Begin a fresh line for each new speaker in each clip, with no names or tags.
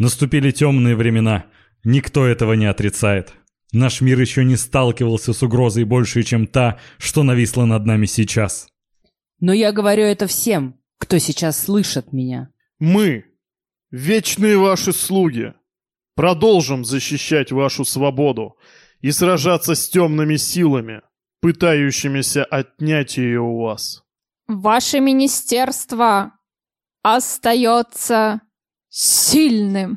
Наступили темные времена. Никто этого не отрицает. Наш мир еще не сталкивался с угрозой большей, чем та, что нависла над нами сейчас.
Но я говорю это всем, кто сейчас слышит меня.
Мы, вечные ваши слуги, продолжим защищать вашу свободу и сражаться с темными силами, пытающимися отнять ее у вас.
Ваше министерство остается сильным.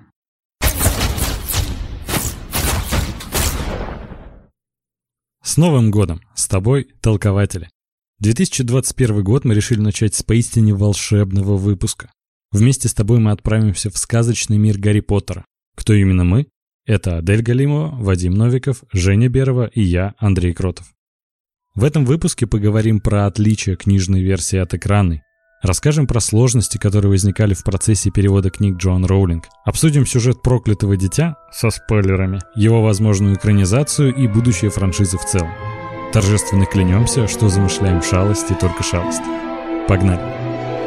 С Новым годом! С тобой, толкователи! 2021 год мы решили начать с поистине волшебного выпуска. Вместе с тобой мы отправимся в сказочный мир Гарри Поттера. Кто именно мы? Это Адель Галимова, Вадим Новиков, Женя Берова и я, Андрей Кротов. В этом выпуске поговорим про отличия книжной версии от экранной. Расскажем про сложности, которые возникали в процессе перевода книг Джоан Роулинг. Обсудим сюжет «Проклятого дитя» со спойлерами, его возможную экранизацию и будущее франшизы в целом. Торжественно клянемся, что замышляем шалости, только шалости. Погнали!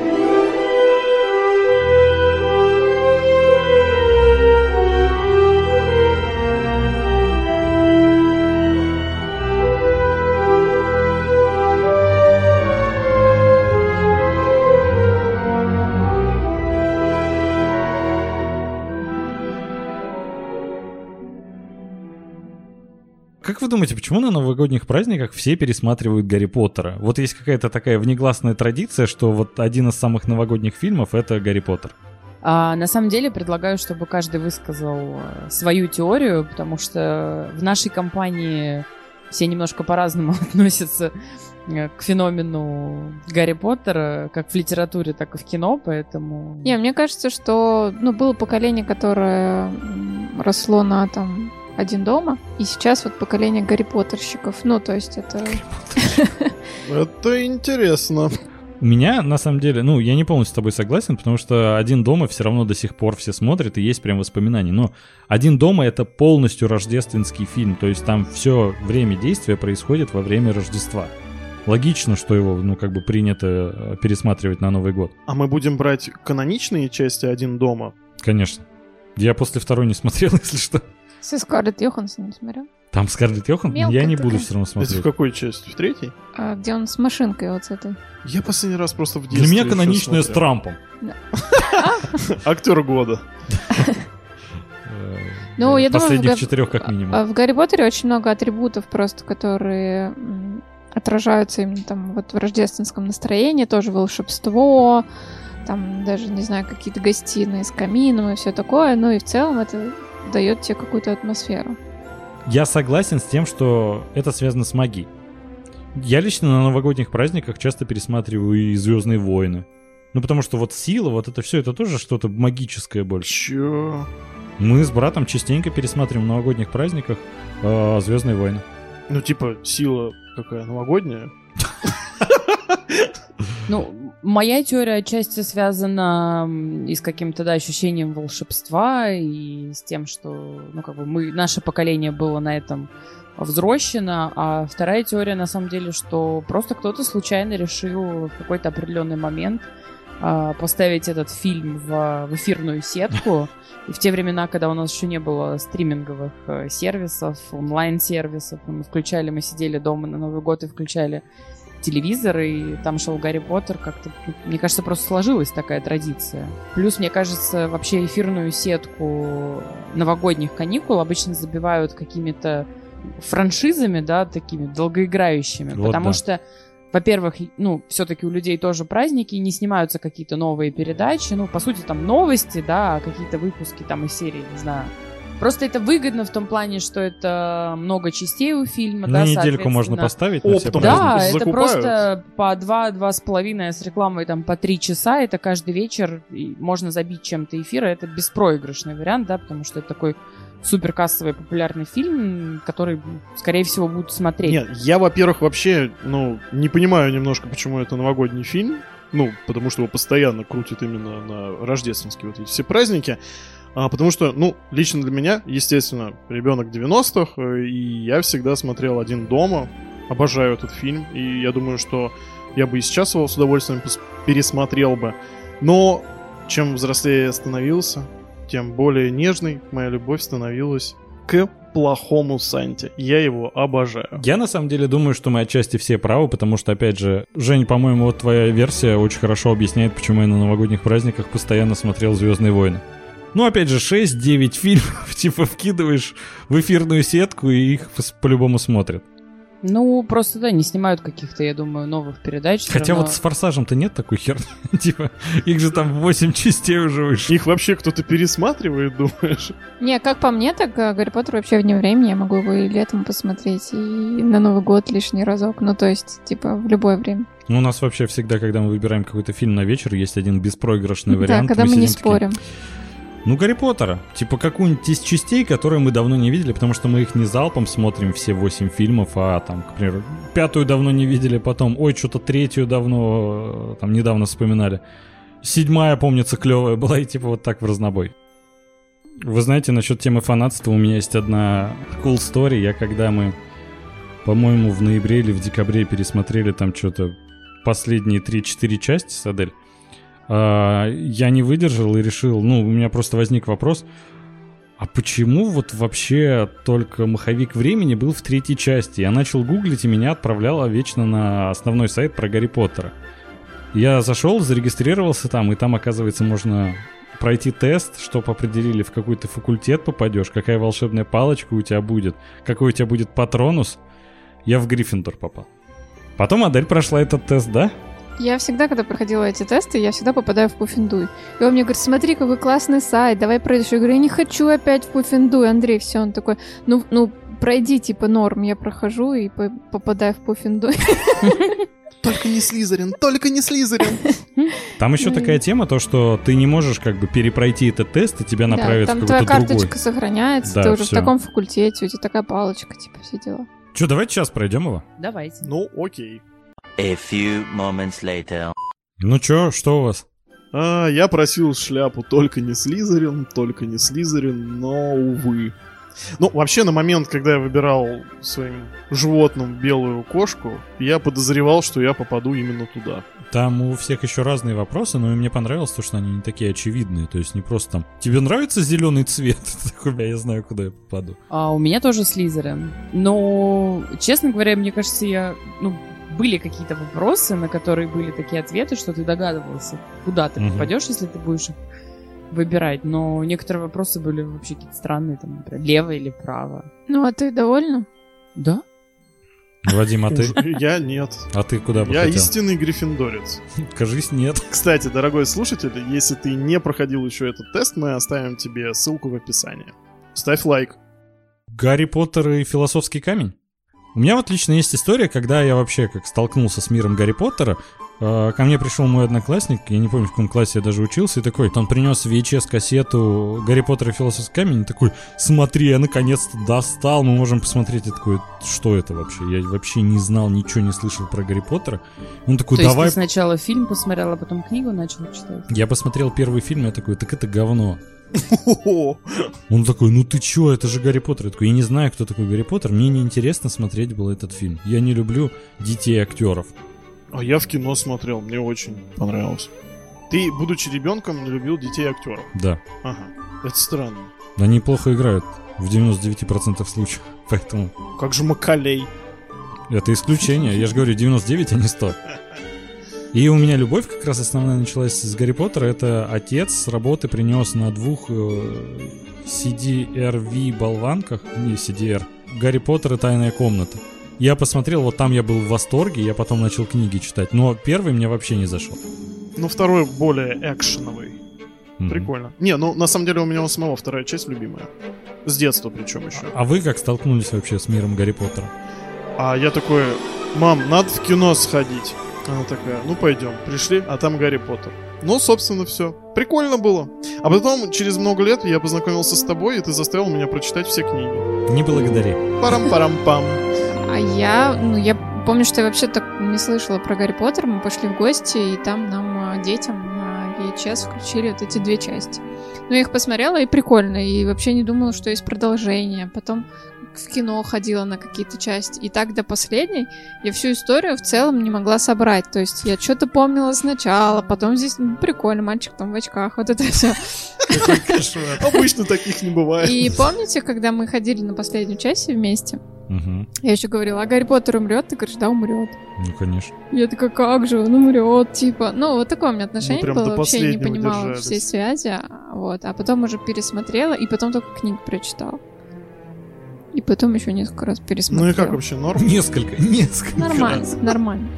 Как вы думаете, почему на новогодних праздниках все пересматривают Гарри Поттера? Вот есть какая-то такая внегласная традиция, что вот один из самых новогодних фильмов — это Гарри Поттер.
На самом деле предлагаю, чтобы каждый высказал свою теорию, потому что в нашей компании все немножко по-разному относятся к феномену Гарри Поттера, как в литературе, так и в кино, поэтому...
Мне кажется, что было поколение, которое росло на «Один дома», и сейчас вот поколение Гарри Поттерщиков. То есть это...
Это интересно.
У меня, на самом деле, я не полностью с тобой согласен, потому что «Один дома» все равно до сих пор все смотрят, и есть прям воспоминания. Но «Один дома» — это полностью рождественский фильм, то есть там все время действия происходит во время Рождества. Логично, что его, принято пересматривать на Новый год.
А мы будем брать каноничные части «Один дома»?
Конечно. Я после второй не смотрел, если что.
Со Скарлетт Йоханссон не смотрел?
Там Скарлетт Йоханссон? Я не буду все равно смотреть.
Это в какой части? В третьей?
Где он с машинкой вот с этой.
Я последний раз просто в детстве.
Для меня каноничная с Трампом.
Актер года.
Я
Последних 4 как минимум.
В Гарри Поттере очень много атрибутов просто, которые отражаются именно в рождественском настроении. Тоже волшебство, там даже, не знаю, какие-то гостиные с камином и все такое. И в целом это дает тебе какую-то атмосферу.
Я согласен с тем, что это связано с магией. Я лично на новогодних праздниках часто пересматриваю и «Звездные войны». Потому что сила, это все, это тоже что-то магическое больше.
Чё?
Мы с братом частенько пересматриваем на новогодних праздниках «Звездные войны».
Сила какая, новогодняя?
Моя теория отчасти связана и с каким-то, ощущением волшебства, и с тем, что, наше поколение было на этом взрощено, а вторая теория, на самом деле, что просто кто-то случайно решил в какой-то определенный момент поставить этот фильм в эфирную сетку. И в те времена, когда у нас еще не было стриминговых сервисов, онлайн-сервисов, мы сидели дома на Новый год и включали телевизор, и там шел Гарри Поттер, как-то, мне кажется, просто сложилась такая традиция. Плюс, мне кажется, вообще эфирную сетку новогодних каникул обычно забивают какими-то франшизами, такими долгоиграющими, потому что, во-первых, все-таки у людей тоже праздники, не снимаются какие-то новые передачи, по сути, там новости, какие-то выпуски там из серии, не знаю. Просто это выгодно в том плане, что это много частей у фильма.
На недельку можно поставить на все праздники.
Да, это просто по 2-2,5 с рекламой по 3 часа. Это каждый вечер. И можно забить чем-то эфир. Это беспроигрышный вариант, потому что это такой суперкассовый популярный фильм, который, скорее всего, будут смотреть.
Нет, я, во-первых, вообще, не понимаю немножко, почему это новогодний фильм. Потому что его постоянно крутят именно на рождественские эти все праздники. Потому что, лично для меня, естественно, ребенок 90-х, и я всегда смотрел «Один дома». Обожаю этот фильм, и я думаю, что я бы и сейчас его с удовольствием пересмотрел бы. Но чем взрослее я становился, тем более нежной моя любовь становилась к плохому Санте. Я его обожаю.
Я на самом деле думаю, что мы отчасти все правы, потому что, опять же, Жень, по-моему, вот твоя версия очень хорошо объясняет, почему я на новогодних праздниках постоянно смотрел «Звездные войны». Ну, опять же, 6-9 фильмов, типа, вкидываешь в эфирную сетку, и их по-любому смотрят.
Ну, просто, да, не снимают каких-то, я думаю, новых передач.
Хотя
равно...
вот с «Форсажем»-то нет такой херни. Типа, их же там 8 частей уже вышло.
Их вообще кто-то пересматривает, думаешь?
Не, как по мне, так Гарри Поттер вообще вне времени. Я могу его и летом посмотреть, и на Новый год лишний разок. Ну, то есть, типа, в любое время.
Ну, у нас вообще всегда, когда мы выбираем какой-то фильм на вечер, есть один беспроигрышный вариант.
Да, когда мы не
такие,
спорим.
ну, Гарри Поттера. Типа какую-нибудь из частей, которые мы давно не видели, потому что мы их не залпом смотрим, все 8 фильмов, а там, к примеру, 5-ю давно не видели, потом, ой, что-то 3-ю давно, там, недавно вспоминали. 7-я, помнится, клевая была, и типа вот так в разнобой. Вы знаете, насчет темы фанатства у меня есть одна cool story. Когда мы, по-моему, в ноябре или в декабре пересмотрели там что-то последние 3-4 части с Адель, я не выдержал и решил, ну, у меня просто возник вопрос, а почему вот вообще только «Маховик времени» был в 3-й части? Я начал гуглить, и меня отправляло вечно на основной сайт про Гарри Поттера. Я зашел, зарегистрировался там, и там, оказывается, можно пройти тест, чтоб определили, в какой ты факультет попадешь, какая волшебная палочка у тебя будет, какой у тебя будет патронус. Я в Гриффиндор попал. Потом Адель прошла этот тест, да?
Я всегда, когда проходила эти тесты, я всегда попадаю в Пуффендуй. И он мне говорит, смотри, какой классный сайт, давай пройдешь. Я говорю, я не хочу опять в Пуффендуй, Андрей, все. Он такой, ну, пройди, типа, норм. Я прохожу и попадаю в Пуффендуй.
Только не Слизерин, только не Слизерин.
Там еще такая тема, то, что ты не можешь как бы перепройти этот тест, и тебя направят в какой-то другой.
Там твоя карточка сохраняется,
да,
ты уже
всё.
в таком факультете, у тебя такая палочка, типа, все дела.
Че, давайте сейчас пройдем его?
Давайте.
Ну, окей.
A few moments later.
Ну чё, что у вас?
Я просил шляпу только не Слизерин, но, увы. Ну, вообще, на момент, когда я выбирал своим животным белую кошку, я подозревал, что я попаду именно туда.
Там у всех еще разные вопросы, но мне понравилось то, что они не такие очевидные. То есть не просто там, тебе нравится зеленый цвет? Ты такой, я знаю, куда я попаду.
У меня тоже Слизерин. Но, честно говоря, мне кажется, были какие-то вопросы, на которые были такие ответы, что ты догадывался, куда ты попадешь, если ты будешь их выбирать. Но некоторые вопросы были вообще какие-то странные, там, например, лево или право.
Ну, а ты довольна?
Да.
Вадим, а ты?
Я нет.
А ты куда бы
Я
хотел?
истинный гриффиндорец.
Кажись, нет.
Кстати, дорогой слушатель, если ты не проходил еще этот тест, мы оставим тебе ссылку в описании. Ставь лайк.
Гарри Поттер и философский камень? У меня вот лично есть история, когда я вообще как столкнулся с миром Гарри Поттера. Ко мне пришел мой одноклассник, я не помню, в каком классе я даже учился, и такой, он принес VHS-кассету «Гарри Поттер и философский камень», и такой, смотри, я наконец-то достал, мы можем посмотреть. Я такой, что это вообще? Я вообще не знал, ничего не слышал про Гарри Поттера. Он такой,
То
давай...
есть ты сначала фильм посмотрел, а потом книгу начал читать?
Я посмотрел первый фильм, я такой, так это говно. Он такой, ну ты чё, это же Гарри Поттер. Я такой, я не знаю, кто такой Гарри Поттер, мне неинтересно смотреть был этот фильм. Я не люблю детей-актеров.
А я в кино смотрел, мне очень понравилось. Ты, будучи ребенком, не любил детей-актеров?
Да.
Ага, это странно.
Они плохо играют в 99% случаев, поэтому...
Как же Макалей?
Это исключение, я же говорю, 99, а не 100. И у меня любовь как раз основная началась с Гарри Поттера. Это отец с работы принес на 2 CDRV болванках, не CDR, Гарри Поттер и Тайная комната. Я посмотрел, вот там я был в восторге, я потом начал книги читать. Но первый мне вообще не зашел.
Ну, второй более экшеновый. Прикольно. Не, ну, на самом деле у меня у самого вторая часть любимая. С детства причем еще.
А вы как столкнулись вообще с миром Гарри Поттера?
А я такой, мам, надо в кино сходить. Она такая, ну пойдем. Пришли, а там Гарри Поттер. Ну, собственно, все. Прикольно было. А потом, через много лет, я познакомился с тобой, и ты заставил меня прочитать все книги.
Не благодари.
Парам-парам-пам.
А я помню, что я вообще так не слышала про Гарри Поттера. Мы пошли в гости, и там нам, детям, на VHS включили вот эти 2 части. Ну, я их посмотрела, и прикольно, и вообще не думала, что есть продолжение. Потом в кино ходила на какие-то части. И так до последней я всю историю в целом не могла собрать. То есть я что-то помнила сначала, потом здесь прикольно, мальчик там в очках, вот это все.
Обычно таких не бывает.
И помните, когда мы ходили на последнюю часть все вместе? Я еще говорила, а Гарри Поттер умрет? Ты говоришь, да, умрет.
Ну, конечно.
Я такая, как же, он умрет, типа. Ну, вот такое у меня отношение
прям
было,
до
вообще не
последнего
понимала
держались.
всей связи. Вот. А потом уже пересмотрела, и потом только книгу прочитала. И потом еще несколько раз пересмотрела.
Ну и как вообще, норм?
Несколько.
Нормально, нормально.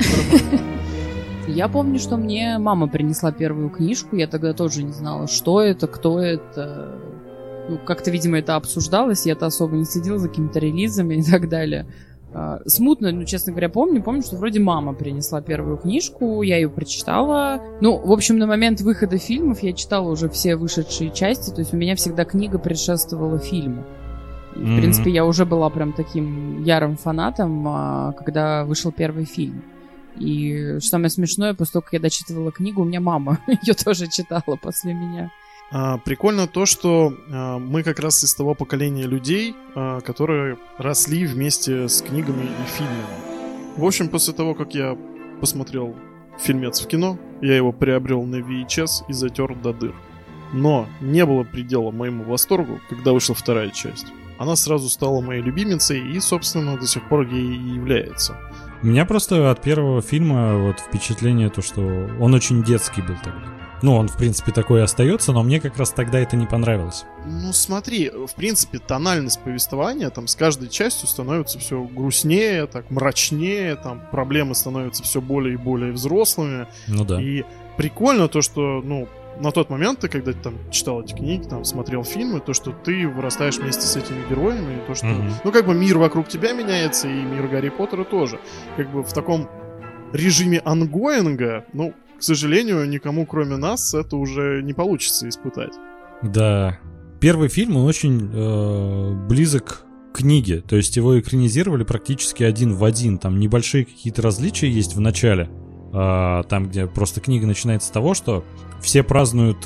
Я помню, что мне мама принесла первую книжку, я тогда тоже не знала, что это, кто это. Ну, как-то, видимо, это обсуждалось, я-то особо не следила за какими-то релизами и так далее. Смутно, ну, честно говоря, помню, что вроде мама принесла первую книжку, я ее прочитала. Ну, в общем, на момент выхода фильмов я читала уже все вышедшие части, то есть у меня всегда книга предшествовала фильму. И, в принципе, я уже была прям таким ярым фанатом, когда вышел первый фильм. И что самое смешное, после того, как я дочитывала книгу, у меня мама ее тоже читала после меня.
Прикольно то, что мы как раз из того поколения людей, которые росли вместе с книгами и фильмами. В общем, после того, как я посмотрел фильмец в кино, я его приобрел на VHS и затер до дыр. Но не было предела моему восторгу, когда вышла вторая часть. Она сразу стала моей любимицей и, собственно, до сих пор ей и является.
У меня просто от первого фильма вот впечатление то, что он очень детский был тогда. Ну, он, в принципе, такой и остается, но мне как раз тогда это не понравилось.
Ну, смотри, в принципе, тональность повествования там с каждой частью становится все грустнее, так мрачнее, там проблемы становятся все более и более взрослыми.
Ну да.
И прикольно то, что, ну, на тот момент, ты, когда ты там читал эти книги, там, смотрел фильмы, то, что ты вырастаешь вместе с этими героями, и то, что, ну, как бы мир вокруг тебя меняется, и мир Гарри Поттера тоже. Как бы в таком режиме ангоинга, ну, к сожалению, никому, кроме нас, это уже не получится испытать.
Да. Первый фильм, он очень близок к книге. То есть его экранизировали практически один в один. Там небольшие какие-то различия есть в начале. Там, где просто книга начинается с того, что все празднуют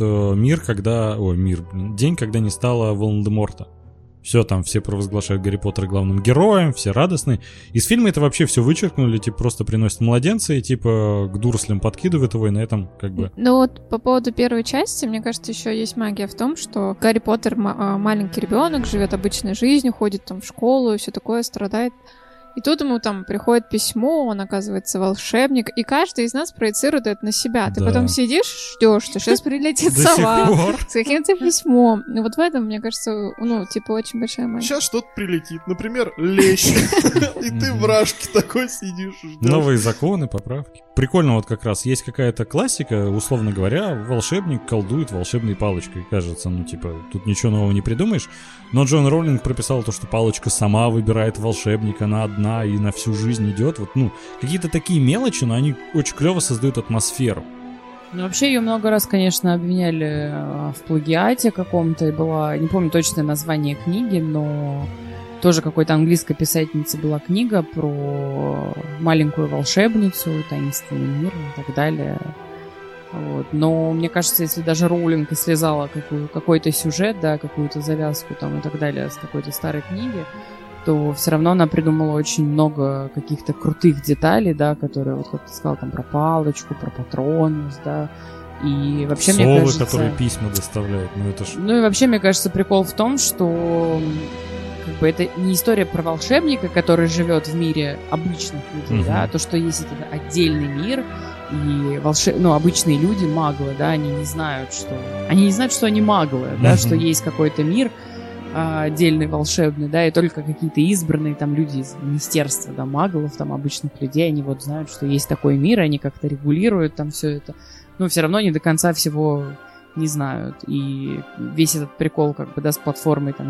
день, когда не стало Волан-де-Морта. Все, там все провозглашают Гарри Поттера главным героем, все радостные. Из фильма это вообще все вычеркнули, типа просто приносят младенца и типа к дураслям подкидывают его, и на этом как бы...
Ну вот по поводу первой части, мне кажется, еще есть магия в том, что Гарри Поттер маленький ребенок, живет обычной жизнью, ходит там в школу и все такое, страдает. И тут ему там приходит письмо, он оказывается волшебник, и каждый из нас проецирует это на себя. Ты потом сидишь, ждешь, что сейчас прилетит сова с каким-то письмом. И вот в этом, мне кажется, ну, типа, очень большая магия.
Сейчас что-то прилетит, например, лещ. И ты в рашке такой сидишь, ждешь.
Новые законы, поправки. Прикольно, вот как раз есть какая-то классика, условно говоря, волшебник колдует волшебной палочкой. Кажется, ну, типа, тут ничего нового не придумаешь. Но Джон Роулинг прописал то, что палочка сама выбирает волшебника, она одна и на всю жизнь идет. Вот, ну, какие-то такие мелочи, но они очень клево создают атмосферу.
Ну, вообще ее много раз, конечно, обвиняли в плагиате каком-то. И была, не помню точное название книги, но тоже какой-то английской писательницы была книга про маленькую волшебницу, таинственный мир и так далее. Вот. Но мне кажется, если даже Роулинг и связала какой-то сюжет, да, какую-то завязку там и так далее с какой-то старой книги, то все равно она придумала очень много каких-то крутых деталей, да, которые, вот как ты сказал, там про палочку, про патронус, да. И вообще,
совы,
мне кажется,
которые письма доставляют, ну это ж...
Ну и вообще, мне кажется, прикол в том, что как бы это не история про волшебника, который живет в мире обычных людей, да, а то, что есть это отдельный мир, и обычные люди, маглы, да, они не знают, что они маглы, да, что есть какой-то мир отдельный, волшебный, да, и только какие-то избранные там люди из министерства, да, маглов, там, обычных людей, они вот знают, что есть такой мир, они как-то регулируют там все это, но все равно не до конца всего не знают, и весь этот прикол, как бы, да, с платформой там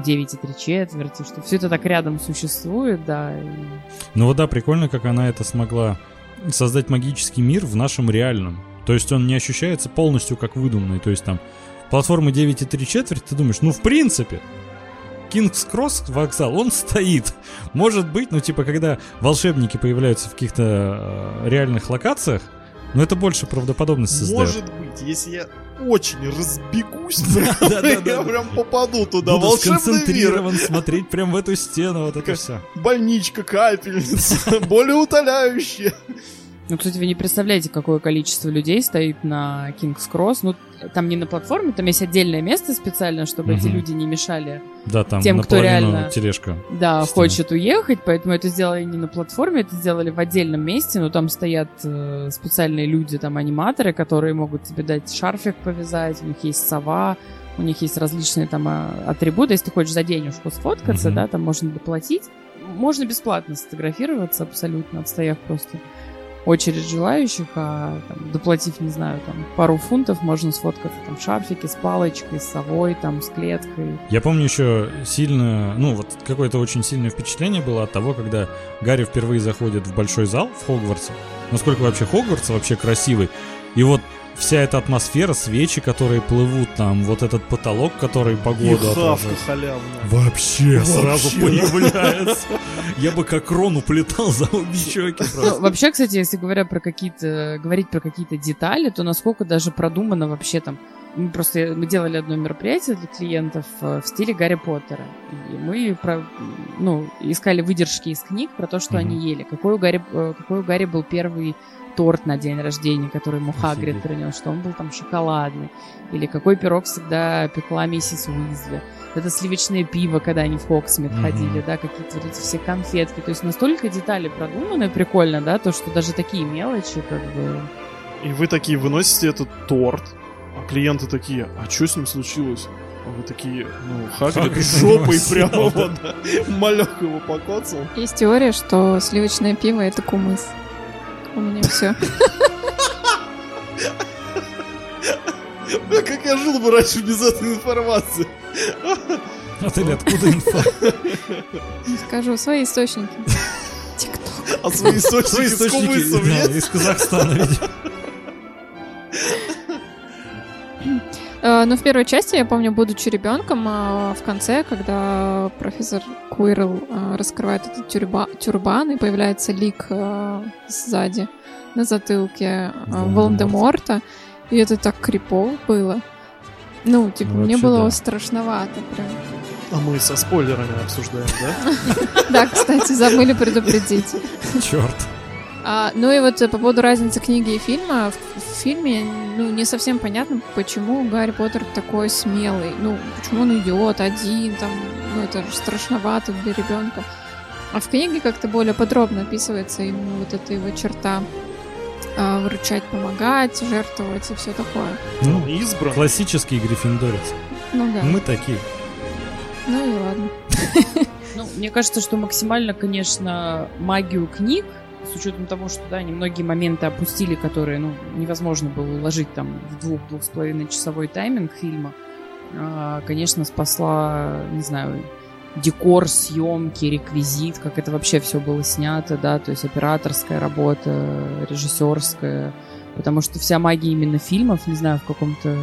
9,3, что все это так рядом существует, да.
Ну вот да, прикольно, как она это смогла создать магический мир в нашем реальном, то есть он не ощущается полностью как выдуманный, то есть там платформа 9,3, ты думаешь, ну в принципе Кингс-Кросс вокзал, он стоит. Может быть, ну типа, когда волшебники появляются в каких-то реальных локациях, но это больше правдоподобность создает.
Может быть, если я очень разбегусь, я прям попаду туда.
Буду
Волшебный мир.
сконцентрирован смотреть прям в эту стену, вот это все.
Больничка, капельница, болеутоляющая.
Ну, кстати, вы не представляете, какое количество людей стоит на Кингс Кросс. Ну, там не на платформе, там есть отдельное место специально, чтобы эти люди не мешали
Да, там
тем, кто
наполовину
реально
тележка.
Да,
Стена.
хочет уехать, поэтому это сделали не на платформе, это сделали в отдельном месте, но там стоят специальные люди, там аниматоры, которые могут тебе дать шарфик повязать, у них есть сова, у них есть различные там атрибуты. Если ты хочешь за денежку сфоткаться, да, там можно доплатить. Можно бесплатно сфотографироваться абсолютно, отстояв просто очередь желающих, а там, доплатив, не знаю, там, пару фунтов, можно сфоткаться там в шарфике, с палочкой, с совой, там, с клеткой.
Я помню еще сильно, ну вот какое-то очень сильное впечатление было от того, когда Гарри впервые заходит в большой зал в Хогвартсе. Насколько вообще Хогвартс вообще красивый. И вот вся эта атмосфера, свечи, которые плывут там, вот этот потолок, который
И
погоду
хавка
отражает.
халявная.
Вообще сразу
Вообще.
появляется. Я бы как Рон уплетал за обе щеки
Ну,
просто.
вообще, кстати, если говорить про какие-то детали, то насколько даже продумано вообще там. Мы делали одно мероприятие для клиентов в стиле Гарри Поттера. И мы искали выдержки из книг про то, что они ели. Какой у Гарри был первый торт на день рождения, который ему Хагрид принес, что он был там шоколадный. Или какой пирог всегда пекла миссис Уизли. Это сливочное пиво, когда они в Хогсмит ходили, да, какие-то вот эти все конфетки. То есть настолько детали продуманы прикольно, да, то, что даже такие мелочи как бы...
И вы такие выносите этот торт, а клиенты такие, а что с ним случилось? А вы такие, Хагрид
Хагрид
жопой
его
прямо
съел,
вот, да, малек его покоцал.
Есть теория, что сливочное пиво — это кумыс. У меня все.
Как я жил бы раньше без этой информации?
Отель, откуда инфа?
Скажу, свои источники. ТикТок.
А свои источники с кумысом
да,
нет?
из Казахстана, видимо.
Ну, в первой части, я помню, будучи ребенком, в конце, когда профессор Куирл раскрывает этот тюрбан, и появляется лик сзади, на затылке Волан-де-Морта, и это так крипово было. Ну, типа,
Ну,
мне
вообще,
было
да.
страшновато прям.
А мы со спойлерами обсуждаем, да?
Да, кстати, забыли предупредить.
Черт.
Ну и вот по поводу разницы книги и фильма. В фильме, не совсем понятно, почему Гарри Поттер такой смелый. Почему он идет один, там, это же страшновато для ребенка. А в книге как-то более подробно описывается ему вот эта его черта. Выручать, помогать, жертвовать и все такое.
Ну,
Избран.
классический гриффиндорец.
Ну да.
Мы такие.
Ну и ладно.
Ну, мне кажется, что максимально, конечно, магию книг, с учетом того, что, да, немногие моменты опустили, которые, невозможно было уложить там в 2-2,5 часовой тайминг фильма, конечно, спасла, не знаю, декор, съемки, реквизит, как это вообще все было снято, да, то есть операторская работа, режиссерская, потому что вся магия именно фильмов, не знаю, в каком-то...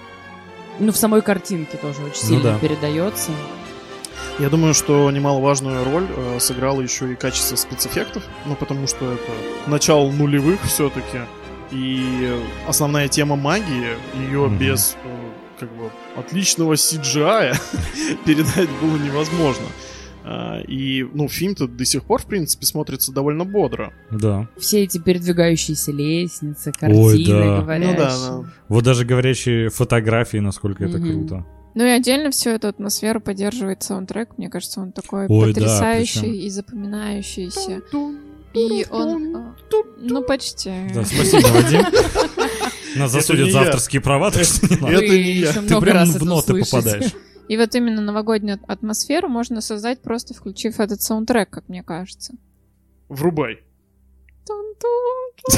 в самой картинке тоже очень сильно передается.
Я думаю, что немаловажную роль сыграло еще и качество спецэффектов, потому что это начало нулевых все-таки, и основная тема магии, ее без отличного CGI передать было невозможно. И, фильм-то до сих пор, в принципе, смотрится довольно бодро.
Да.
Все эти передвигающиеся лестницы, картины,
да.
говорящие.
Да.
Вот даже говорящие фотографии, насколько это круто.
Ну и отдельно всю эту атмосферу поддерживает саундтрек. Мне кажется, он такой
Ой,
потрясающий
да, причем.
и запоминающийся. И он... почти.
Да, спасибо, Вадим. Нас
Это
засудят
не
за
я.
авторские права, так что не надо.
Это не я.
еще
Ты
много
прям
раз
в
это
ноты
услышите.
попадаешь.
И вот именно новогоднюю атмосферу можно создать, просто включив этот саундтрек, как мне кажется.
Врубай.
Тун-тун.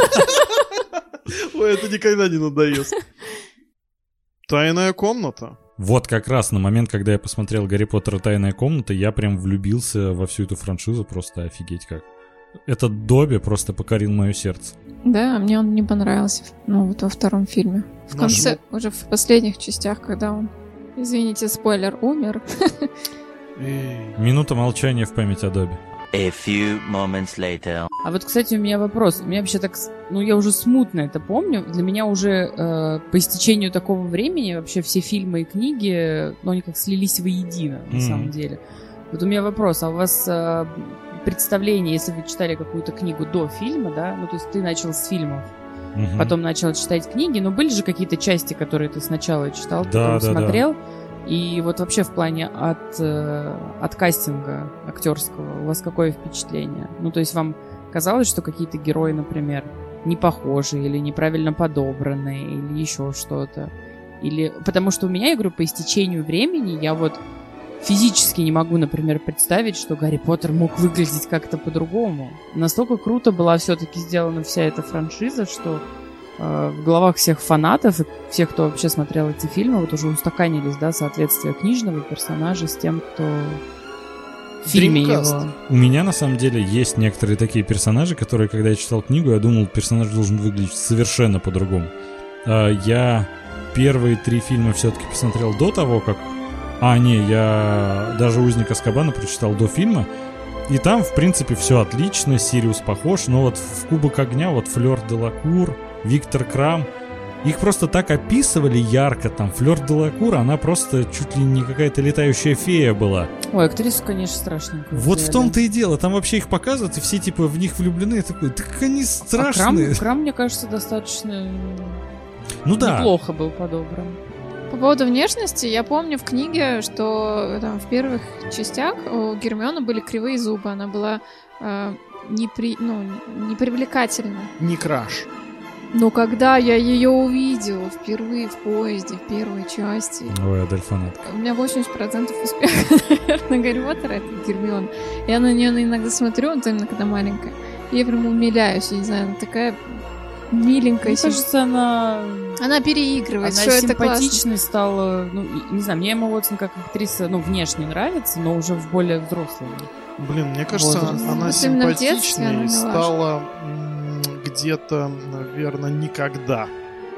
Ой, это никогда не надоест. Тайная комната.
Вот как раз на момент, когда я посмотрел «Гарри Поттер и тайная комната», я прям влюбился во всю эту франшизу, просто офигеть как. Этот Добби просто покорил мое сердце.
Да, мне он не понравился, вот во втором фильме. В конце, уже в последних частях, когда он, извините, спойлер, умер.
Эй.
Минута молчания в память о Добби.
A few moments later.
А вот, кстати, у меня вопрос. У меня вообще так... Ну, я уже смутно это помню. Для меня уже по истечению такого времени вообще все фильмы и книги, ну, они как слились воедино, на самом деле. Вот у меня вопрос. А у вас представление, если вы читали какую-то книгу до фильма, да? Ну, то есть ты начал с фильмов, потом начал читать книги, но были же какие-то части, которые ты сначала читал, потом смотрел? И вот вообще в плане от кастинга актерского у вас какое впечатление? Ну, то есть вам казалось, что какие-то герои, например, не похожи или неправильно подобраны, или еще что-то? Или... Потому что у меня, я говорю, по истечению времени я вот физически не могу, например, представить, что Гарри Поттер мог выглядеть как-то по-другому. Настолько круто была все-таки сделана вся эта франшиза, что в головах всех фанатов и всех, кто вообще смотрел эти фильмы, вот уже устаканились, да, соответствие книжного персонажа с тем, кто в фильме его.
У меня, на самом деле, есть некоторые такие персонажи, которые, когда я читал книгу, я думал, персонаж должен выглядеть совершенно по-другому. Я первые 3 фильма все-таки посмотрел до того, как... я даже «Узник Азкабана» прочитал до фильма. И там, в принципе, все отлично, Сириус похож, но вот в «Кубок огня», вот Флёр де Лакур, Виктор Крам, их просто так описывали ярко, там, Флёр де Лакур, она просто чуть ли не какая-то летающая фея была.
Ой, актрису, конечно, страшненькую.
Вот в том-то и дело, там вообще их показывают, и все, типа, в них влюблены, я такой, так они страшные.
Крам, мне кажется, достаточно
да.
Неплохо был подобран.
По поводу внешности, я помню в книге, что там в первых частях у Гермионы были кривые зубы, она была непривлекательна.
Не краш.
Но когда я ее увидела впервые в поезде, в первой части...
Ой, Адель фанатка.
У меня 80% успеха, наверное, Гарри Поттера — это Гермиона. Я на нее иногда смотрю, вот именно когда маленькая, и я прям умиляюсь, я не знаю, она такая миленькая.
Мне кажется, она
переигрывает,
она
что это классно.
симпатичной стала, не знаю, мне Эмма Уотсон как актриса, внешне нравится, но уже в более взрослом.
Блин, мне кажется, она симпатичнее стала где-то, наверное, никогда.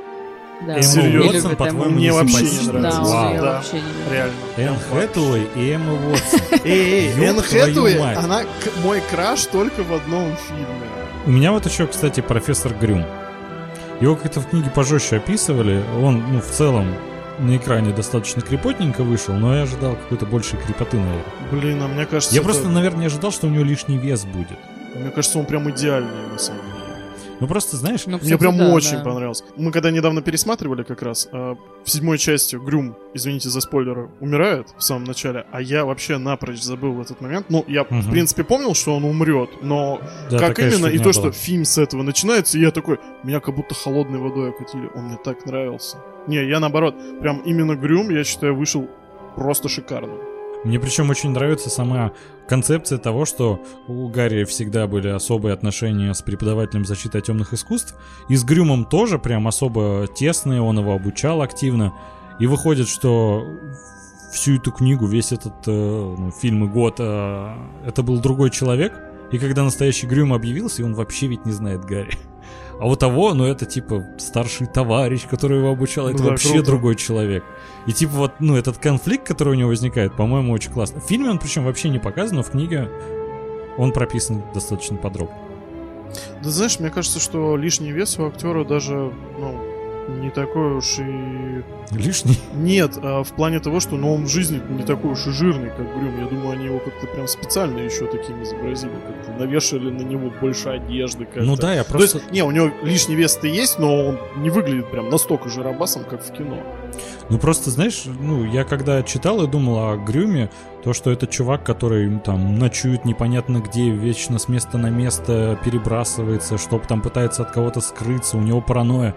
Да.
Серьезно?
Уотсон, по-твоему,
мне вообще не
симпатична?
нравится.
Да,
Да,
вообще не нравится.
реально.
Энн Хэтэуэй и Эмма Уотсон.
Энн
Ёб твою
Хэтэуэй,
мать.
она мой краш только в одном фильме.
У меня вот еще, кстати, профессор Грюм. Его как-то в книге пожестче описывали. Он, в целом, на экране достаточно крепотненько вышел, но я ожидал какой-то большей крепоты, наверное.
Блин, а мне кажется...
Я просто, наверное, не ожидал, что у него лишний вес будет.
Мне кажется, он прям идеальный, на самом деле.
Ну просто, знаешь...
Мне прям очень понравился. Мы когда недавно пересматривали как раз, в 7 части Грюм, извините за спойлеры, умирает в самом начале, а я вообще напрочь забыл в этот момент. Я, в принципе, помнил, что он умрет, но как именно, и то, что фильм с этого начинается, и я такой, меня как будто холодной водой окатили, он мне так нравился. Не, я наоборот, прям именно Грюм, я считаю, вышел просто шикарным.
Мне причем очень нравится сама концепция того, что у Гарри всегда были особые отношения с преподавателем защиты от темных искусств, и с Грюмом тоже прям особо тесные, он его обучал активно, и выходит, что всю эту книгу, весь этот фильм и год, это был другой человек, и когда настоящий Грюм объявился, и он вообще ведь не знает Гарри. А вот того, это типа старший товарищ, который его обучал, это вообще круто. Другой человек. И типа этот конфликт, который у него возникает, по-моему, очень классно. В фильме он причем вообще не показан, но в книге он прописан достаточно подробно.
Да знаешь, мне кажется, что лишний вес у актера даже, не такой уж и...
Лишний?
Нет, в плане того, что он в жизни не такой уж и жирный, как Грюм. Я думаю, они его как-то прям специально еще таким изобразили, как-то навешали на него больше одежды как-то.
Я просто...
То есть, у него лишний вес-то есть, но он не выглядит прям настолько жиробасом, как в кино.
Просто, знаешь, я когда читал и думал о Грюме, то, что это чувак, который там ночует непонятно где, вечно с места на место перебрасывается, чтоб там пытается от кого-то скрыться, у него паранойя.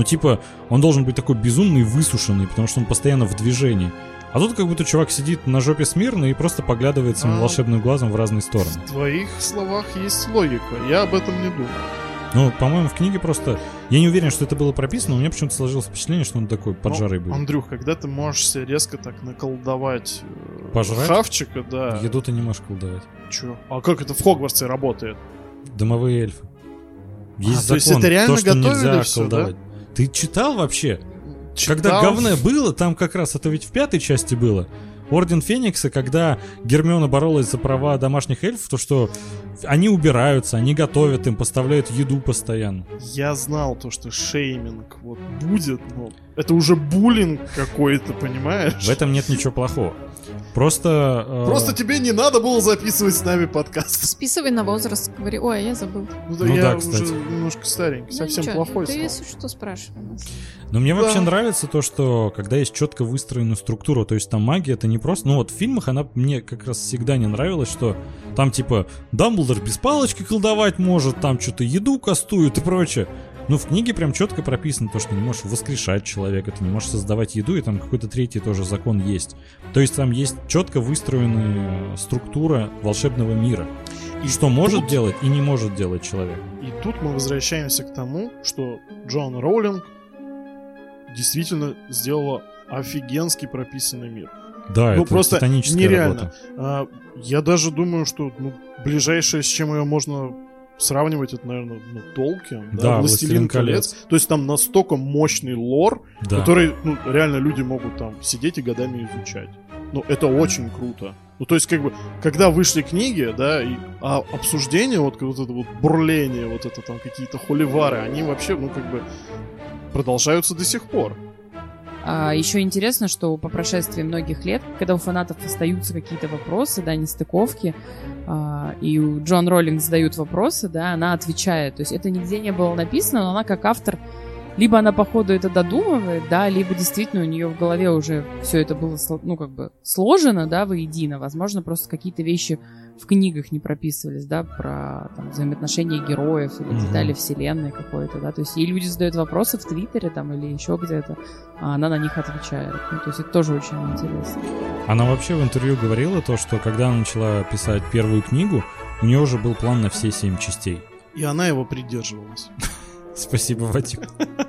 Он должен быть такой безумный и высушенный, потому что он постоянно в движении. А тут как будто чувак сидит на жопе смирно и просто поглядывает своим волшебным глазом в разные стороны.
В твоих словах есть логика, я об этом не думал.
По-моему, в книге просто... Я не уверен, что это было прописано, но у меня почему-то сложилось впечатление, что он такой поджарый был.
Андрюх, когда ты можешь себе резко так наколдовать хавчика, да...
Еду ты не можешь колдовать.
Чё? А как это в Хогвартсе работает?
Домовые эльфы. Есть закон,
то есть это реально
то, что нельзя
всё,
колдовать.
Да?
Ты читал вообще?
Читал.
Когда говне было, там как раз, это ведь в 5 части было, Орден Феникса, когда Гермиона боролась за права домашних эльфов, то что они убираются, они готовят им, поставляют еду постоянно.
Я знал то, что шейминг вот будет, но это уже буллинг какой-то, понимаешь?
В этом нет ничего плохого. Просто...
Просто тебе не надо было записывать с нами подкаст.
Списывай на возраст, говори, ой, я забыл.
Ну
Ну
я
да,
уже
кстати.
немножко старенький, совсем
ничего,
плохой
ты,
стал.
если что, спрашивай нас.
Но мне
Да.
вообще нравится то, что когда есть четко выстроена структура, то есть там магия, это не просто... Ну вот в фильмах она мне как раз всегда не нравилась, что там типа Дамблдор без палочки колдовать может, там что-то еду кастует и прочее. Но в книге прям четко прописано то, что не можешь воскрешать человека, ты не можешь создавать еду, и там какой-то третий тоже закон есть. То есть там есть четко выстроенная структура волшебного мира. И что может
тут-
делать и не может делать человек.
И тут мы возвращаемся к тому, что Джоан Роулинг действительно сделала офигенский прописанный мир.
Да,
Ну,
это
просто
титаническая
нереально.
работа.
Я даже думаю, что ближайшее, с чем ее можно сравнивать, это, наверное, Толкин,
Да,
«Властелин
«Властелин колец».
То есть там настолько мощный лор,
Да.
который, реально люди могут там сидеть и годами изучать. Ну, это очень круто. Ну, то есть, как бы, когда вышли книги, да, а обсуждение, вот это вот бурление, вот это там какие-то холивары, они вообще, продолжаются до сих пор.
Еще интересно, что по прошествии многих лет, когда у фанатов остаются какие-то вопросы, да, нестыковки, и у Джоан Роулинг задают вопросы, да, она отвечает. То есть это нигде не было написано, но она как автор, либо она по ходу это додумывает, да, либо действительно у нее в голове уже все это было, сложено, да, воедино. Возможно, просто какие-то вещи в книгах не прописывались, да, про там, взаимоотношения героев или детали вселенной какой-то, да. То есть ей люди задают вопросы в Твиттере там или еще где-то, а она на них отвечает. Ну, то есть это тоже очень интересно.
Она вообще в интервью говорила то, что когда она начала писать первую книгу, у нее уже был план на все 7 частей.
И она его придерживалась.
Спасибо, Вадим.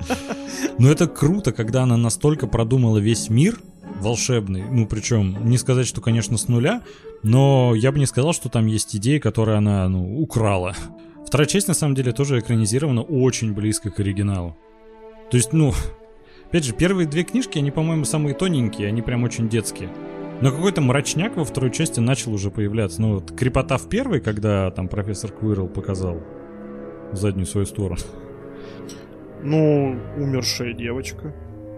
Но это круто, когда она настолько продумала весь мир волшебный. Ну, причем, не сказать, что, конечно, с нуля, но я бы не сказал, что там есть идеи, которые она, украла. Вторая часть, на самом деле, тоже экранизирована очень близко к оригиналу. То есть, опять же, первые 2 книжки, они, по-моему, самые тоненькие, они прям очень детские. Но какой-то мрачняк во второй части начал уже появляться. Ну, вот крепота в первой, когда там профессор Квирл показал заднюю свою сторону.
Умершая девочка.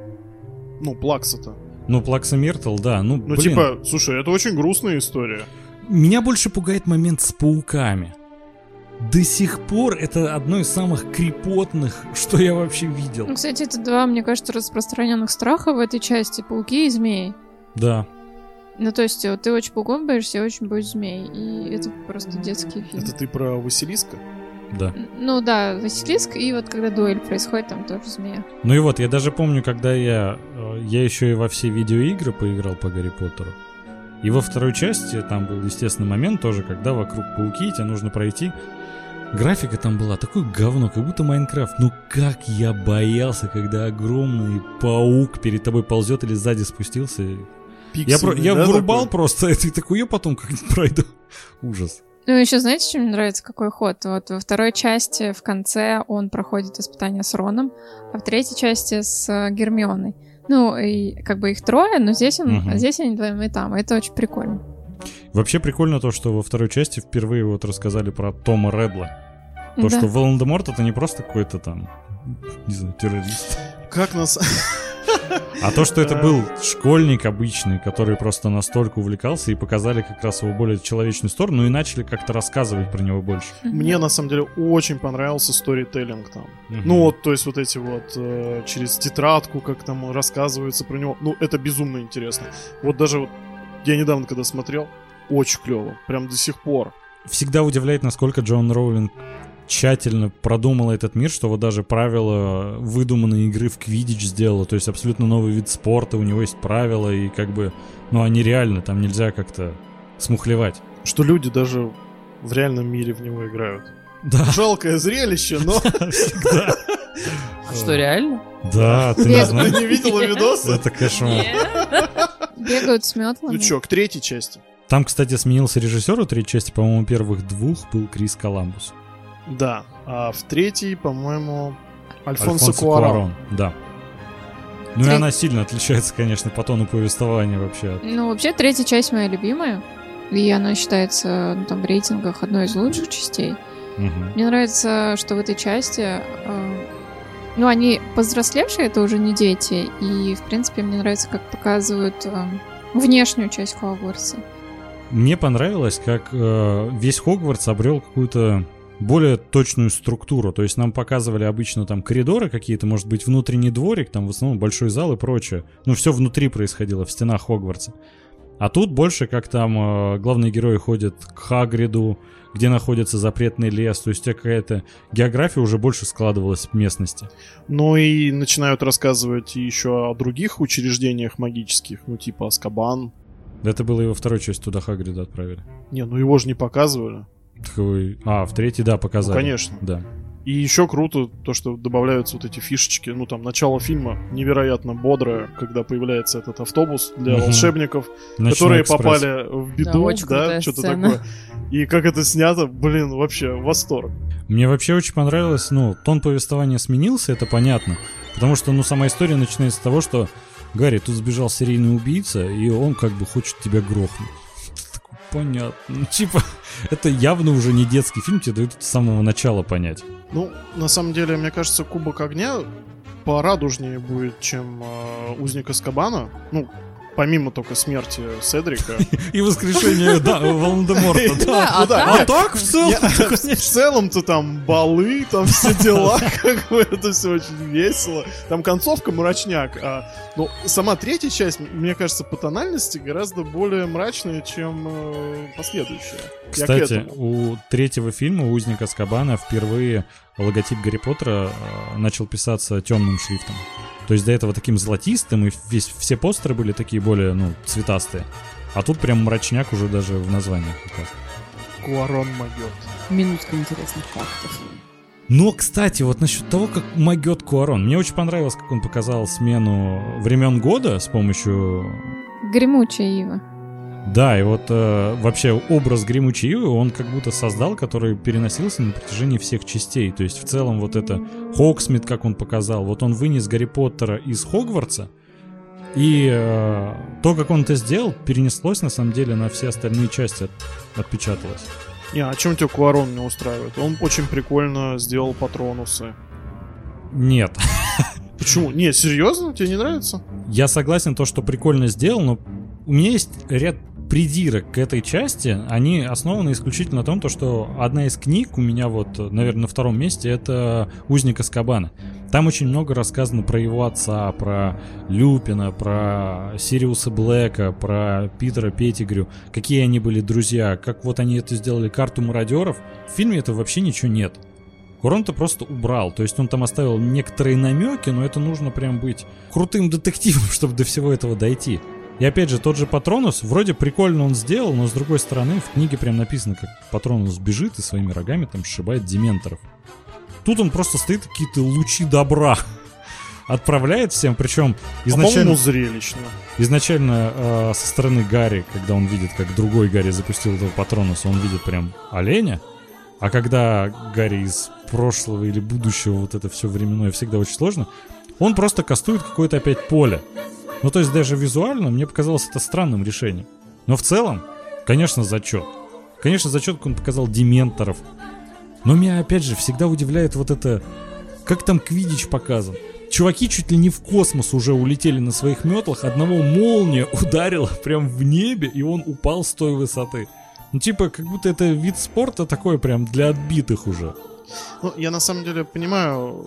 Плакса-то.
Плакса Миртл, да.
Слушай, это очень грустная история.
Меня больше пугает момент с пауками. До сих пор это одно из самых крепотных, что я вообще видел.
Ну, кстати, это 2, мне кажется, распространенных страха в этой части. Пауки и змеи.
Да.
Ну, то есть, вот ты очень пауков боишься, я очень боюсь змей. И это просто детский фильм.
Это ты про Василиска?
Да.
Ну да, Василиск, и вот когда дуэль происходит, там тоже змея.
Ну и вот, я даже помню, когда я еще и во все видеоигры поиграл по Гарри Поттеру. И во второй части там был естественный момент тоже, когда вокруг пауки, тебе нужно пройти. Графика там была такое говно, как будто Майнкрафт. Ну как я боялся, когда огромный паук перед тобой ползет или сзади спустился. Я вырубал
такой?
просто это и такой, я потом как-нибудь пройду. Ужас.
Ну, еще знаете, что мне нравится, какой ход? Вот во второй части в конце он проходит испытания с Роном, а в третьей части с Гермионой. Ну, и как бы их 3, но здесь здесь они вдвоем и там. Это очень прикольно.
Вообще прикольно то, что во второй части впервые вот рассказали про Тома Редла. То,
Да.
что Волан-де-Морт это не просто какой-то там, не знаю, террорист.
Как нас...
А то, что это был школьник обычный, который просто настолько увлекался, и показали как раз его более человечную сторону, и начали как-то рассказывать про него больше.
Мне, на самом деле, очень понравился сторителлинг там. То есть вот эти вот через тетрадку, как там рассказывается про него. Это безумно интересно. Вот даже вот я недавно, когда смотрел, очень клево. Прям до сих пор.
Всегда удивляет, насколько Джоан Роулинг тщательно продумала этот мир, что вот даже правила выдуманной игры в Квиддич сделала, то есть абсолютно новый вид спорта, у него есть правила, и как бы, они реально, там нельзя как-то смухлевать.
Что люди даже в реальном мире в него играют.
Да.
Жалкое зрелище, но...
Всегда.
Что, реально?
Да, ты не
Нет.
Ты
знаешь?
не видела видосы?
Это кошмар.
Бегают с метлами.
Ну чё, к 3 части.
Там, кстати, сменился режиссер у 3 части, по-моему, первых 2 был Крис Коламбус.
Да, а в 3, по-моему, Альфонсо Куарон.
Да. Ну и она сильно отличается, конечно, по тону повествования вообще.
Ну, вообще, третья часть моя любимая. И она считается, ну, там, в рейтингах одной из лучших частей. Мне нравится, что в этой части... ну, они повзрослевшие, это уже не дети. И, в принципе, мне нравится, как показывают внешнюю часть Хогвартса.
Мне понравилось, как весь Хогвартс обрел какую-то более точную структуру. То есть нам показывали обычно там коридоры какие-то, может быть, внутренний дворик, там в основном большой зал и прочее. Ну, все внутри происходило, в стенах Хогвартса. А тут больше, как там главные герои ходят к Хагриду, где находится запретный лес. То есть какая-то география уже больше складывалась в местности.
Ну и начинают рассказывать еще о других учреждениях магических, ну типа Азкабан.
Это было и во второй части, туда Хагрида отправили.
Не, ну его же не показывали.
В третьей, да, показали.
Ну, конечно.
Да.
И еще круто то, что добавляются вот эти фишечки. Ну, там, начало фильма невероятно бодрое, когда появляется этот автобус для волшебников,
Ночной
которые
экспресс.
попали в беду, да, что-то
сцена.
такое. И как это снято, блин, вообще восторг.
Мне вообще очень понравилось, ну, тон повествования сменился, это понятно. Потому что, ну, сама история начинается с того, что Гарри, тут сбежал серийный убийца, и он как бы хочет тебя грохнуть. Такой, понятно. Ну, типа, это явно уже не детский фильм, тебе дают с самого начала понять.
Ну, на самом деле, мне кажется, Кубок огня порадужнее будет, чем Узник Азкабана. Ну, помимо только смерти Седрика.
И воскрешение, да, Волан-де-Морта.
Да,
да.
А так, в целом,
В целом-то там балы, там все дела, как бы это все очень весело. Там концовка мрачняк. Но сама третья часть, мне кажется, по тональности гораздо более мрачная, чем последующая. Я к
Кстати,
этому.
у третьего фильма «Узник Азкабана» впервые логотип Гарри Поттера начал писаться темным шрифтом. То есть до этого таким золотистым, и все постеры были такие более, ну, цветастые. А тут прям мрачняк уже даже в названиях указан.
Куарон могет.
Минутка интересных фактов.
Но, кстати, вот насчет того, как могет Куарон. Мне очень понравилось, как он показал смену времен года с помощью...
Гремучая ива.
Да, и вот вообще образ Гремучей Ивы он как будто создал, который переносился на протяжении всех частей. То есть в целом вот это Хогсмит, как он показал, вот он вынес Гарри Поттера из Хогвартса, и то, как он это сделал, перенеслось на самом деле на все остальные части, отпечаталось.
Не, а чем тебя Куарон не устраивает? Он очень прикольно сделал патронусы.
Нет.
Почему? Не, серьезно? Тебе не нравится?
Я согласен, то, что прикольно сделал, но у меня есть ряд придирок к этой части. Они основаны исключительно на том, то, что одна из книг у меня вот, наверное, на втором месте, это «Узник Азкабана». Там очень много рассказано про его отца, про Люпина, про Сириуса Блэка, про Питера Петтигрю, какие они были друзья, как вот они это сделали, карту мародеров. В фильме этого вообще ничего нет. Куарон-то просто убрал, то есть он там оставил некоторые намеки, но это нужно прям быть крутым детективом, чтобы до всего этого дойти. И опять же, тот же Патронус, вроде прикольно он сделал, но с другой стороны в книге прям написано, как Патронус бежит и своими рогами там сшибает дементоров. Тут он просто стоит, какие-то лучи добра отправляет всем, причем изначально...
По-моему, зрелищно.
Изначально со стороны Гарри, когда он видит, как другой Гарри запустил этого Патронуса, он видит прям оленя. А когда Гарри из прошлого или будущего, вот это все временное, всегда очень сложно, он просто кастует какое-то опять поле. Ну, то есть даже визуально мне показалось это странным решением. Но в целом, конечно, зачет. Конечно, зачет, как он показал дементоров. Но меня, опять же, всегда удивляет вот это... Как там Квиддич показан? Чуваки чуть ли не в космос уже улетели на своих метлах. Одного молния ударила прям в небе, и он упал с той высоты. Ну, типа, как будто это вид спорта такой прям для отбитых уже.
Ну, я на самом деле понимаю,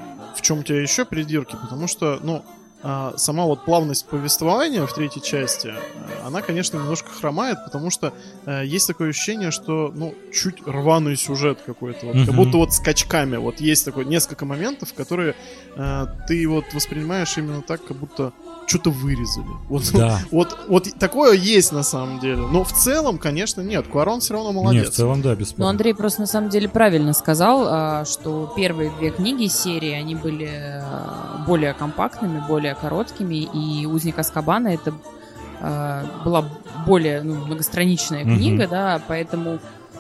в чем у тебя еще придирки, потому что, ну, сама вот плавность повествования в третьей части, она, конечно, немножко хромает, потому что есть такое ощущение, что, ну, чуть рваный сюжет какой-то, вот, как будто вот скачками, вот есть такое несколько моментов, которые ты вот воспринимаешь именно так, как будто что-то вырезали. Вот,
Да.
вот такое есть на самом деле. Но в целом, конечно, нет. Куарон все равно молодец.
Нет, в целом, да, бесспорно.
Но Андрей просто на самом деле правильно сказал, что первые две книги серии, они были более компактными, более короткими, и «Узник Азкабана» это была более многостраничная книга, да, поэтому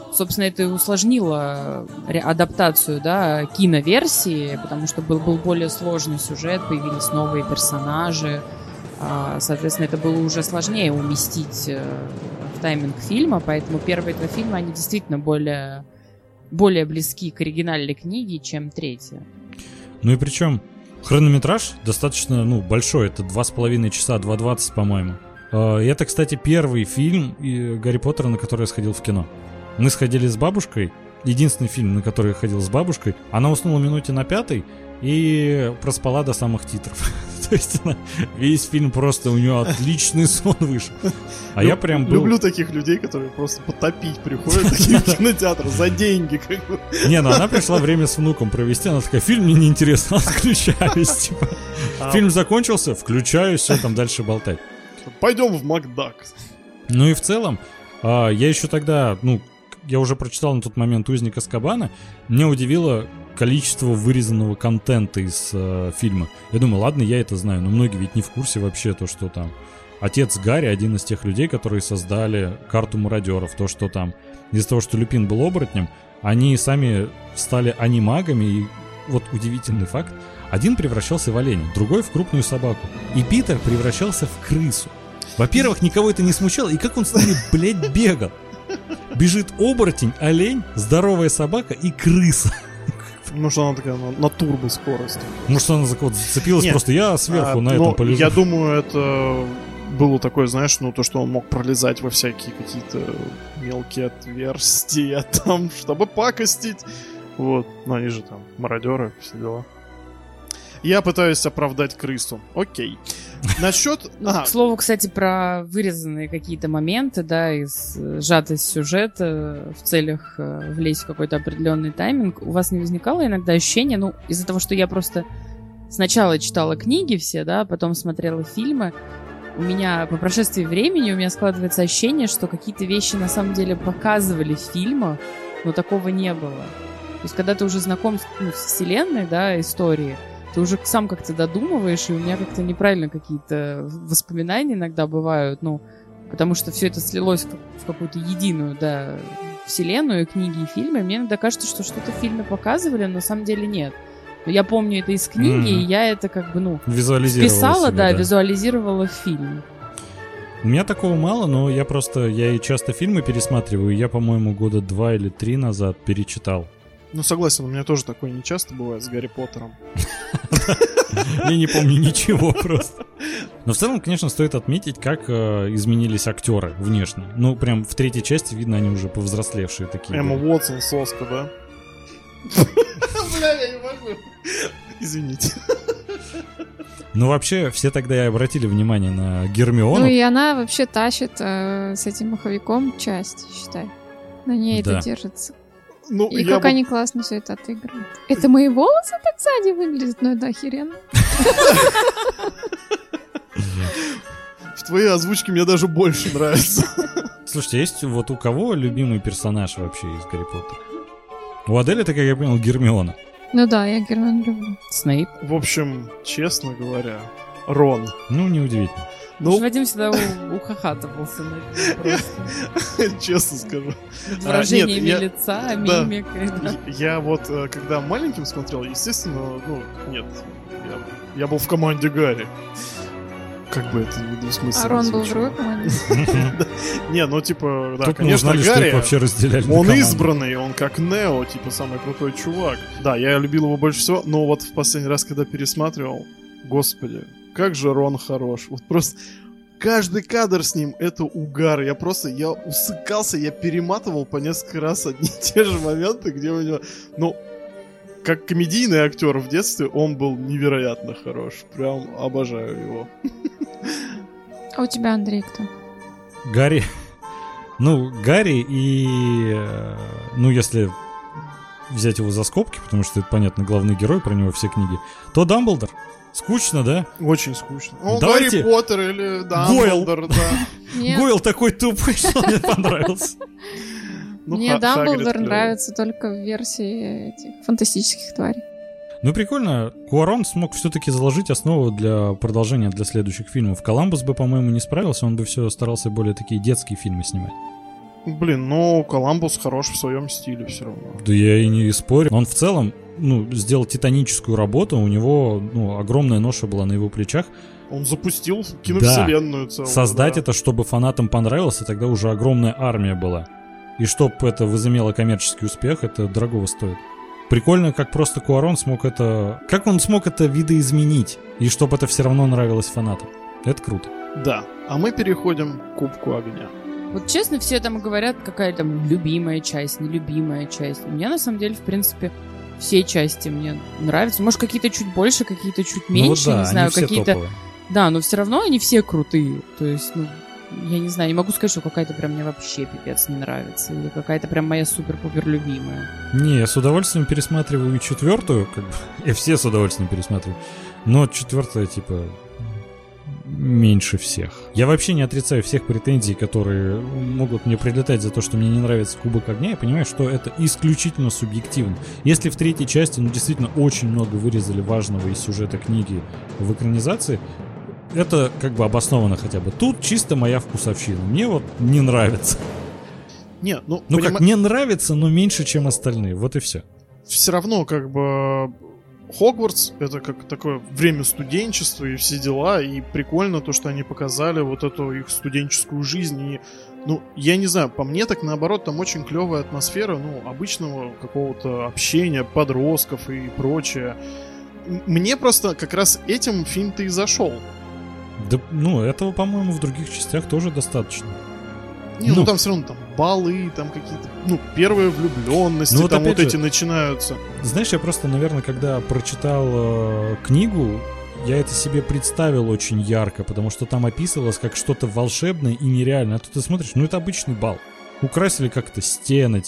собственно, это и усложнило адаптацию, да, киноверсии, потому что был более сложный сюжет, появились новые персонажи. Соответственно, это было уже сложнее уместить в тайминг фильма, поэтому первые два фильма, они действительно более близки к оригинальной книге, чем третья.
Ну и причем хронометраж достаточно, большой, это 2,5 часа, 2:20, по-моему. И это, кстати, первый фильм Гарри Поттера, на который я сходил в кино. Мы сходили с бабушкой, единственный фильм, на который я ходил с бабушкой. Она уснула минуте на 5 и проспала до самых титров. То есть весь фильм просто у нее отличный сон вышел. А я прям был...
Люблю таких людей, которые просто потопить приходят в такие кинотеатры за деньги.
Не, она пришла время с внуком провести, она такая, фильм мне неинтересно, отключаюсь. Фильм закончился, включаюсь, все там дальше болтать.
Пойдем в Макдак.
Ну и в целом, я еще тогда, я уже прочитал на тот момент «Узник Азкабана», меня удивило количество вырезанного контента из фильма. Я думаю, ладно, я это знаю, но многие ведь не в курсе вообще то, что там отец Гарри, один из тех людей, которые создали карту мародеров, то, что там из-за того, что Люпин был оборотнем, они сами стали анимагами, и вот удивительный факт, один превращался в оленя, другой в крупную собаку, и Питер превращался в крысу. Во-первых, никого это не смущало, и как он с ними, блядь, бегал? Бежит оборотень, олень, здоровая собака и крыса.
Может, она такая на турбоскорости.
Может, она зацепилась. Нет, просто я сверху на этом полежу.
Я думаю, это было такое, знаешь, то, что он мог пролезать во всякие какие-то мелкие отверстия там, чтобы пакостить. Вот. Но они же там мародеры, все дела. Я пытаюсь оправдать крысу. Окей. Насчет...
К слову, кстати, про вырезанные какие-то моменты, да, из сжатость сюжета в целях влезть в какой-то определенный тайминг. У вас не возникало иногда ощущение, из-за того, что я просто сначала читала книги все, да, потом смотрела фильмы, у меня по прошествии времени у меня складывается ощущение, что какие-то вещи на самом деле показывали в фильмах, но такого не было. То есть, когда ты уже знаком с вселенной, да, историей, ты уже сам как-то додумываешь, и у меня как-то неправильно какие-то воспоминания иногда бывают, потому что все это слилось в какую-то единую, да, вселенную, книги и фильмы. Мне иногда кажется, что что-то в фильме показывали, но на самом деле нет. Но я помню это из книги, и я это
визуализировала
вписала, да, визуализировала в фильм.
У меня такого мало, но я и часто фильмы пересматриваю, я, по-моему, года 2 или 3 назад перечитал.
Согласен, у меня тоже такое не часто бывает с Гарри Поттером.
Я не помню ничего просто. Но в целом, конечно, стоит отметить, как изменились актеры внешне. Прям в третьей части видно, они уже повзрослевшие такие.
Эмма Уотсон, соска, да? Бля, я не могу. Извините.
Вообще, все тогда и обратили внимание на Гермиону.
И она вообще тащит с этим маховиком часть, считай. На ней это держится. И как они классно все это отыгрывают. Это мои волосы так сзади выглядят? Это охеренно.
В твоей озвучке мне даже больше нравится.
Слушайте, есть у кого любимый персонаж вообще из Гарри Поттера? У Адель это, как я понял, Гермиона.
Да, я Гермиону люблю.
Снейп.
В общем, честно говоря, Рон.
Неудивительно.
Вадим всегда ухахатывался над ним просто.
Честно скажу.
Выражениями лица, мимикой.
Я когда маленьким смотрел, естественно, нет. Я был в команде Гарри. Как бы это недвусмысленно.
А Рон был в другой команде?
Не, да, конечно,
Гарри, вообще разделяли
он избранный, он как Нео, самый крутой чувак. Да, я любил его больше всего, но в последний раз, когда пересматривал, господи, как же Рон хорош. Просто каждый кадр с ним — это угар. Я усыкался, я перематывал по несколько раз одни и те же моменты, где у него... как комедийный актер в детстве, он был невероятно хорош. Прям обожаю его.
А у тебя, Андрей, кто?
Гарри. Гарри и... если взять его за скобки, потому что это, понятно, главный герой, про него все книги, то Дамблдор. Скучно, да?
Очень скучно.
Давайте...
Гарри Поттер или Дамблдор, да.
Гойл такой тупой, что мне понравился.
Мне Дамблдор нравится только в версии этих фантастических тварей.
Прикольно. Куарон смог все-таки заложить основу для продолжения для следующих фильмов. Коламбус бы, по-моему, не справился, он бы все старался более такие детские фильмы снимать.
Блин, ну, Коламбус хорош в своем стиле все равно.
Да я и не спорю. Он в целом, сделал титаническую работу, у него, огромная ноша была на его плечах.
Он запустил киновселенную целую.
Создать это, чтобы фанатам понравилось, и тогда уже огромная армия была. И чтобы это возымело коммерческий успех, это дорогого стоит. Прикольно, как просто Куарон смог это... Как он смог это видоизменить, и чтобы это все равно нравилось фанатам. Это круто.
Да, а мы переходим к Кубку Огня.
Вот честно, все там говорят, какая там любимая часть, нелюбимая часть. Мне на самом деле, в принципе, все части мне нравятся. Может, какие-то чуть больше, какие-то чуть меньше, не знаю, какие-то... Топовые. Да, но все равно они все крутые. То есть, я не знаю, не могу сказать, что какая-то прям мне вообще пипец не нравится. Или какая-то прям моя супер-пупер любимая.
Не, я с удовольствием пересматриваю и 4-ю, я все с удовольствием пересматриваю. Но 4-я, меньше всех. Я вообще не отрицаю всех претензий, которые могут мне прилетать за то, что мне не нравится Кубок Огня. Я понимаю, что это исключительно субъективно. Если в 3-й части, действительно очень много вырезали важного из сюжета книги в экранизации, это обосновано хотя бы. Тут чисто моя вкусовщина. Мне не нравится.
Нет,
мне нравится, но меньше, чем остальные. Вот и все.
Все равно, Хогвартс — это как такое время студенчества и все дела, и прикольно то, что они показали вот эту их студенческую жизнь. И, я не знаю, по мне так наоборот, там очень клевая атмосфера, обычного какого-то общения подростков и прочее. Мне просто как раз этим фильм-то и зашел.
Да, этого, по-моему, в других частях тоже достаточно.
Там все равно балы, там какие-то, первые влюбленности, там вот эти начинаются.
Знаешь, я просто, наверное, когда прочитал книгу, я это себе представил очень ярко, потому что там описывалось как что-то волшебное и нереальное. А тут ты смотришь, это обычный бал. Украсили как-то стены,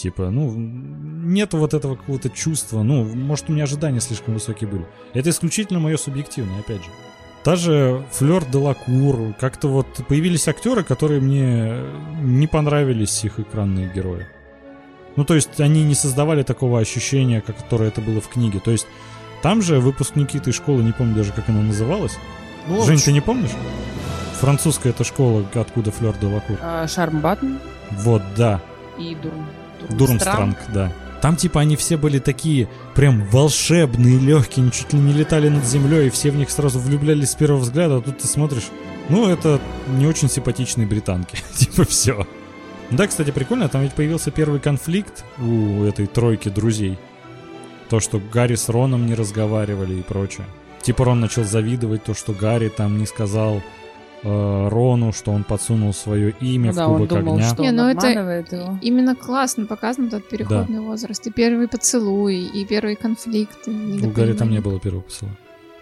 нету вот этого какого-то чувства, может, у меня ожидания слишком высокие были. Это исключительно мое субъективное, опять же. Та же Флёр де Лакур, как-то появились актеры, которые мне не понравились, их экранные герои. То есть они не создавали такого ощущения, которое это было в книге. То есть там же выпускники этой школы, не помню даже, как она называлась. Жень, ты не помнишь? Французская эта школа, откуда Флёр де Лакур?
Шармбаттен.
Вот, да.
И
Дурмстранг, да. Там они все были такие прям волшебные, легкие, чуть ли не летали над землей, и все в них сразу влюблялись с первого взгляда, а тут ты смотришь, это не очень симпатичные британки. Все. Да, кстати, прикольно, там ведь появился первый конфликт у этой тройки друзей. То, что Гарри с Роном не разговаривали и прочее. Рон начал завидовать то, что Гарри там не сказал Рону, что он подсунул свое имя в Кубок Огня.
Что он обманывает его.
Именно классно показан тот переходный возраст. И первый поцелуй, и первый конфликт.
У Гарри там не было первого поцелуя.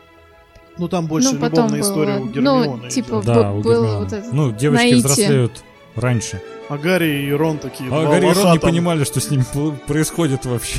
Там больше любовная история у Гермионы.
Да, у Гермионы. Девочки взрослеют раньше.
А Гарри и Рон такие...
А Гарри и Рон не понимали, что с ними происходит вообще.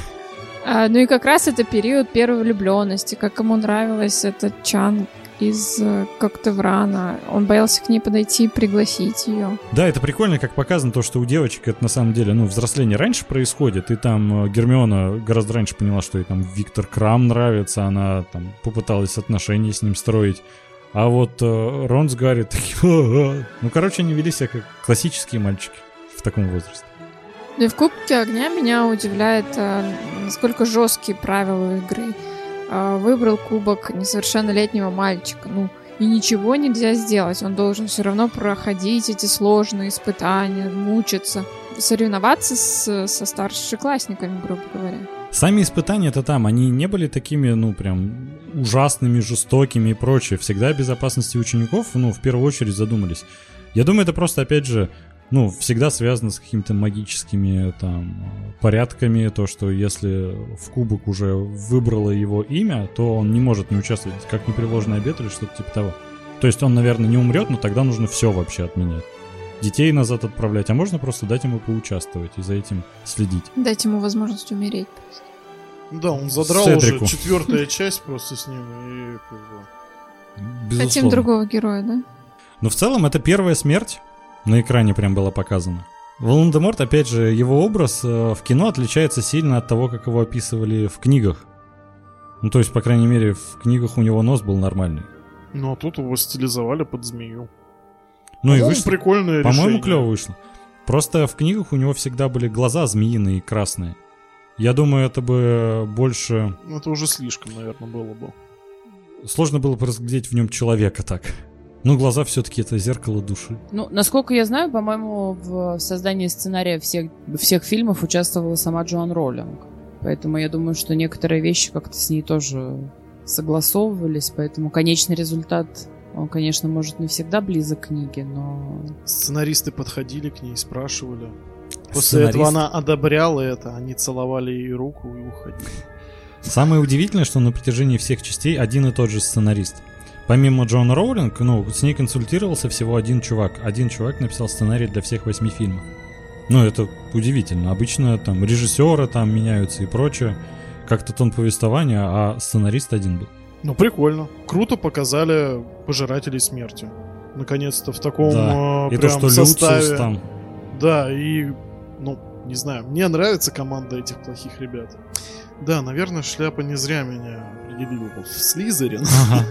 И как раз это период первой влюбленности. Как ему нравилась эта Чан из Коктеврана. Он боялся к ней подойти и пригласить ее.
Да, это прикольно, как показано то, что у девочек это на самом деле, взросление раньше происходит, и там Гермиона гораздо раньше поняла, что ей там Виктор Крам нравится, она там попыталась отношения с ним строить. А Рон с Гарри такие... они вели себя как классические мальчики в таком возрасте.
И в Кубке Огня меня удивляет, насколько жесткие правила игры. Выбрал кубок несовершеннолетнего мальчика. И ничего нельзя сделать. Он должен все равно проходить эти сложные испытания, мучиться, соревноваться со старшеклассниками, грубо говоря.
Сами испытания-то там, они не были такими, прям ужасными, жестокими и прочее. Всегда о безопасности учеников, в первую очередь задумались. Я думаю, это просто, опять же, всегда связано с какими-то магическими порядками, то, что если в кубок уже выбрало его имя, то он не может не участвовать, как непреложный обет или что-то типа того. То есть он, наверное, не умрет, но тогда нужно все вообще отменять. Детей назад отправлять, а можно просто дать ему поучаствовать и за этим следить.
Дать ему возможность умереть просто.
Да, он задрал
Седрику.
уже 4-я часть просто с ним и...
Безусловно.
Хотим другого героя, да?
Но в целом это первая смерть. На экране прям было показано. Волан-де-Морт, опять же, его образ в кино отличается сильно от того, как его описывали в книгах. То есть, по крайней мере, в книгах у него нос был нормальный.
А тут его стилизовали под змею.
И вышло.
Прикольное решение.
По-моему, клево вышло. Просто в книгах у него всегда были глаза змеиные и красные. Я думаю, это бы больше...
Ну, это уже слишком, наверное, было бы.
Сложно было бы разглядеть в нем человека так. Но глаза все-таки это зеркало души.
Ну, насколько я знаю, по-моему, в создании сценария всех фильмов участвовала сама Джоан Роулинг. Поэтому я думаю, что некоторые вещи как-то с ней тоже согласовывались. Поэтому конечный результат, он, конечно, может не всегда близок к книге, но...
Сценаристы подходили к ней, спрашивали. После этого она одобряла это, они целовали ей руку и уходили.
Самое удивительное, что на протяжении всех частей один и тот же сценарист. Помимо Джона Роулинг, с ней консультировался всего один чувак. Один чувак написал сценарий для всех 8 фильмов. Это удивительно. Обычно там режиссеры там меняются и прочее. Как-то тон повествования, а сценарист один был.
Ну, прикольно. Круто показали Пожирателей смерти. Наконец-то в таком
да. И
прям
то, что
составе.
Люциус там.
Да, и, не знаю, мне нравится команда этих плохих ребят. Да, наверное, шляпа не зря меня определила в Слизерин.
Ага.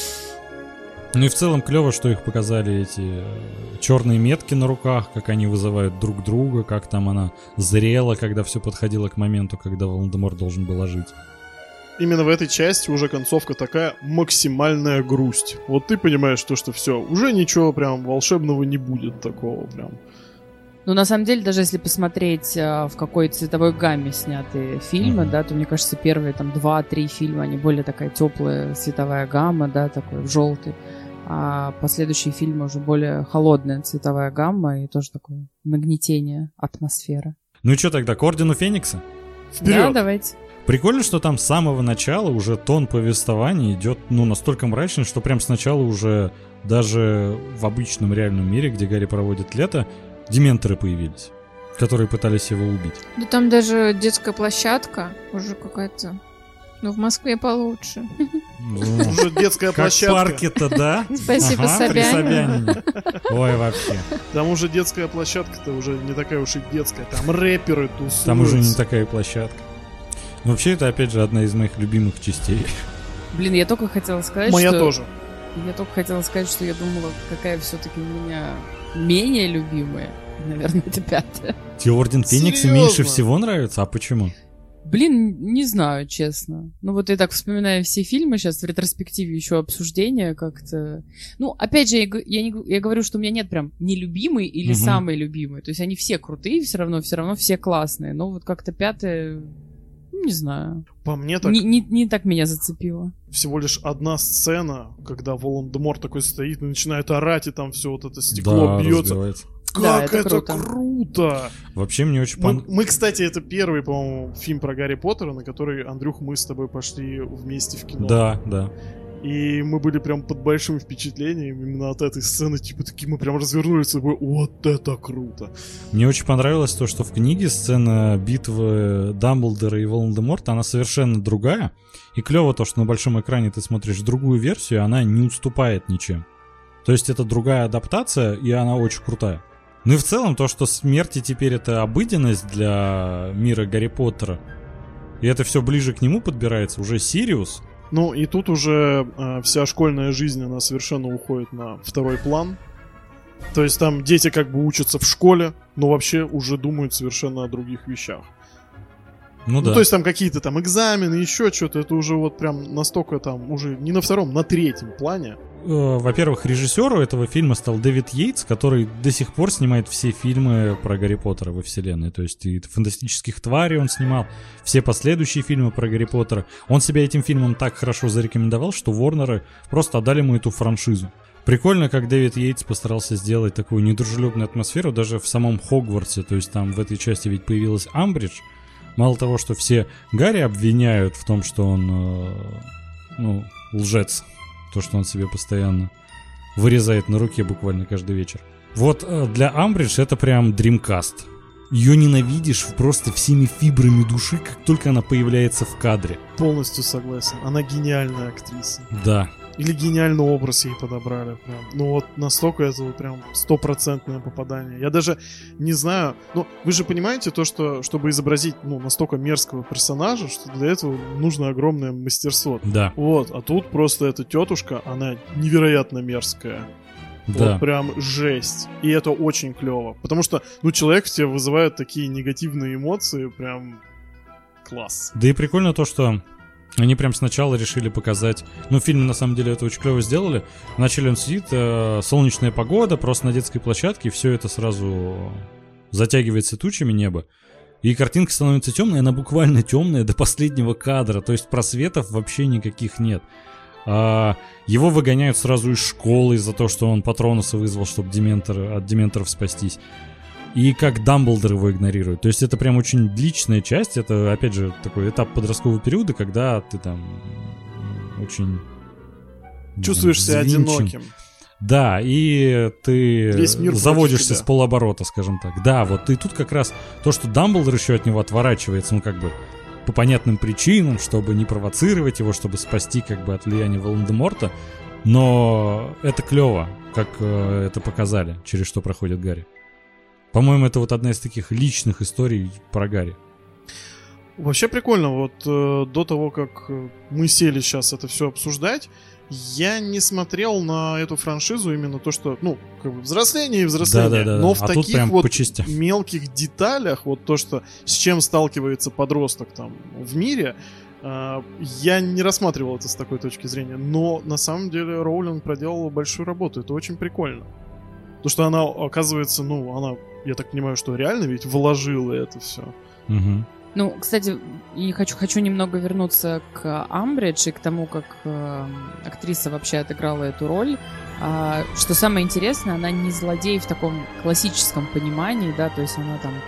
Ну и в целом клево, что их показали эти черные метки на руках, как они вызывают друг друга, как там она зрела, когда все подходило к моменту, когда Волан-де-Мор должен был ожить.
Именно в этой части уже концовка такая максимальная грусть. Вот ты понимаешь, что все, уже ничего прям волшебного не будет такого прям.
Ну, на самом деле, даже если посмотреть, в какой цветовой гамме сняты фильмы, да, то, мне кажется, первые там 2-3 фильма, они более такая теплая цветовая гамма, да, такой желтый. А последующие фильмы уже более холодная цветовая гамма и тоже такое нагнетение атмосферы.
Ну и что тогда, к Ордену Феникса?
Вперед!
Да, давайте.
Прикольно, что там с самого начала уже тон повествования идет, настолько мрачный, что прям сначала уже даже в обычном реальном мире, где Гарри проводит лето, дементоры появились, которые пытались его убить.
Да там даже детская площадка уже какая-то. В Москве получше.
Уже детская площадка.
Как в парке-то, да?
Спасибо,
при
Собянину.
Собянине. Ой, вообще.
Там уже детская площадка-то уже не такая уж и детская. Там рэперы тусуются.
Там уже не такая площадка. Вообще, это, опять же, одна из моих любимых частей.
Блин, я только хотела сказать,
Моя
что...
тоже.
Я только хотела сказать, что я думала, какая все-таки у меня менее любимая. Наверное, это 5-я.
Тебе Орден Феникса
Серьезно?
меньше всего нравится? А почему?
Блин, не знаю, честно. Я так вспоминаю все фильмы сейчас в ретроспективе, еще обсуждения как-то. Опять же, я говорю, что у меня нет прям нелюбимый или самый любимый. То есть они все крутые, все равно все классные. Но вот как-то 5-я, не знаю.
По мне так...
Не так меня зацепило.
Всего лишь одна сцена, когда Волан-де-Мор такой стоит и начинает орать, и там все вот это стекло бьется.
разбивается.
Как
Да, это
это
круто.
круто!
Вообще мне очень
Мы, кстати, это первый, по-моему, фильм про Гарри Поттера, на который, Андрюх, мы с тобой пошли вместе в кино.
Да.
И мы были прям под большим впечатлением именно от этой сцены, такие мы прям развернулись с собой, вот это круто.
Мне очень понравилось то, что в книге сцена битвы Дамблдора и Волан-де-Морта, она совершенно другая. И клево то, что на большом экране ты смотришь другую версию, она не уступает ничем. То есть это другая адаптация, и она очень крутая. Ну и в целом то, что смерти теперь это обыденность для мира Гарри Поттера, и это все ближе к нему подбирается, уже Сириус.
И тут уже вся школьная жизнь, она совершенно уходит на второй план. То есть там дети как бы учатся в школе, но вообще уже думают совершенно о других вещах.
Да.
То есть там какие-то там экзамены, еще что-то, это уже вот прям настолько там, уже не на втором, на третьем плане.
Во-первых, режиссером этого фильма стал Дэвид Йейтс, который до сих пор снимает все фильмы про Гарри Поттера во вселенной. То есть и «Фантастических тварей» он снимал, все последующие фильмы про Гарри Поттера. Он себя этим фильмом так хорошо зарекомендовал, что Ворнеры просто отдали ему эту франшизу. Прикольно, как Дэвид Йейтс постарался сделать такую недружелюбную атмосферу даже в самом Хогвартсе. То есть там в этой части ведь появилась Амбридж. Мало того, что все Гарри обвиняют в том, что он, лжец. То, что он себе постоянно вырезает на руке буквально каждый вечер. Вот для Амбридж это прям Dreamcast. Ее ненавидишь просто всеми фибрами души, как только она появляется в кадре.
Полностью согласен. Она гениальная актриса.
Да.
Или гениальный образ ей подобрали. Прям. Настолько это вот прям 100% попадание. Я даже не знаю... вы же понимаете то, что чтобы изобразить настолько мерзкого персонажа, что для этого нужно огромное мастерство.
Да.
А тут просто эта тетушка, она невероятно мерзкая.
Да.
Вот прям жесть. И это очень клево. Потому что, ну, человек в тебе вызывает такие негативные эмоции, прям класс.
Да и прикольно то, что они прям сначала решили показать... Ну, фильм, на самом деле, это очень клево сделали. Вначале он сидит, солнечная погода, просто на детской площадке, и все это сразу затягивается тучами небо. И картинка становится темной, она буквально темная до последнего кадра. То есть просветов вообще никаких нет. Его выгоняют сразу из школы из-за того, что он Патронуса вызвал, чтобы от дементоров спастись. И как Дамблдор его игнорирует. То есть это прям очень личная часть. Это, опять же, такой этап подросткового периода, когда ты там очень...
Чувствуешь себя
взвинчен.
одиноким.
Да, и ты
Весь мир
заводишься
против
с
тебя.
полоборота, скажем так. Да, вот и тут как раз то, что Дамблдор еще от него отворачивается, ну как бы по понятным причинам, чтобы не провоцировать его, чтобы спасти как бы от влияния Волан-де-Морта. Но это клево, как это показали, через что проходит Гарри. По-моему, это вот одна из таких личных историй про Гарри.
Вообще прикольно, вот до того, как мы сели сейчас это все обсуждать, я не смотрел на эту франшизу именно то, что, ну, как бы взросление и взросление,
Да-да-да.
но в
А тут
таких
прям
вот
по частям.
мелких деталях, вот то, что с чем сталкивается подросток там в мире, я не рассматривал это с такой точки зрения, но на самом деле Роулинг проделала большую работу, это очень прикольно. Потому что она, оказывается, ну, она, я так понимаю, что реально ведь вложила это все.
Угу.
Ну, кстати, и хочу немного вернуться к Амбридж и к тому, как актриса вообще отыграла эту роль. Что самое интересное, она не злодей в таком классическом понимании, да, то есть она там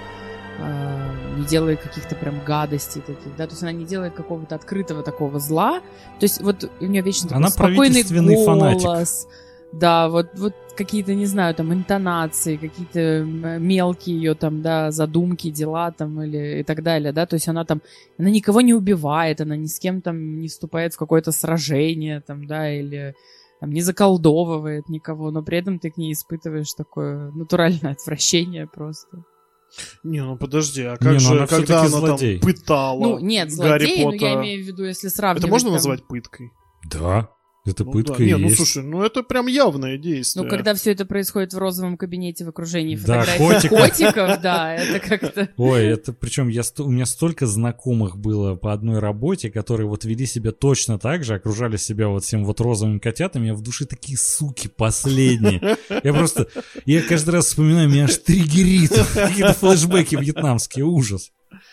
не делает каких-то прям гадостей таких, да, то есть она не делает какого-то открытого такого зла. То есть вот у нее вечно такой
Она
спокойный
правительственный
голос.
фанатик.
Да, вот какие-то, не знаю, там, интонации, какие-то мелкие ее там, да, задумки, дела там или и так далее, да, то есть она там, она никого не убивает, она ни с кем там не вступает в какое-то сражение там, да, или там не заколдовывает никого, но при этом ты к ней испытываешь такое натуральное отвращение просто.
Не, ну подожди, а как
Не, ну
же,
она
когда
всё-таки
она
злодей.
там пытала
Ну, нет,
Гарри
злодей, но
Поттера?
я имею в виду, если сравнивать...
Это можно
там-
назвать пыткой?
Да, это
Ну
пытка
да.
и
Не, ну
есть.
слушай, ну это прям явное действие.
Ну, когда все это происходит в розовом кабинете в окружении
Да,
фотографий
котиков.
котиков, да, это как-то...
Ой, это причем у меня столько знакомых было по одной работе, которые вот вели себя точно так же, окружали себя вот всем вот розовыми котятами, я в душе такие суки последние. Я каждый раз вспоминаю, меня аж триггерит. Какие-то флешбеки вьетнамские, ужас.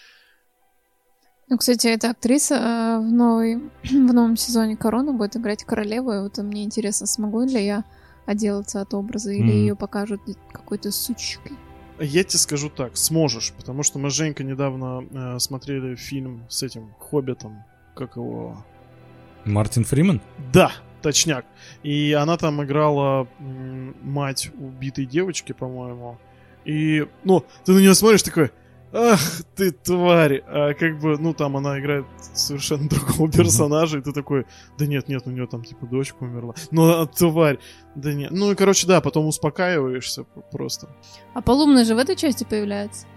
Ну, кстати, эта актриса в новом сезоне «Корона» будет играть королеву, и вот мне интересно, смогу ли я отделаться от образа, или ее покажут какой-то сучкой.
Я тебе скажу так, сможешь, потому что мы с Женькой недавно смотрели фильм с этим Хоббитом, как его...
Мартин Фриман?
Да, точняк. И она там играла мать убитой девочки, по-моему. И, ну, ты на нее смотришь такой... Ах ты тварь! А как бы, ну там она играет совершенно другого персонажа, и ты такой, да нет, у нее там типа дочка умерла. Ну, тварь! Да нет. Ну и короче, да, потом успокаиваешься просто.
А Полумный же в этой части появляется.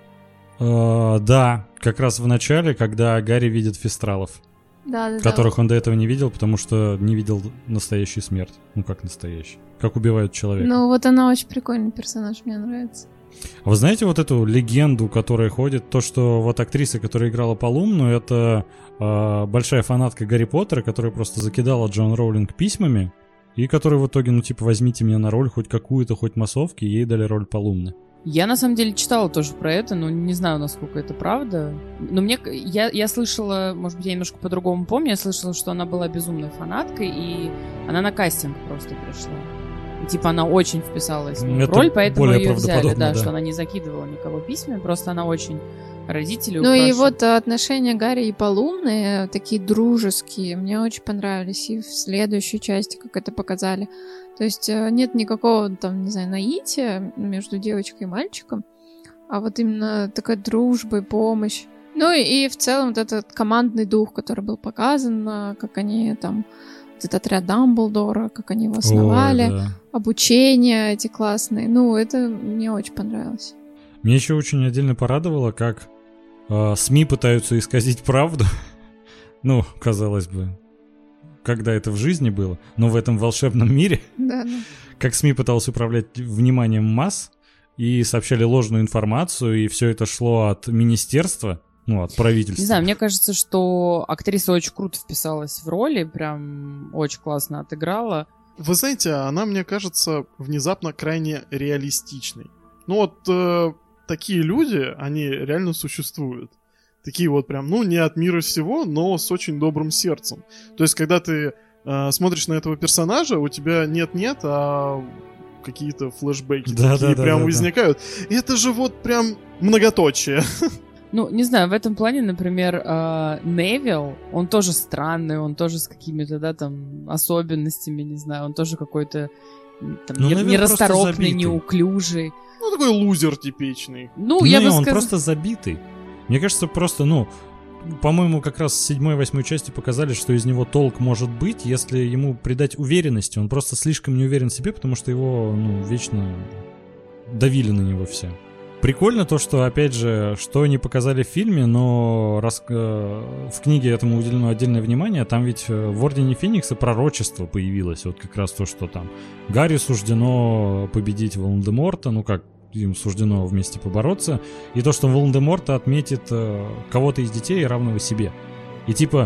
Да, как раз в начале, когда Гарри видит фестралов,
Да.
которых он до этого не видел, потому что не видел настоящую смерть. Ну как настоящий? Как убивают человека.
Ну вот она очень прикольный персонаж, мне нравится.
А вы знаете вот эту легенду, которая ходит, то, что вот актриса, которая играла Полумную, это большая фанатка Гарри Поттера, которая просто закидала Джон Роулинг письмами, и которая в итоге, ну типа, возьмите меня на роль хоть какую-то, хоть массовки, и ей дали роль Полумны.
Я на самом деле читала тоже про это, но не знаю, насколько это правда. Но я слышала, может быть, я немножко по-другому помню, я слышала, что она была безумной фанаткой, и она на кастинг просто пришла. Типа она очень вписалась в
Это
роль, поэтому
более
ее взяли,
правдоподобно,
да,
да.
что она не закидывала никого письмами, просто она очень родители
Ну и
упрашивают.
вот отношения Гарри и Полумны такие дружеские, мне очень понравились и в следующей части, как это показали. То есть нет никакого там, не знаю, наития между девочкой и мальчиком, а вот именно такая дружба и помощь. Ну и в целом вот этот командный дух, который был показан, как они там, этот отряд Дамблдора, как они его основали,
Ой, да.
обучение эти классные. Ну, это мне очень понравилось.
Мне еще очень отдельно порадовало, как СМИ пытаются исказить правду. Ну, казалось бы, когда это в жизни было, но в этом волшебном мире,
Да, да.
как СМИ пыталась управлять вниманием масс и сообщали ложную информацию, и все это шло от министерства, ну, от правительства.
Не знаю, мне кажется, что актриса очень круто вписалась в роли, прям очень классно отыграла.
Вы знаете, она, мне кажется, внезапно крайне реалистичной. Ну вот такие люди, они реально существуют. Такие вот прям, ну, не от мира всего, но с очень добрым сердцем. То есть, когда ты смотришь на этого персонажа, у тебя нет-нет, а какие-то флешбеки такие прям возникают. И это же вот прям многоточие.
Ну, не знаю, в этом плане, например, Невилл, он тоже странный, он тоже с какими-то, да, там, особенностями, не знаю, он тоже какой-то там, нерасторопный, неуклюжий.
Ну, такой лузер типичный.
Ну, я бы
он
сказала...
просто забитый. Мне кажется, просто, ну, по-моему, как раз в 7-8 части показали, что из него толк может быть, если ему придать уверенности. Он просто слишком не уверен в себе, потому что его, ну, вечно давили на него все. Прикольно то, что, опять же, что не показали в фильме, но в книге этому уделено отдельное внимание. Там ведь в Ордене Феникса пророчество появилось. Вот как раз то, что там Гарри суждено победить Волан-де-Морта, ну как, им суждено вместе побороться. И то, что Волан-де-Морта отметит кого-то из детей равного себе. И типа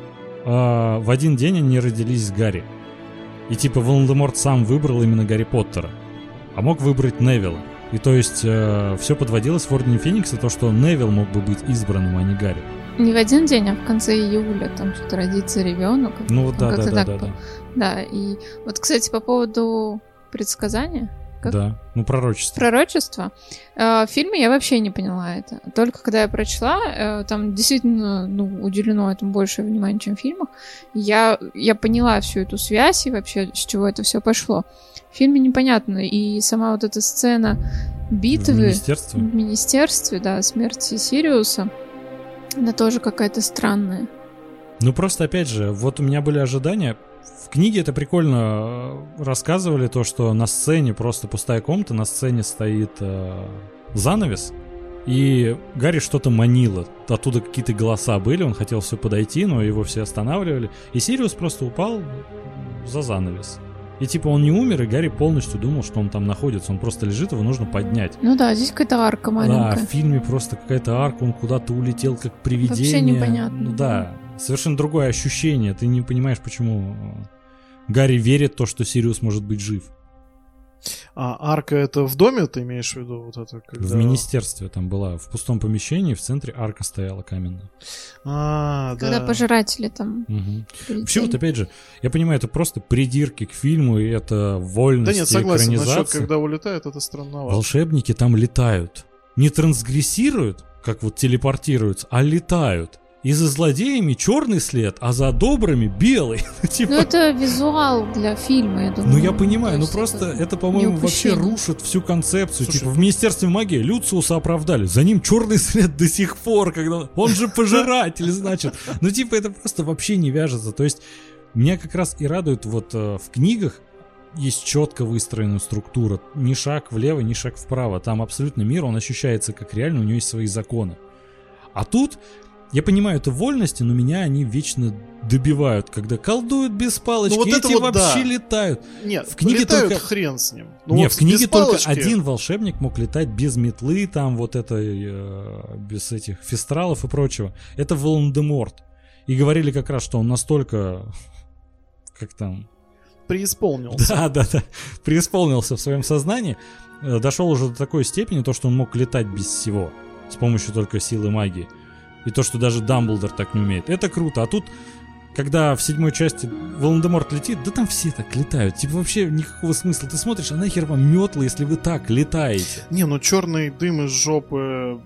в один день они родились с Гарри. И типа Волан-де-Морт сам выбрал именно Гарри Поттера. А мог выбрать Невилла. И то есть все подводилось в Ордене Феникса, то, что Невилл мог бы быть избранным, а не Гарри.
Не в один день, а в конце июля там что-то родится ребенок.
Ну да.
Да, и вот, кстати, по поводу предсказания.
Как? Да, ну пророчество.
Пророчество. В фильме я вообще не поняла это. Только когда я прочла, там действительно уделено этому больше внимания, чем в фильмах. Я поняла всю эту связь и вообще, с чего это все пошло. В фильме непонятно. И сама вот эта сцена битвы в министерстве, да, смерти Сириуса, она тоже какая-то странная.
Ну просто, опять же, вот у меня были ожидания. В книге это прикольно рассказывали, то, что на сцене просто пустая комната, на сцене стоит занавес, и Гарри что-то манило. Оттуда какие-то голоса были, он хотел все подойти, но его все останавливали. И Сириус просто упал за занавес. И типа он не умер, и Гарри полностью думал, что он там находится. Он просто лежит, его нужно поднять.
Ну да, здесь какая-то арка маленькая.
Да, в фильме просто какая-то арка, он куда-то улетел как привидение.
Вообще непонятно.
Ну да, совершенно другое ощущение. Ты не понимаешь, почему Гарри верит в то, что Сириус может быть жив.
А арка это в доме, ты имеешь в виду? Вот это, когда...
В министерстве там была, в пустом помещении, в центре арка стояла каменная.
Когда пожиратели там...
Угу. Вообще, вот опять же, я понимаю, это просто придирки к фильму, и это вольность,
да нет, согласен,
экранизация.
насчет, когда улетают, это странновато.
Волшебники там летают. Не трансгрессируют, как вот телепортируются, а летают. И за злодеями черный след, а за добрыми белый.
Ну это визуал для фильма, я думаю.
Ну я понимаю, но просто это, по-моему, вообще рушит всю концепцию. Слушай, типа в Министерстве магии Люциуса оправдали, за ним черный след до сих пор, когда он же пожиратель, значит. Ну типа это просто вообще не вяжется. То есть меня как раз и радует вот в книгах есть четко выстроенная структура. Ни шаг влево, ни шаг вправо. Там абсолютно мир, он ощущается как реально, у него есть свои законы. А тут... Я понимаю, это вольности, но меня они вечно добивают, когда колдуют без палочки, ну, вот эти вот вообще летают.
Нет, в книге летают только хрен с ним.
Ну, нет, вот в книге только один волшебник мог летать без метлы, там вот это, без этих фестралов и прочего. Это Волан-де-Морт. И говорили как раз, что он настолько, как там...
Преисполнился.
Да, преисполнился в своем сознании. Дошел уже до такой степени, то, что он мог летать без всего, с помощью только силы магии. И то, что даже Дамблдор так не умеет. Это круто. А тут, когда в 7 части Волан-де-Морт летит, да там все так летают. Типа вообще никакого смысла. Ты смотришь, а нахер вам метлы, если вы так летаете?
Не, ну черный дым из жопы...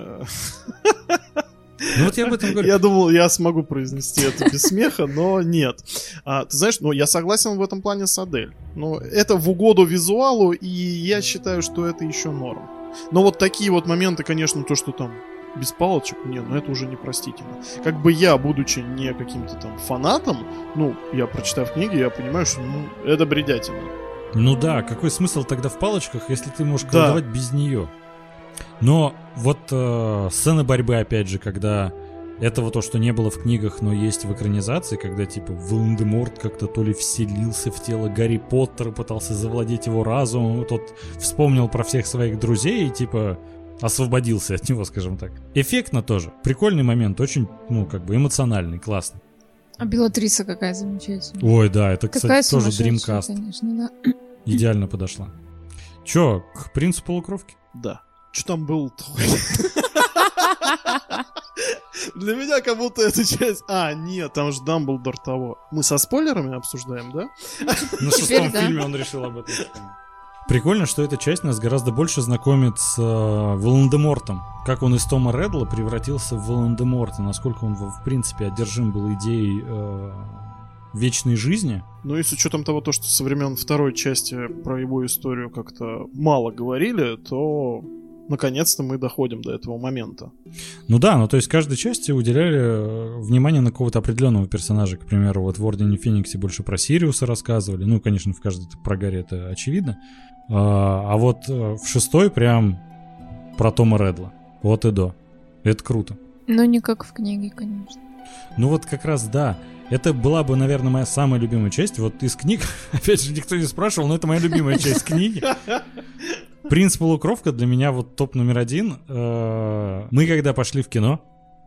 Ну вот я об этом говорю.
Я думал, я смогу произнести это без смеха, но нет. Ты знаешь, ну я согласен в этом плане с Адель. Но это в угоду визуалу, и я считаю, что это еще норм. Но вот такие вот моменты, конечно, то, что там без палочек, не, ну это уже непростительно. Как бы я, будучи не каким-то там фанатом, ну, я прочитав книги, я понимаю, что это бредятина.
Ну да, какой смысл тогда в палочках, если ты можешь колдовать без нее? Но вот сцена борьбы, опять же, когда этого то, что не было в книгах, но есть в экранизации, когда типа Волан-де-Морт как-то то ли вселился в тело Гарри Поттера, пытался завладеть его разумом, тот вспомнил про всех своих друзей и типа освободился от него, скажем так. Эффектно тоже. Прикольный момент, очень, эмоциональный, классный.
А Белатриса какая замечательная.
Ой, да, это,
какая
кстати, тоже
сумасшедшая,
Dreamcast.
конечно, да.
Идеально подошла. Чё, к принцу полукровки?
Да. Что там было-то? Для меня как будто эта часть... нет, там же Дамблдор того. Мы со спойлерами обсуждаем, да?
На шестом
да.
фильме он решил об этом вспомнить. Прикольно, что эта часть нас гораздо больше знакомит с Волан-де-Мортом. Как он из Тома Реддла превратился в Волан-де-Морта. Насколько он, в принципе, одержим был идеей вечной жизни.
Ну и с учетом того, что со времен второй части про его историю как-то мало говорили, то наконец-то мы доходим до этого момента.
Ну да, то есть каждой части уделяли внимание на какого-то определенного персонажа. К примеру, вот в Ордене Фениксе больше про Сириуса рассказывали. Ну, конечно, в каждой про Гарри это очевидно. А вот в шестой прям про Тома Реддла. Вот и до. Это круто.
Но не как в книге, конечно.
Ну вот как раз да. Это была бы, наверное, моя самая любимая часть. Вот из книг, опять же, никто не спрашивал, но это моя любимая часть книги. «Принц полукровка» для меня вот топ номер один. Мы когда пошли в кино,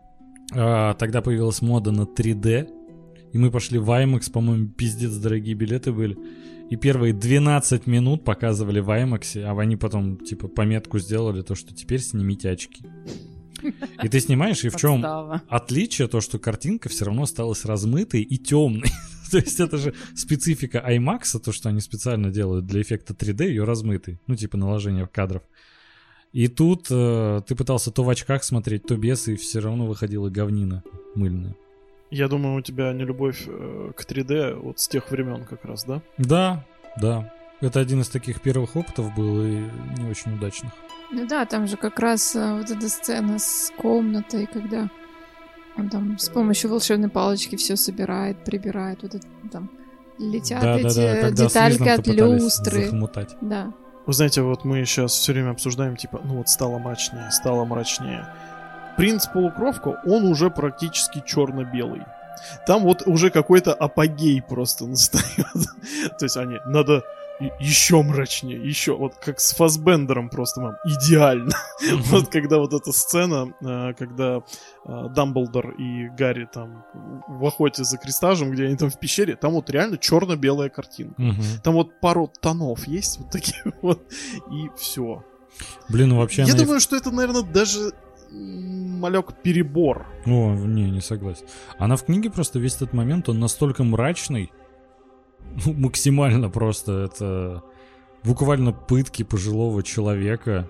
тогда появилась мода на 3D, и мы пошли в IMAX, по-моему, пиздец дорогие билеты были. И первые 12 минут показывали в IMAX, а они потом, типа, пометку сделали, то, что теперь снимите очки. И ты снимаешь, и в чем отличие? То, что картинка все равно осталась размытой и темной. То есть это же специфика IMAX, то, что они специально делают для эффекта 3D, ее размытой. Ну, типа наложения кадров. И тут ты пытался то в очках смотреть, то без, и все равно выходила говнина мыльная.
Я думаю, у тебя нелюбовь к 3D вот с тех времен как раз, да?
Да. Это один из таких первых опытов был и не очень удачных.
Ну да, там же как раз вот эта сцена с комнатой, когда он там с помощью волшебной палочки все собирает, прибирает, вот это там летят эти детальки от люстры.
Захомутать.
Да.
Вы знаете, вот мы сейчас все время обсуждаем, типа, стало мрачнее. «Принц полукровка», он уже практически черно-белый. Там вот уже какой-то апогей просто настает. То есть надо еще мрачнее, еще, вот как с Фассбендером просто, идеально. Вот когда вот эта сцена, когда Дамблдор и Гарри там в охоте за крестажем, где они там в пещере, там вот реально черно-белая картинка. Там вот пару тонов есть, вот такие вот, и все.
Блин, вообще...
Я думаю, что это, наверное, даже малек перебор.
Не согласен. Она в книге просто весь этот момент, он настолько мрачный, максимально просто, это буквально пытки пожилого человека.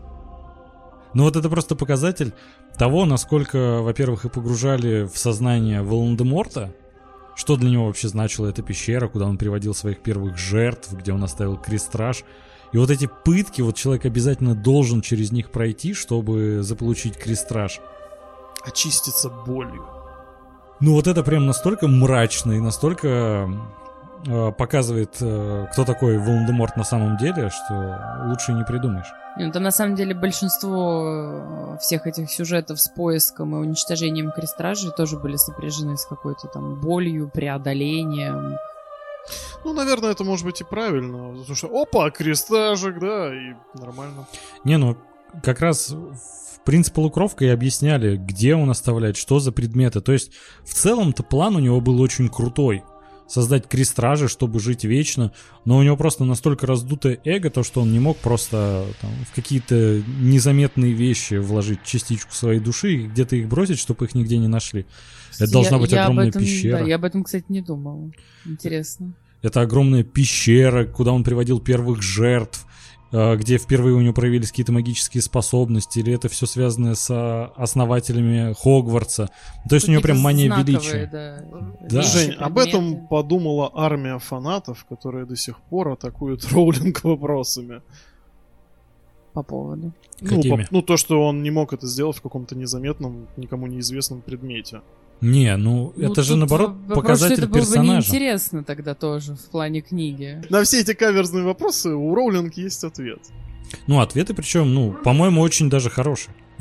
Ну вот это просто показатель того, насколько, во-первых, и погружали в сознание Волан-де-Морта, что для него вообще значила эта пещера, куда он приводил своих первых жертв, где он оставил крестраж. И вот эти пытки, вот человек обязательно должен через них пройти, чтобы заполучить крестраж.
Очиститься болью.
Ну вот это прям настолько мрачно и настолько показывает, кто такой Волан-де-Морт на самом деле, что лучше не придумаешь.
Там на самом деле большинство всех этих сюжетов с поиском и уничтожением крестражей тоже были сопряжены с какой-то там болью, преодолением.
Ну, наверное, это может быть и правильно. Потому что, опа, крестажик, да, и нормально.
Как раз в «Принц полукровка» и объясняли, где он оставляет, что за предметы. То есть, в целом-то план у него был очень крутой. Создать крестражи, чтобы жить вечно. Но у него просто настолько раздутое эго, то, что он не мог просто там, в какие-то незаметные вещи вложить частичку своей души и где-то их бросить, чтобы их нигде не нашли. Это должна быть огромная пещера.
Да, я об этом, кстати, не думал. Интересно.
Это огромная пещера, куда он приводил первых жертв, где впервые у него проявились какие-то магические способности, или это все связано с основателями Хогвартса. То есть у него прям мания величия.
Да. Жень, об этом подумала армия фанатов, которые до сих пор атакуют Роулинг вопросами.
По поводу?
То, что он не мог это сделать в каком-то незаметном, никому неизвестном предмете.
Это же, наоборот, показатель
это было
персонажа.
Бы неинтересно тогда тоже в плане книги.
На все эти каверзные вопросы у Роулинг есть ответ.
Ответы, причем, по-моему, очень даже хорошие.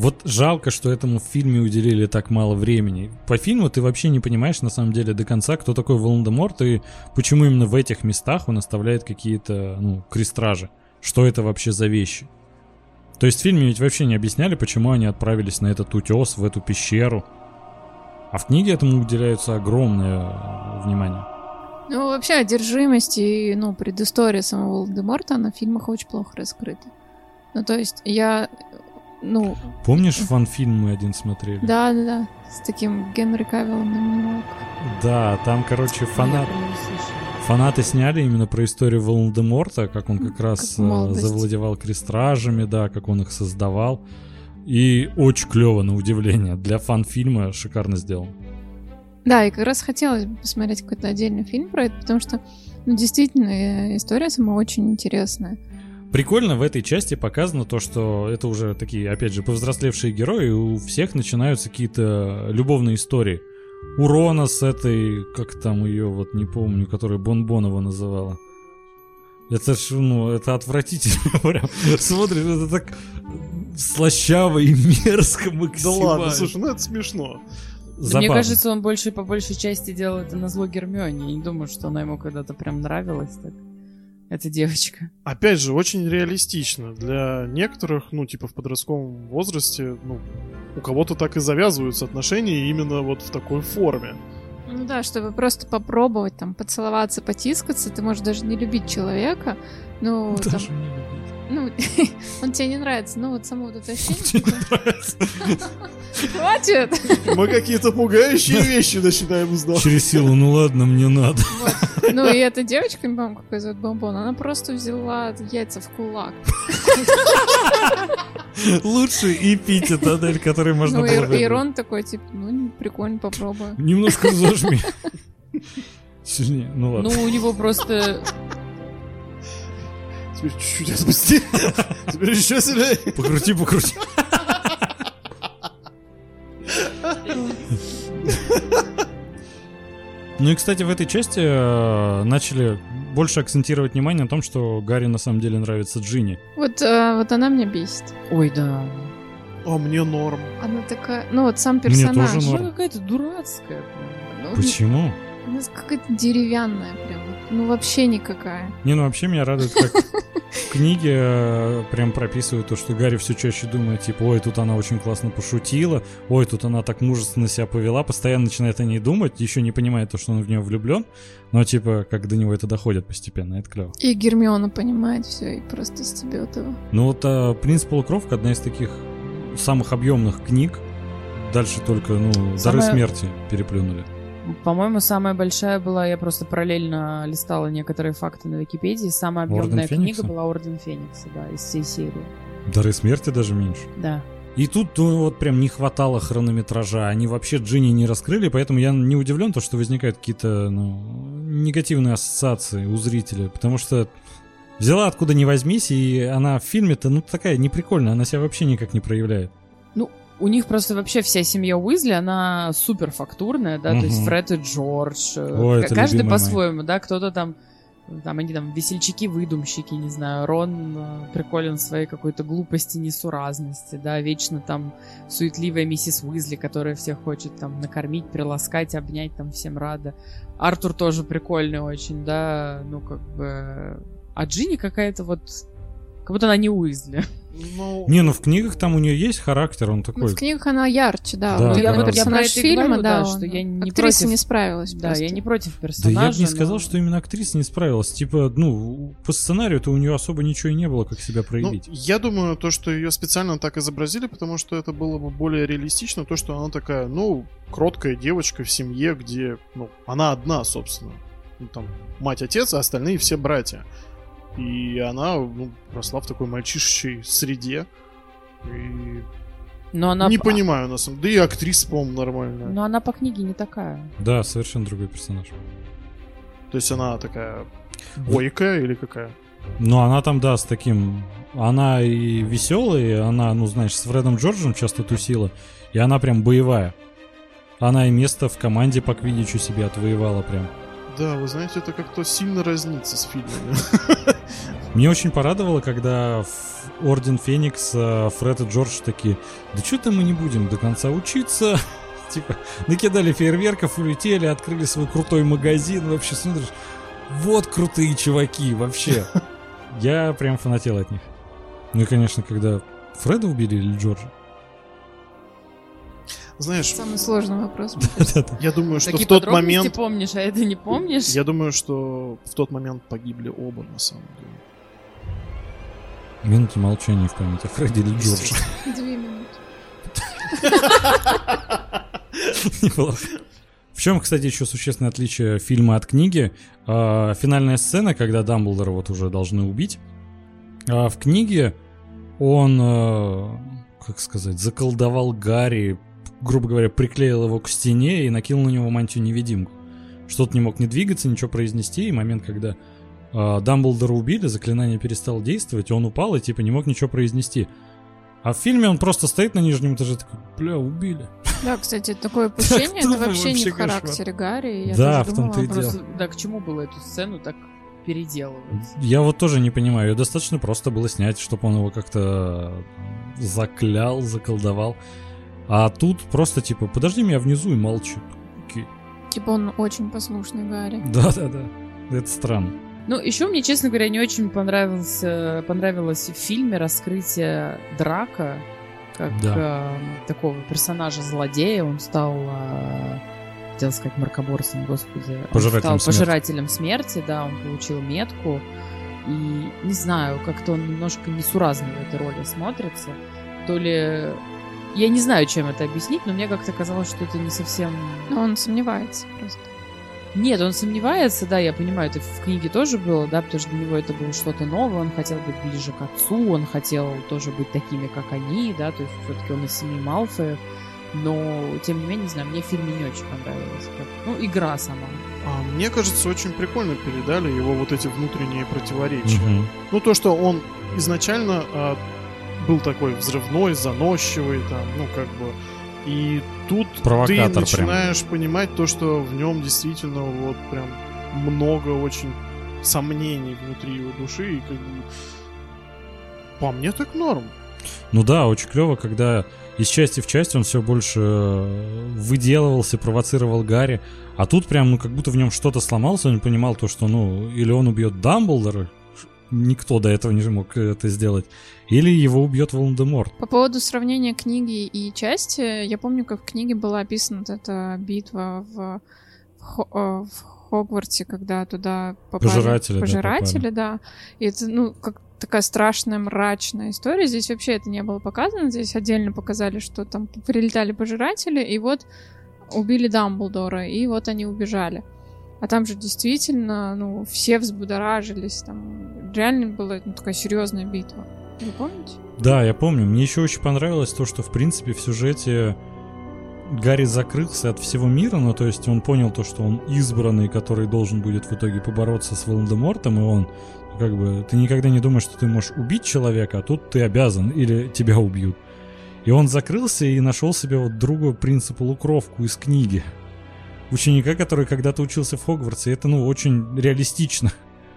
Вот жалко, что этому фильме уделили так мало времени. По фильму ты вообще не понимаешь, на самом деле, до конца, кто такой Волан-де-Морт и почему именно в этих местах он оставляет какие-то, крестражи. Что это вообще за вещи? То есть в фильме ведь вообще не объясняли, почему они отправились на этот утес, в эту пещеру. А в книге этому уделяется огромное внимание.
Ну, вообще, одержимость и, предыстория самого Волан-де-Морта на фильмах очень плохо раскрыта. Ну, то есть,
Помнишь, фан-фильм мы один смотрели?
Да, с таким Генри Кавиллом на него.
Да, там, короче, фанаты сняли именно про историю Волан-де-Морта, как он как раз завладевал крестражами, да, как он их создавал. И очень клево, на удивление. Для фан-фильма шикарно сделано.
Да, и как раз хотелось бы посмотреть какой-то отдельный фильм про это, потому что, действительно, история сама очень интересная.
Прикольно в этой части показано то, что это уже такие, опять же, повзрослевшие герои, и у всех начинаются какие-то любовные истории. У Рона с этой, как там ее, вот не помню, которая Бонбонова называла. Это ж, это отвратительно прям. Смотришь, это так слащаво и мерзко максимально.
Да ладно, слушай, это смешно.
Да, мне кажется, он по большей части делал это назло Гермионе. Я не думаю, что она ему когда-то прям нравилась так. Эта девочка.
Опять же, очень реалистично. Для некоторых, в подростковом возрасте, у кого-то так и завязываются отношения именно вот в такой форме.
Ну да, чтобы просто попробовать там поцеловаться, потискаться, ты можешь даже не любить человека,
даже
там,
не любить.
Он тебе не нравится, вот само вот это ощущение. Хватит!
Мы какие-то пугающие вещи начинаем узнавать.
Через силу, ладно, мне надо.
И эта девочка, не помню, какая зовут, Бомбон, она просто взяла яйца в кулак.
Лучший эпитет, Адель, который можно было выбрать.
И Рон такой, прикольно, попробую.
Немножко зажми. Сильнее, ладно.
У него просто...
Теперь чуть-чуть отпусти. Теперь еще сильнее.
Покрути. И, кстати, в этой части начали больше акцентировать внимание на том, что Гарри на самом деле нравится Джинни.
Вот она меня бесит.
Ой, да.
А мне норм.
Она такая, сам персонаж.
Мне тоже норм.
Она какая-то дурацкая.
Почему?
Она какая-то деревянная прям. Вообще никакая.
Вообще меня радует, как в книге прям прописывают то, что Гарри все чаще думает, ой, тут она очень классно пошутила, ой, тут она так мужественно себя повела, постоянно начинает о ней думать, еще не понимает то, что он в нее влюблен, но как до него это доходит постепенно, это клево.
И Гермиона понимает все и просто стебет его.
«Принц Полукровка» одна из таких самых объемных книг, дальше только, «Дары смерти» переплюнули.
По-моему, самая большая была, я просто параллельно листала некоторые факты на Википедии, самая объемная книга была «Орден Феникса», да, из всей серии.
«Дары смерти» даже меньше.
Да.
И тут прям не хватало хронометража, они вообще Джинни не раскрыли, поэтому я не удивлен, что возникают какие-то негативные ассоциации у зрителя, потому что взяла откуда ни возьмись, и она в фильме-то такая неприкольная, она себя вообще никак не проявляет.
У них просто вообще вся семья Уизли, она супер фактурная, да, то есть Фред и Джордж. Каждый по-своему, да, кто-то там они там весельчаки-выдумщики, не знаю, Рон приколен в своей какой-то глупости, несуразности, да, вечно там суетливая миссис Уизли, которая всех хочет там накормить, приласкать, обнять, там всем рада. Артур тоже прикольный очень, да, а Джинни какая-то как будто она не Уизли.
В книгах там у нее есть характер, он такой.
В книгах она ярче, да.
Я про это фильма, да, что я не
актриса
против...
не справилась.
Да, я не против
Да
персонажа.
я бы не сказал, что именно актриса не справилась. По сценарию-то у нее особо ничего и не было, как себя проявить.
Я думаю, то, что ее специально так изобразили, потому что это было бы более реалистично, то, что она такая, кроткая девочка в семье, где, она одна, собственно. Там мать-отец, а остальные все братья. И она росла в такой мальчишечьей среде. И не понимаю, на самом деле. Да и актриса, по-моему, нормальная.
Но она по книге не такая.
Да, совершенно другой персонаж.
То есть она такая бойкая или какая?
Она там, да, с таким... Она и веселая, она, с Фредом Джорджем часто тусила. И она прям боевая. Она и место в команде по квиддичу себе отвоевала прям.
Да, вы знаете, это как-то сильно разнится с фильмами.
Мне очень порадовало, когда в Орден Феникса Фред и Джордж такие: да что-то мы не будем до конца учиться. Типа, накидали фейерверков, улетели, открыли свой крутой магазин. Вообще, смотришь, вот крутые чуваки, вообще. Я прям фанател от них. Ну и, конечно, когда Фреда убили или Джорджа?
Знаешь,
Самый сложный вопрос.
я думаю, что
Такие
в тот
подробности
момент...
помнишь, а это не помнишь?
Я думаю, что в тот момент погибли оба, на самом деле.
Минута молчания в память о Фредди или Джордже.
2 минуты.
Неплохо. В чем, кстати, еще существенное отличие фильма от книги? Финальная сцена, когда Дамблдора вот уже должны убить. В книге он, как сказать, заколдовал Гарри, грубо говоря, приклеил его к стене и накинул на него мантию-невидимку. Что-то не мог не двигаться, ничего произнести, и момент, когда Дамблдора убили, заклинание перестало действовать, он упал и типа не мог ничего произнести. А в фильме он просто стоит на нижнем этаже такой: бля, убили.
Да, кстати, такое упущение, это вообще не в характере Гарри. Я
Да,
тоже
в том-то и
думала,
дело.
Просто, да, к чему было эту сцену так переделывать?
Я вот тоже не понимаю, ее достаточно просто было снять, чтобы он его как-то заклял, заколдовал. А тут просто типа: подожди меня внизу и молчи. Окей.
Типа он очень послушный Гарри.
Да-да-да, это странно.
Ну, еще мне, честно говоря, не очень понравилось в фильме раскрытие Драка как такого персонажа-злодея. Он стал, хотел сказать, мракоборцем, господи.
Пожирателем
Он стал
смерти.
пожирателем смерти, да, он получил метку. И, не знаю, как-то он немножко несуразно в этой роли смотрится. То ли... Я не знаю, чем это объяснить, но мне как-то казалось, что это не совсем...
Но он сомневается просто.
Нет, он сомневается, да, я понимаю, это в книге тоже было, да, потому что для него это было что-то новое, он хотел быть ближе к отцу, он хотел тоже быть такими, как они, да, то есть все-таки он из семьи Малфоев, но, тем не менее, не знаю, мне в фильме не очень понравилось, ну, игра сама.
Мне кажется, очень прикольно передали его вот эти внутренние противоречия.
Мгм.
Ну, то, что он изначально был такой взрывной, заносчивый, там, ну, как бы... И тут
Провокатор
ты начинаешь понимать то, что в нем действительно вот прям много очень сомнений внутри его души. И как бы... По мне так норм.
Ну да, очень клево, когда из части в часть он все больше выделывался, провоцировал Гарри. А тут прям, ну, как будто в нем что-то сломалось, он понимал то, что, ну, или он убьет Дамблдора, никто до этого не мог это сделать, или его убьет Волан-де-Морт.
По поводу сравнения книги и части, я помню, как в книге была описана вот эта битва в Хогвартсе, когда туда попали пожиратели, да. И это, ну, как такая страшная, мрачная история. Здесь вообще это не было показано. Здесь отдельно показали, что там прилетали пожиратели, и вот убили Дамблдора, и вот они убежали. А там же действительно, ну, все взбудоражились. Там реально была такая серьезная битва. Вы помните?
Да, я помню. Мне еще очень понравилось то, что, в принципе, в сюжете Гарри закрылся от всего мира, ну, то есть он понял то, что он избранный, который должен будет в итоге побороться с Волан-де-Мортом, и он, как бы, ты никогда не думаешь, что ты можешь убить человека, а тут ты обязан, или тебя убьют. И он закрылся и нашел себе вот друга принца-полукровку из книги. Ученика, который когда-то учился в Хогвартсе. Это, ну, очень реалистично.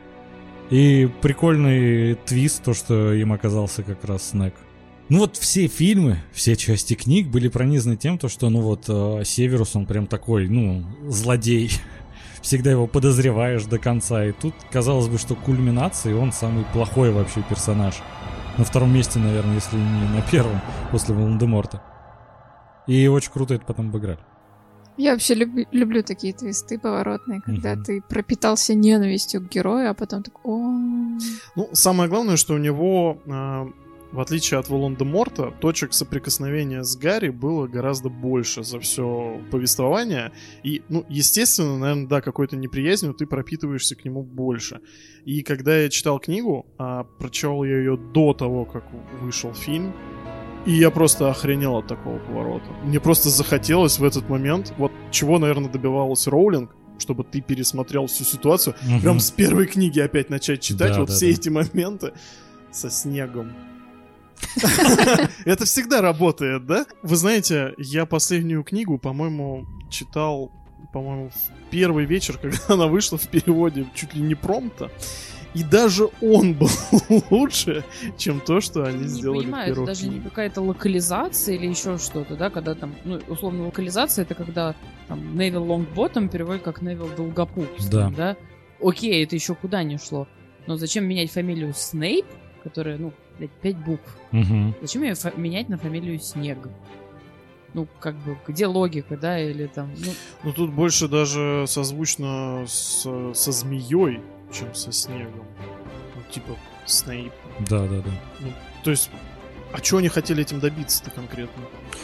И прикольный твист, то, что им оказался как раз Снег. Ну вот все фильмы, все части книг были пронизаны тем, то, что, ну вот, Северус, он прям такой, ну, злодей. Всегда его подозреваешь до конца. И тут, казалось бы, что кульминацией он самый плохой вообще персонаж. На втором месте, наверное, если не на первом, после Волан-де-Морта. И очень круто это потом обыграли.
Я вообще люблю такие твисты поворотные, когда ты пропитался ненавистью к герою, а потом так: о.
Ну, самое главное, что у него, в отличие от Волан-де-Морта, точек соприкосновения с Гарри было гораздо больше за все повествование. И, ну, естественно, наверное, да, какой-то неприязнью ты пропитываешься к нему больше. И когда я читал книгу, прочел я ее до того, как вышел фильм, и я просто охренел от такого поворота. Мне просто захотелось в этот момент, вот чего, наверное, добивалась Роулинг, чтобы ты пересмотрел всю ситуацию, прям с первой книги опять начать читать, да, все эти моменты со снегом. Это всегда работает, да? Вы знаете, я последнюю книгу, по-моему, читал по-моему, в первый вечер, когда она вышла в переводе чуть ли не промпта. И даже он был лучше, чем то, что они сделали в
понимаю,
первом
это даже
фильме.
не какая-то локализация или еще что-то, да, когда там, ну, условно, локализация — это когда там Невил Лонгботтом переводит как Невил Долгопупс,
Да.
да. Окей, это еще куда не шло. Но зачем менять фамилию Снейп, которая, ну, 5 букв?
Мгм.
Зачем ее менять на фамилию Снег? Ну, как бы, где логика, да, или там, ну...
Но тут больше даже созвучно со змеей, чем со снегом. Ну, типа, Снейп.
Да.
Ну, то есть, а чего они хотели этим добиться-то конкретно?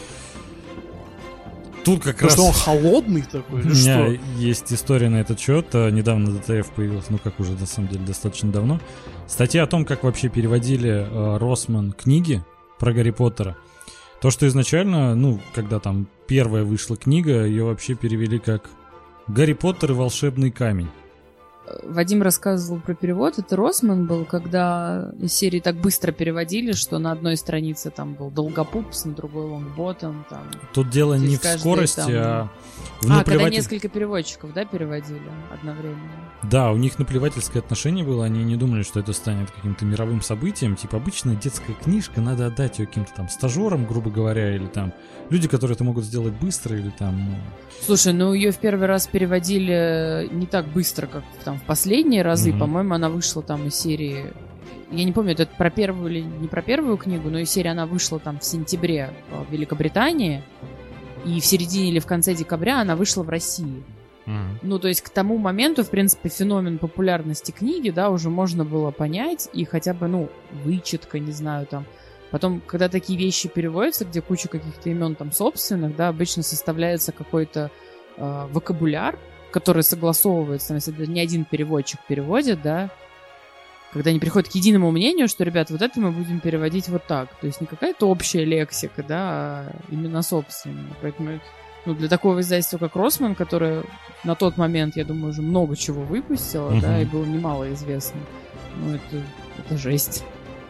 Тут как
Потому
раз...
что он холодный такой,
У
или
меня
что?
есть история на этот счет. Недавно на ДТФ появилась, ну как уже на самом деле достаточно давно. Статья о том, как вообще переводили Росман книги про Гарри Поттера. То, что изначально, ну, когда там первая вышла книга, ее вообще перевели как «Гарри Поттер и волшебный камень».
Вадим рассказывал про перевод, это Росман был, когда из серии так быстро переводили, что на одной странице там был Долгопупс, на другой Лонгботтом, там...
Тут дело не в
каждый
скорости,
там-
а в
когда
наплеватель-
несколько переводчиков, да, переводили одновременно?
Да, у них наплевательское отношение было, они не думали, что это станет каким-то мировым событием. Типа, обычная детская книжка, надо отдать ее каким-то там стажерам, грубо говоря, или там люди, которые это могут сделать быстро, или там... ну,
Слушай, ну ее в первый раз переводили не так быстро, как там в последние разы.
Мгм.
По-моему, она вышла там из серии... Я не помню, это про первую или не про первую книгу, но из серии она вышла там в сентябре в Великобритании. И в середине или в конце декабря она вышла в России. Ну, то есть к тому моменту, в принципе, феномен популярности книги, да, уже можно было понять, и хотя бы, ну, вычетка, не знаю, там. Потом, когда такие вещи переводятся, где куча каких-то имен там собственных, да, обычно составляется какой-то вокабуляр, который согласовывается, там, если это не один переводчик переводит, да, когда они приходят к единому мнению, что, ребят, вот это мы будем переводить вот так. То есть не какая-то общая лексика, да, а именно собственная. Поэтому, ну, для такого издательства, как Росман, которое на тот момент, я думаю, уже много чего выпустило,
Мгм.
да, и было немало известно. Ну, это жесть.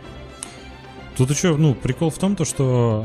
Тут еще, ну, прикол в том, то, что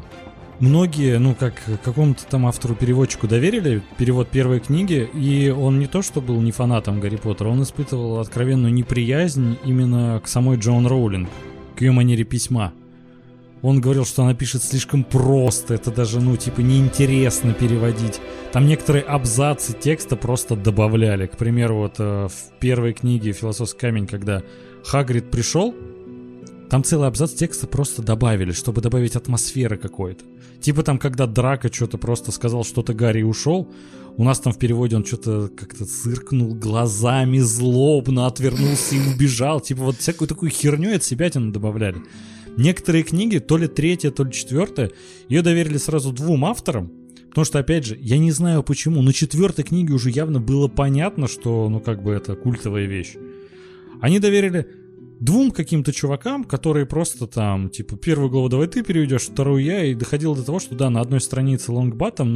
многие, ну, как какому-то там автору-переводчику доверили перевод первой книги, и он не то, что был не фанатом Гарри Поттера, он испытывал откровенную неприязнь именно к самой Джоан Роулинг, к ее манере письма. Он говорил, что она пишет слишком просто, это даже, ну, типа, неинтересно переводить. Там некоторые абзацы текста просто добавляли. К примеру, вот в первой книге «Философский камень», когда Хагрид пришел, там целый абзац текста просто добавили, чтобы добавить атмосферы какой-то. Типа там, когда Драко что-то просто сказал, что-то Гарри и ушел, у нас там в переводе он что-то как-то цыркнул глазами злобно, отвернулся и убежал. Типа вот всякую такую херню от себятину добавляли. Некоторые книги, то ли третья, то ли четвертая, ее доверили сразу 2 авторам. Потому что, опять же, я не знаю почему, но 4-й книге уже явно было понятно, что, ну, как бы это культовая вещь. Они доверили 2 каким-то чувакам, которые просто там, типа, первую главу давай ты переведешь, вторую я, и доходило до того, что, да, на одной странице Лонгботтом,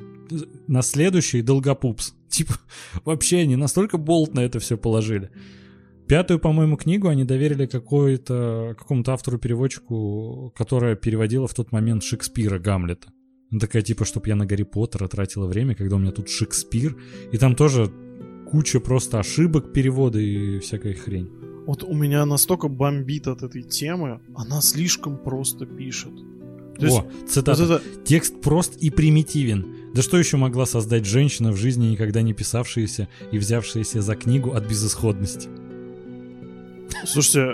на следующей Долгопупс. Типа, вообще они настолько болт на это все положили. 5-ю, по-моему, книгу они доверили какому-то автору-переводчику, которая переводила в тот момент Шекспира, Гамлета. Она такая, типа, чтоб я на Гарри Поттера тратила время, когда у меня тут Шекспир. И там тоже куча просто ошибок перевода и всякая хрень.
Вот у меня настолько бомбит от этой темы, она слишком просто пишет. То есть,
цитата.
вот это...
Текст прост и примитивен. Да что еще могла создать женщина в жизни, никогда не писавшаяся и взявшаяся за книгу от безысходности?
Слушайте,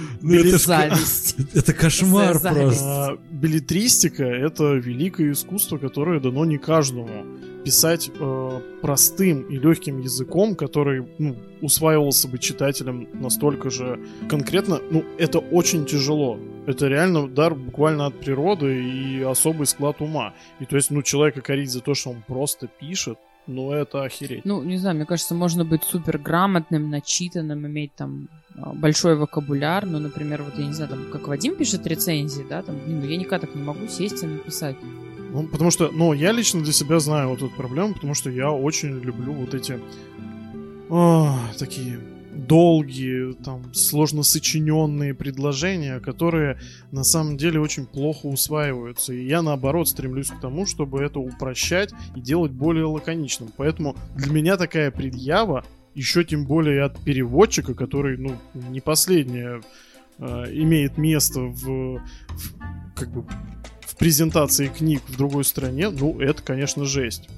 Зависть.
Это кошмар
Зависть.
просто.
беллетристика — это великое искусство, которое дано не каждому. Писать простым и легким языком, который, ну, усваивался бы читателям настолько же конкретно, ну, это очень тяжело. Это реально дар буквально от природы и особый склад ума. И то есть, ну, человека корить за то, что он просто пишет, ну, это охереть.
Ну, не знаю, мне кажется, можно быть супер грамотным, начитанным, иметь там большой вокабуляр. Ну, например, вот я не знаю, там, как Вадим пишет рецензии, да, там, блин, ну, я никогда так не могу сесть и написать.
Ну, потому что, ну, я лично для себя знаю вот эту проблему, потому что я очень люблю вот эти такие долгие, там, сложно сочиненные предложения, которые на самом деле очень плохо усваиваются. И я, наоборот, стремлюсь к тому, чтобы это упрощать и делать более лаконичным. Поэтому для меня такая предъява, еще тем более от переводчика, который, ну, не последнее имеет место как бы в презентации книг в другой стране, ну, это, конечно, жесть.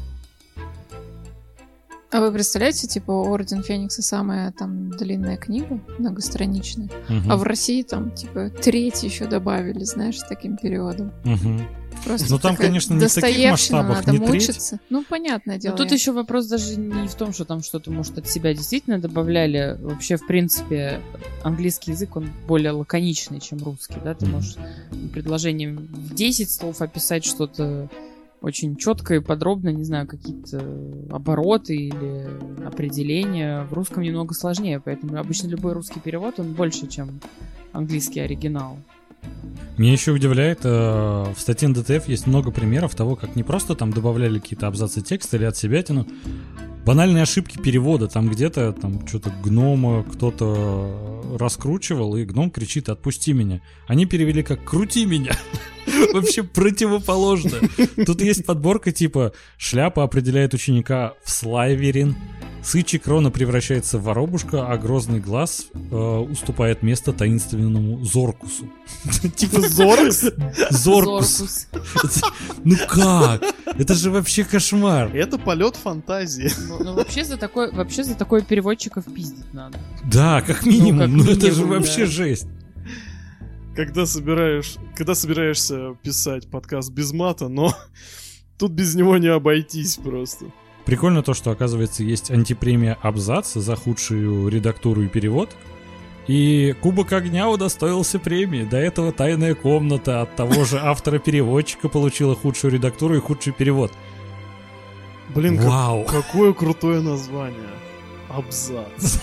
А вы представляете, типа, «Орден Феникса» самая там длинная книга, многостраничная, а в России там, типа, треть еще добавили, знаешь, с таким переводом. Просто
ну там, конечно, не в таких масштабах,
надо
не
мучиться. Ну, понятное дело.
Но тут еще вопрос даже не в том, что там что-то, может, от себя действительно добавляли. Вообще, в принципе, английский язык, он более лаконичный, чем русский, да? Ты можешь предложением в 10 слов описать что-то очень четко и подробно, не знаю, какие-то обороты или определения. В русском немного сложнее, поэтому обычно любой русский перевод, он больше, чем английский оригинал.
Меня еще удивляет, в статье НДТФ есть много примеров того, как не просто там добавляли какие-то абзацы текста или от себятину, банальные ошибки перевода. Там где-то там что-то гнома кто-то раскручивал, и гном кричит «отпусти меня». Они перевели как «крути меня». Вообще противоположно. Тут есть подборка типа «шляпа определяет ученика в Слайверин», «Сычий крона превращается в воробушка, а грозный глаз уступает место таинственному Зоркусу».
Типа Зоркус?
Зоркус. Ну как? Это же вообще кошмар.
Это полет фантазии.
Ну вообще за такое переводчиков пиздить надо.
Да, как минимум. Ну это же вообще жесть.
Когда собираешься писать подкаст без мата, но тут без него не обойтись просто.
Прикольно то, что, оказывается, есть антипремия «Абзац» за худшую редактуру и перевод. И «Кубок огня» удостоился премии. До этого «Тайная комната» от того же автора-переводчика получила худшую редактуру и худший перевод.
Блин,
вау.
Какое крутое название. «Абзац».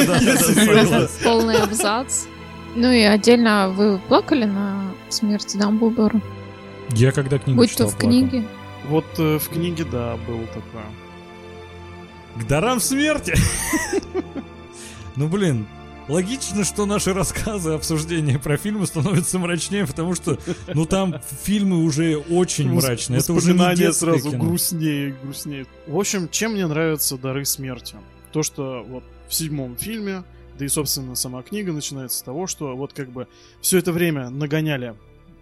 Полный абзац. Ну и отдельно вы плакали на смерти Дамблдора?
Я когда книгу читал,
будь то в книге.
Вот в книге, да, было такое.
К дарам смерти! Ну, блин, логично, что наши рассказы, обсуждения про фильмы становятся мрачнее, потому что, ну, там фильмы уже очень мрачные. Это уже не детское
сразу
кино.
грустнее и грустнее. В общем, чем мне нравятся «Дары смерти»? То, что вот в 7-м фильме, да и, собственно, сама книга начинается с того, что вот как бы все это время нагоняли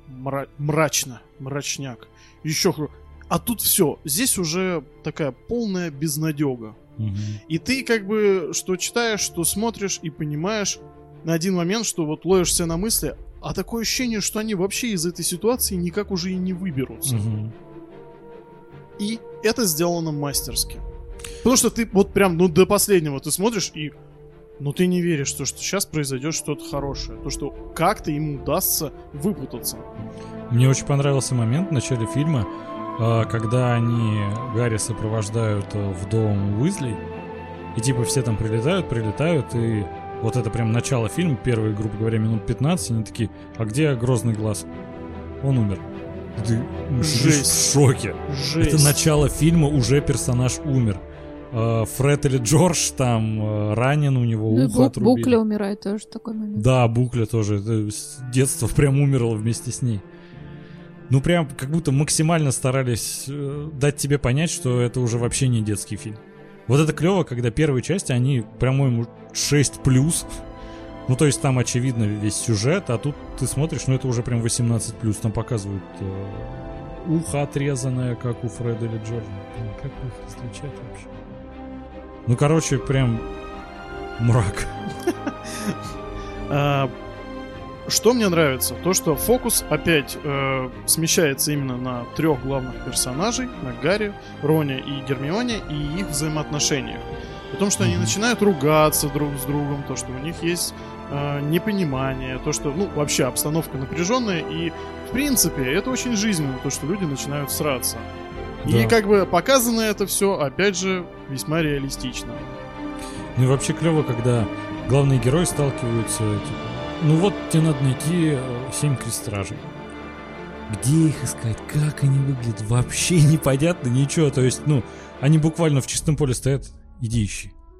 мрачняк. Еще а тут все, здесь уже такая полная безнадега. И ты как бы что читаешь, что смотришь и понимаешь на один момент, что вот ловишься на мысли, а такое ощущение, что они вообще из этой ситуации никак уже и не выберутся. И это сделано мастерски. Потому что ты вот прям, ну, до последнего ты смотришь и... Ну, ты не веришь, что сейчас произойдет что-то хорошее. То, что как-то ему удастся выпутаться.
Мне очень понравился момент в начале фильма, когда они Гарри сопровождают в дом Уизли. И типа все там прилетают, и вот это прям начало фильма, первые, грубо говоря, минут 15, они такие, а где Грозный глаз? Он умер. Ты
Жесть.
в шоке.
Жесть.
Это начало фильма, уже персонаж умер. Фред или Джордж там ранен, у него ухо отрубили.
Букля умирает тоже в такой момент.
Да, Букля тоже. С детства прям умерла вместе с ней. Ну прям как будто максимально старались дать тебе понять, что это уже вообще не детский фильм. Вот это клево, когда первые части, они, по-моему, 6+. Ну то есть там очевидно весь сюжет, а тут ты смотришь, ну это уже прям 18+. Там показывают ухо отрезанное, как у Фреда или Джорджа. Как их различать вообще? Ну, короче, прям мрак.
Что мне нравится? То, что фокус опять смещается именно на 3 главных персонажей, на Гарри, Роне и Гермионе и их взаимоотношениях. Потому что они начинают ругаться друг с другом, то, что у них есть непонимание, то, что, ну, вообще обстановка напряженная, и, в принципе, это очень жизненно, то, что люди начинают сраться. Да. И как бы показано это все, опять же, весьма реалистично.
Ну и вообще клево, когда главные герои сталкиваются, типа, ну вот тебе надо найти 7 крестражей. Где их искать? Как они выглядят? Вообще непонятно ничего. То есть, ну, они буквально в чистом поле стоят. Иди ищи.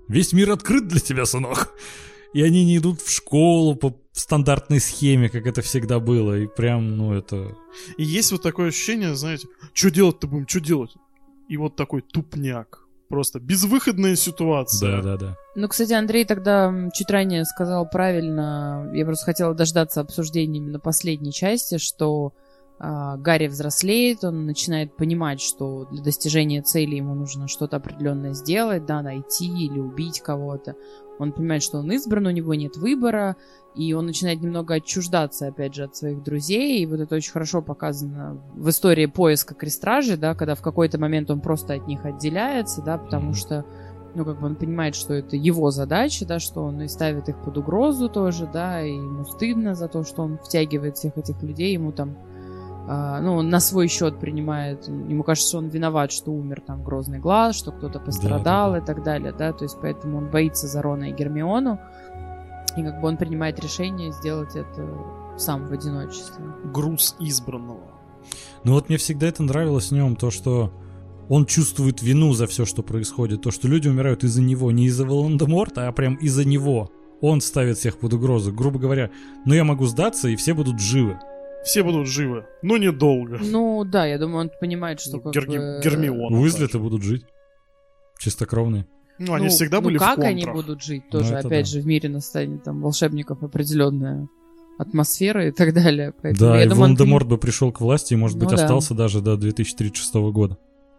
Весь мир открыт для тебя, сынок. И они не идут в школу по стандартной схеме, как это всегда было. И прям, ну, это...
И есть вот такое ощущение, знаете, что делать-то будем, что делать? И вот такой тупняк. Просто безвыходная ситуация.
Да.
Ну, кстати, Андрей тогда чуть ранее сказал правильно, я просто хотела дождаться обсуждения именно последней части, что Гарри взрослеет, он начинает понимать, что для достижения цели ему нужно что-то определенное сделать, да, найти или убить кого-то. Он понимает, что он избран, у него нет выбора, и он начинает немного отчуждаться, опять же, от своих друзей, и вот это очень хорошо показано в истории поиска Крестражей, да, когда в какой-то момент он просто от них отделяется, да, потому что, ну, как бы он понимает, что это его задача, да, что он и ставит их под угрозу тоже, да, и ему стыдно за то, что он втягивает всех этих людей, ему там ну, на свой счет принимает, ему кажется, что он виноват, что умер там Грозный Глаз, что кто-то пострадал и так далее, да, то есть поэтому он боится за Рона и Гермиону, и как бы он принимает решение сделать это сам в одиночестве.
Груз избранного.
Ну вот мне всегда это нравилось в нем, то, что он чувствует вину за все, что происходит, то, что люди умирают из-за него, не из-за Волан-де-Морта, а прям из-за него. Он ставит всех под угрозу, грубо говоря, ну я могу сдаться, и все будут живы.
Все будут живы, но недолго.
Ну да, я думаю, он понимает, что
Гермиона.
Уизли-то будут жить. Чистокровные.
Ну, они всегда были в
контрах.
Ну, как
они будут жить? Тоже, опять же, в мире настанет там волшебников определенная атмосфера и так далее.
Поэтому, да, и Волан-де-Морт бы пришел к власти и, может быть, остался даже до 2036 года.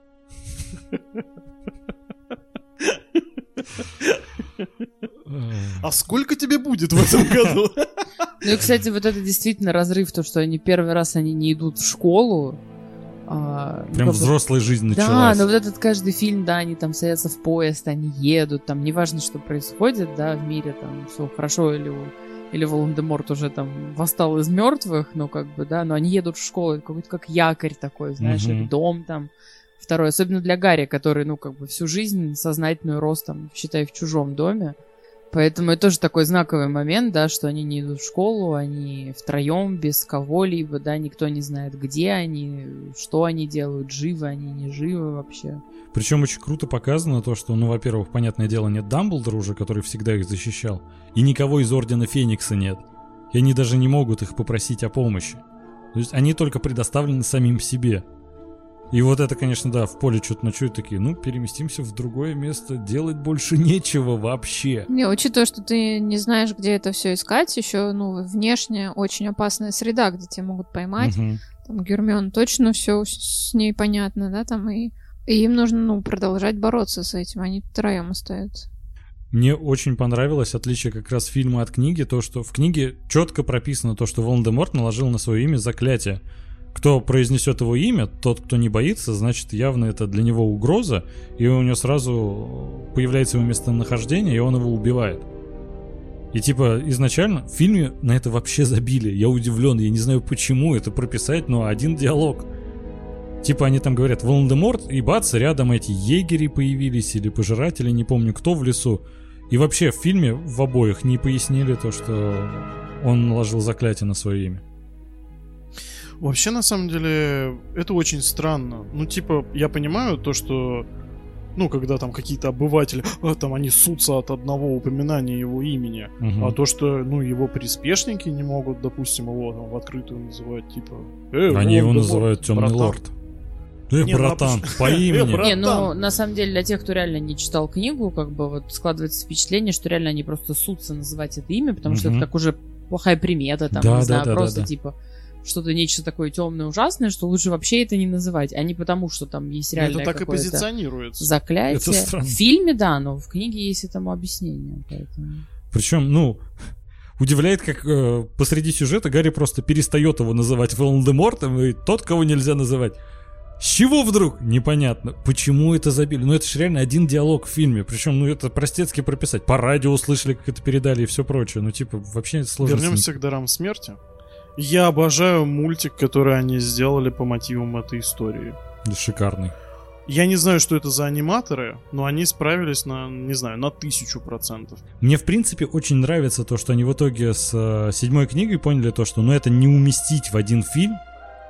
А сколько тебе будет в этом году?
Ну и, кстати, вот это действительно разрыв, то, что они первый раз они не идут в школу.
Прям взрослая жизнь началась.
Да, но вот этот каждый фильм, да, они там садятся в поезд, они едут, там неважно, что происходит, да, в мире, там все хорошо или Волан-де-Морт уже там восстал из мертвых, ну как бы, да, но они едут в школу, какой-то как якорь такой, знаешь, или дом там. Второй, особенно для Гарри, который, ну, как бы всю жизнь сознательную рос, там, считай, в чужом доме. Поэтому это тоже такой знаковый момент, да, что они не идут в школу, они втроем, без кого-либо, да, никто не знает, где они, что они делают, живы они, не живы вообще.
Причем очень круто показано то, что, ну, во-первых, понятное дело, нет Дамблдора уже, который всегда их защищал, и никого из Ордена Феникса нет. И они даже не могут их попросить о помощи. То есть они только предоставлены самим себе. И вот это, конечно, да, в поле что-то ночуют такие, ну, переместимся в другое место, делать больше нечего вообще.
Не, учитывая, что ты не знаешь, где это все искать, еще, ну, внешне очень опасная среда, где тебя могут поймать. Там Гермиона точно все с ней понятно, да, там, и им нужно, ну, продолжать бороться с этим, они втроем остаются.
Мне очень понравилось отличие как раз фильма от книги, то, что в книге четко прописано то, что Волан-де-Морт наложил на свое имя заклятие. Кто произнесет его имя, тот, кто не боится, значит, явно это для него угроза, и у него сразу появляется его местонахождение, и он его убивает. И типа изначально в фильме на это вообще забили. Я удивлен, я не знаю почему это прописать, но один диалог. Типа они там говорят Волан-де-Морт, и бац, рядом эти егери появились, или пожиратели, не помню кто в лесу. И вообще в фильме в обоих не пояснили то, что он наложил заклятие на свое имя.
Вообще, на самом деле, это очень странно. Ну, типа, я понимаю то, что, ну, когда там какие-то обыватели, там они ссутся от одного упоминания его имени, а то, что, ну, его приспешники не могут, допустим, его там в открытую называть, типа...
Они его называют Темный Лорд. Братан, по имени.
Не, ну, на самом деле, для тех, кто реально не читал книгу, как бы вот складывается впечатление, что реально они просто ссутся называть это имя, потому что это как уже плохая примета, там, не знаю, просто типа... что-то нечто такое темное, ужасное, что лучше вообще это не называть, а не потому, что там есть реальное
это так
какое-то
и позиционируется.
Заклятие. В фильме, да, но в книге есть этому объяснение. Поэтому...
Причем, ну, удивляет, как посреди сюжета Гарри просто перестает его называть Волан-де-Мортом, и тот, кого нельзя называть. С чего вдруг? Непонятно. Почему это забили? Ну, это же реально один диалог в фильме. Причем, ну, это простецки прописать. По радио услышали, как это передали и все прочее. Ну, типа, вообще сложно.
Вернемся к дарам смерти. Я обожаю мультик, который они сделали по мотивам этой истории.
Шикарный.
Я не знаю, что это за аниматоры, но они справились на, не знаю, на 1000%.
Мне, в принципе, очень нравится то, что они в итоге с 7-й книгой поняли то, что, ну, это не уместить в один фильм.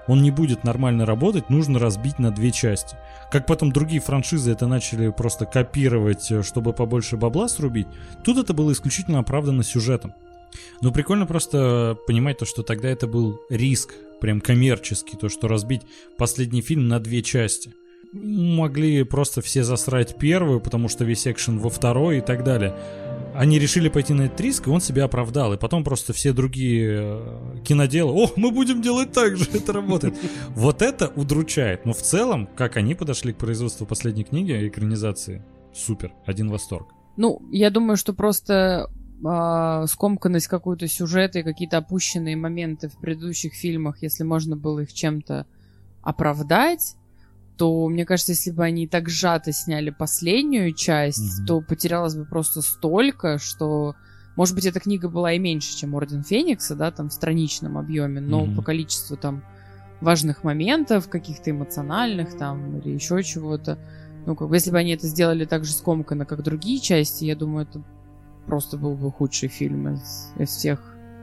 он не будет нормально работать, нужно разбить на 2 части. Как потом другие франшизы это начали просто копировать, чтобы побольше бабла срубить, тут это было исключительно оправдано сюжетом. Но прикольно просто понимать то, что тогда это был риск, прям коммерческий, то, что разбить последний фильм на 2 части. Могли просто все засрать первую, потому что весь экшен во второй и так далее. Они решили пойти на этот риск, и он себя оправдал. И потом просто все другие киноделы: о, мы будем делать так же, это работает. Вот это удручает. Но в целом, как они подошли к производству последней книги, экранизации, супер, один восторг.
Ну, я думаю, что просто скомканность какой-то сюжета и какие-то опущенные моменты в предыдущих фильмах, если можно было их чем-то оправдать, то, мне кажется, если бы они так сжато сняли последнюю часть, то потерялось бы просто столько, что, может быть, эта книга была и меньше, чем «Орден Феникса», да, там, в страничном объеме, но по количеству там важных моментов, каких-то эмоциональных там, или еще чего-то, ну, как бы, если бы они это сделали так же скомканно, как другие части, я думаю, это просто был бы худший фильм из всех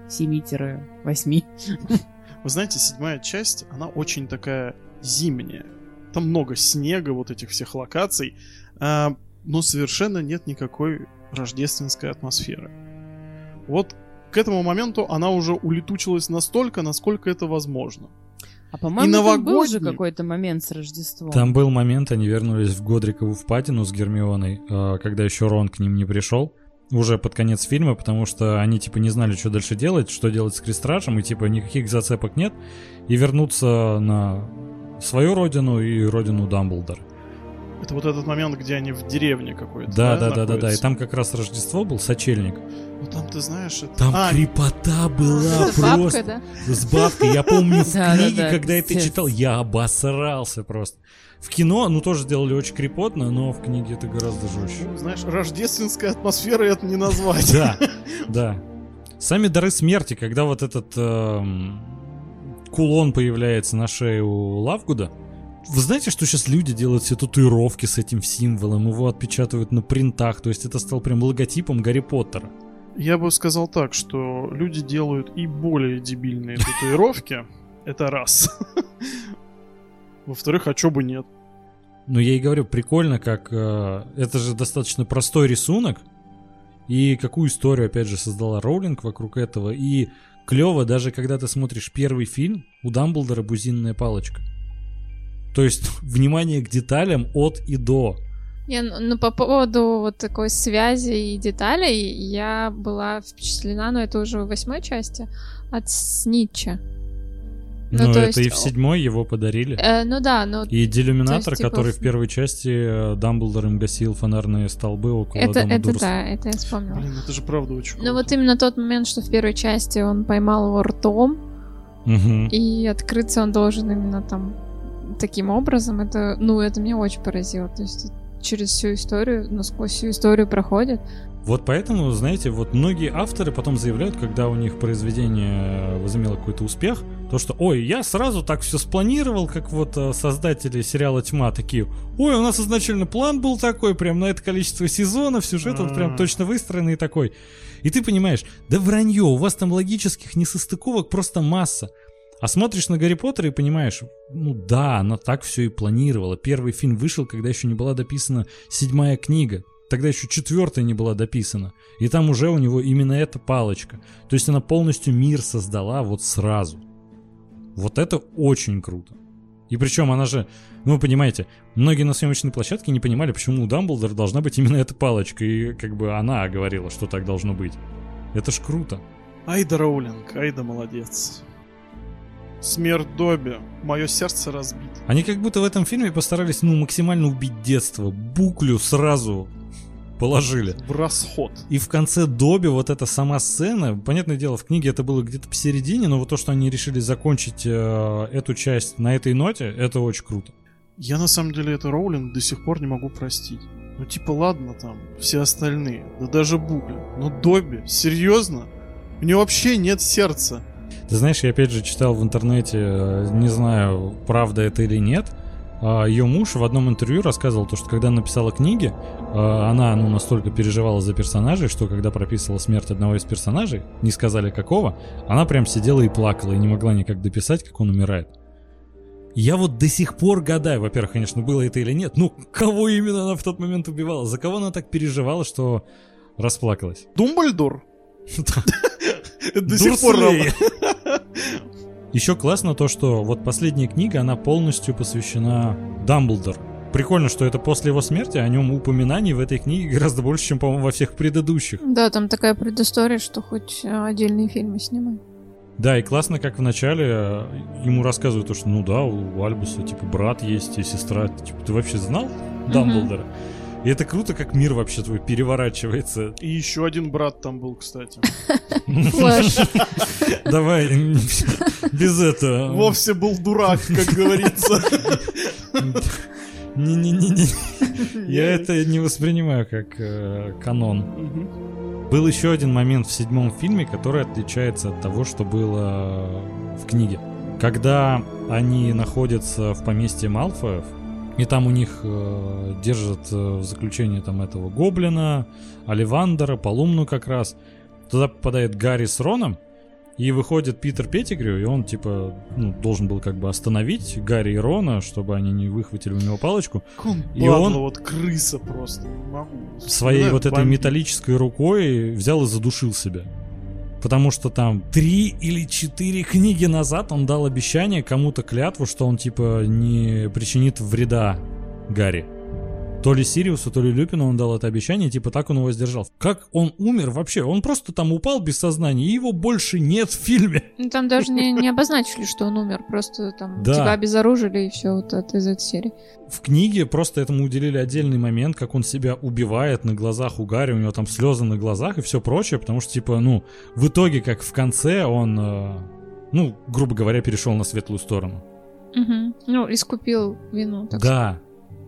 7-8.
Вы знаете, 7-я часть, она очень такая зимняя. Там много снега, вот этих всех локаций, но совершенно нет никакой рождественской атмосферы. Вот к этому моменту она уже улетучилась настолько, насколько это возможно.
А по-моему, там был же какой-то момент с Рождеством.
Там был момент, они вернулись в Годрикову впадину с Гермионой, когда еще Рон к ним не пришел. Уже под конец фильма, потому что они, типа, не знали, что дальше делать, что делать с Крестражем, и, типа, никаких зацепок нет, и вернуться на свою родину и родину Дамблдора.
Это вот этот момент, где они в деревне какой-то.
Да. И там как раз Рождество был, сочельник.
Ну там, ты знаешь, это...
Там крепота была просто. С бабкой. Я помню в книге, когда я это читал, я обосрался просто. В кино, ну, тоже сделали очень крепотно, но в книге это гораздо жестче.
Ну, знаешь, рождественская атмосфера это не назвать.
Да. Сами дары смерти, когда вот этот кулон появляется на шее у Лавгуда. Вы знаете, что сейчас люди делают все татуировки с этим символом, его отпечатывают на принтах, то есть это стал прям логотипом Гарри Поттера.
Я бы сказал так, что люди делают и более дебильные татуировки. Это раз. Во-вторых, а чё бы нет?
Ну, я и говорю, прикольно, как... это же достаточно простой рисунок, и какую историю, опять же, создала Роулинг вокруг этого, и клево, даже когда ты смотришь первый фильм, у Дамблдора бузинная палочка. То есть, внимание к деталям от и до.
Ну, по поводу вот такой связи и деталей, я была впечатлена, но это уже в 8-й части, от Снитча.
Ну, это есть... и в 7-й его подарили.
Ну да, но...
И делюминатор,
есть,
который в первой части Дамблдор им гасил фонарные столбы около дома Дурслей.
Да, это я вспомнила.
Блин, это же правда очень круто.
Ну вот именно тот момент, что в первой части он поймал его ртом, и открыться он должен именно там таким образом, это меня очень поразило. То есть через всю историю, сквозь всю историю проходит.
Вот поэтому, знаете, вот многие авторы потом заявляют, когда у них произведение возымело какой-то успех, то что, ой, я сразу так все спланировал, как вот создатели сериала «Тьма» такие, ой, у нас изначально план был такой, прям на это количество сезонов, сюжет вот прям точно выстроенный такой. И ты понимаешь, да вранье, у вас там логических несостыковок просто масса. А смотришь на Гарри Поттера и понимаешь, ну да, она так все и планировала. Первый фильм вышел, когда еще не была дописана 7-я книга. Тогда еще 4-я не была дописана. И там уже у него именно эта палочка. То есть она полностью мир создала вот сразу. Вот это очень круто. И причем она же, ну вы понимаете, многие на съемочной площадке не понимали, почему у Дамблдора должна быть именно эта палочка. И как бы она говорила, что так должно быть. Это ж круто.
Айда Роулинг, айда молодец. Смерть Добби. Мое сердце разбито.
Они как будто в этом фильме постарались, максимально убить детство. Буклю сразу положили.
В расход.
И в конце Добби вот эта сама сцена, понятное дело, в книге это было где-то посередине, но вот то, что они решили закончить эту часть на этой ноте, это очень круто.
Я на самом деле это Роулинг до сих пор не могу простить. Ну типа ладно там, все остальные, да даже Букля. Но Добби, серьезно? У нее вообще нет сердца.
Ты знаешь, я опять же читал в интернете, не знаю, правда это или нет, ее муж в одном интервью рассказывал, что когда она написала книги, она настолько переживала за персонажей, что когда прописывала смерть одного из персонажей, не сказали какого, она прям сидела и плакала, и не могла никак дописать, как он умирает. Я вот до сих пор гадаю, во-первых, конечно, было это или нет, ну, кого именно она в тот момент убивала, за кого она так переживала, что расплакалась.
Думблдор? До сих пор
Дурслей. Еще классно то, что вот последняя книга, она полностью посвящена Дамблдору. Прикольно, что это после его смерти, о нем упоминаний в этой книге гораздо больше, чем, по-моему, во всех предыдущих.
Да, там такая предыстория, что хоть отдельные фильмы снимай.
Да, и классно, как вначале ему рассказывают то, что, ну да, у Альбуса, типа, брат есть и сестра. Типа, ты вообще знал Дамблдора? И это круто, как мир вообще твой переворачивается.
И еще один брат там был, кстати.
Флэш.
Давай, без этого.
Вовсе был дурак, как говорится.
Не-не-не-не. Я это не воспринимаю как канон. Был еще один момент в 7-м фильме, который отличается от того, что было в книге. Когда они находятся в поместье Малфоев, и там у них держат в заключении там этого гоблина, Оливандера, Полумну как раз. Туда попадает Гарри с Роном, и выходит Питер Петтигрю, и он типа должен был как бы остановить Гарри и Рона, чтобы они не выхватили у него палочку.
И он вот крыса просто, не могу.
Своей вот этой металлической рукой взял и задушил себя. Потому что там 3 или 4 книги назад он дал обещание кому-то клятву, что он типа не причинит вреда Гарри. То ли Сириусу, то ли Люпину он дал это обещание, типа так он его сдержал. Как он умер вообще? Он просто там упал без сознания, и его больше нет в фильме.
Ну, там даже не обозначили, что он умер, просто там
Да.
тебя обезоружили, и все вот это из этой серии.
В книге просто этому уделили отдельный момент, как он себя убивает на глазах у Гарри, у него там слезы на глазах и все прочее, потому что, типа, в итоге, как в конце, он, грубо говоря, перешел на светлую сторону.
Угу. Ну, искупил вину, так
Да.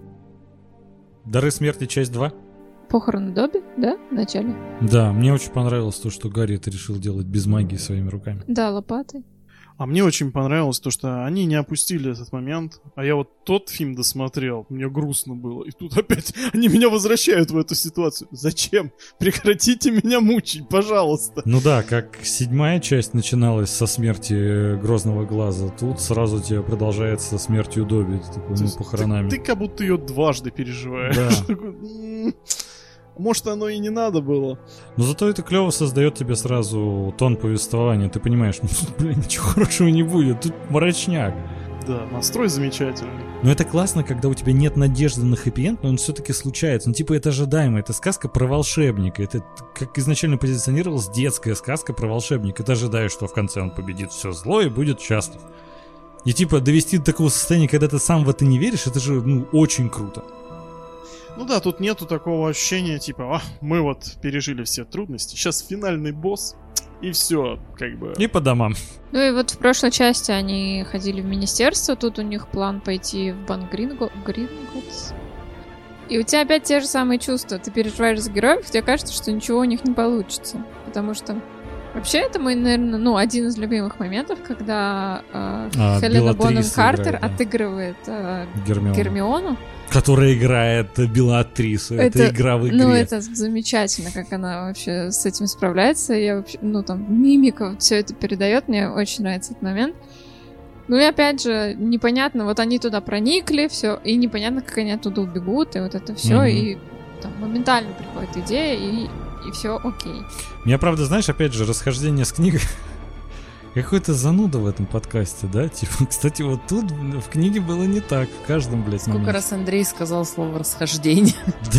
«Дары смерти», часть 2?
Похороны Добби, да, в начале?
Да, мне очень понравилось то, что Гарри это решил делать без магии своими руками.
Да, лопатой.
А мне очень понравилось то, что они не опустили этот момент. А я вот тот фильм досмотрел, мне грустно было. И тут опять они меня возвращают в эту ситуацию. Зачем? Прекратите меня мучить, пожалуйста.
Ну да, как 7-я часть начиналась со смерти Грозного Глаза, тут сразу тебе продолжается со смертью Добби, такой,
То есть
похоронами.
Ты как будто ее дважды переживаешь.
Да.
Такой, может, оно и не надо было.
Но зато это клево создает тебе сразу тон повествования. Ты понимаешь, ничего хорошего не будет, тут мрачняк.
Да, настрой замечательный.
Но это классно, когда у тебя нет надежды на хэппи-энд, но он все-таки случается. Это ожидаемо, это сказка про волшебника. Это, как изначально позиционировалась, детская сказка про волшебника. Ты ожидаешь, что в конце он победит все зло и будет счастлив. И довести до такого состояния, когда ты сам в это не веришь, это же, очень круто.
Ну да, тут нету такого ощущения, типа, мы вот пережили все трудности, сейчас финальный босс, и все, как бы.
И по домам.
Ну и вот в прошлой части они ходили в министерство, тут у них план пойти в банк Гринготс. И у тебя опять те же самые чувства. Ты переживаешь за героев, тебе кажется, что ничего у них не получится. Потому что вообще это мой, наверное, один из любимых моментов, когда Хелена Бонем Картер отыгрывает Гермиону.
Которая играет Белатрису. Это игра в игре.
Ну, это замечательно, как она вообще с этим справляется. Я вообще, мимика, все это передает. Мне очень нравится этот момент. Ну и опять же, непонятно, вот они туда проникли, все, и непонятно, как они оттуда убегут, и вот это все, и там моментально приходит идея, и все окей.
Меня, правда, знаешь, опять же, расхождение с книгой. Какой-то зануда в этом подкасте, да? Кстати, вот тут в книге было не так, в каждом, моменте.
Сколько раз Андрей сказал слово «расхождение».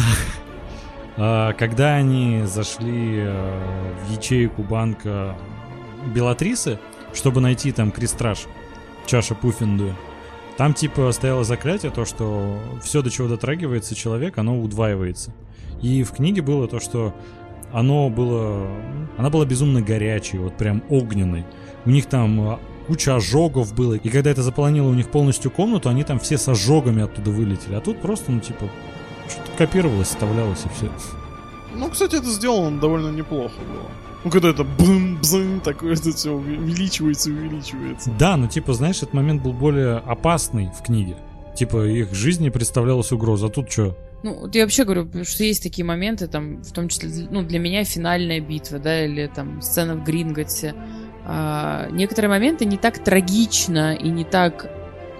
Да. Когда они зашли в ячейку банка Белатрисы, чтобы найти там крестраж, чаша Пуффендуя, там стояло заклятие, то, что все, до чего дотрагивается человек, оно удваивается. И в книге было то, что она была безумно горячей, вот прям огненной. У них там куча ожогов было. И когда это заполонило у них полностью комнату, они там все с ожогами оттуда вылетели. А тут просто, что-то копировалось, вставлялось и все.
Ну, кстати, это сделано довольно неплохо было. Когда это бум-бзым, такое это все увеличивается.
Да, но знаешь, этот момент был более опасный в книге. Их жизни представлялась угроза. А тут что?
Ну, я вообще говорю, что есть такие моменты, там, в том числе, для меня финальная битва, да, или там сцена в Гринготсе. Некоторые моменты не так трагично и не так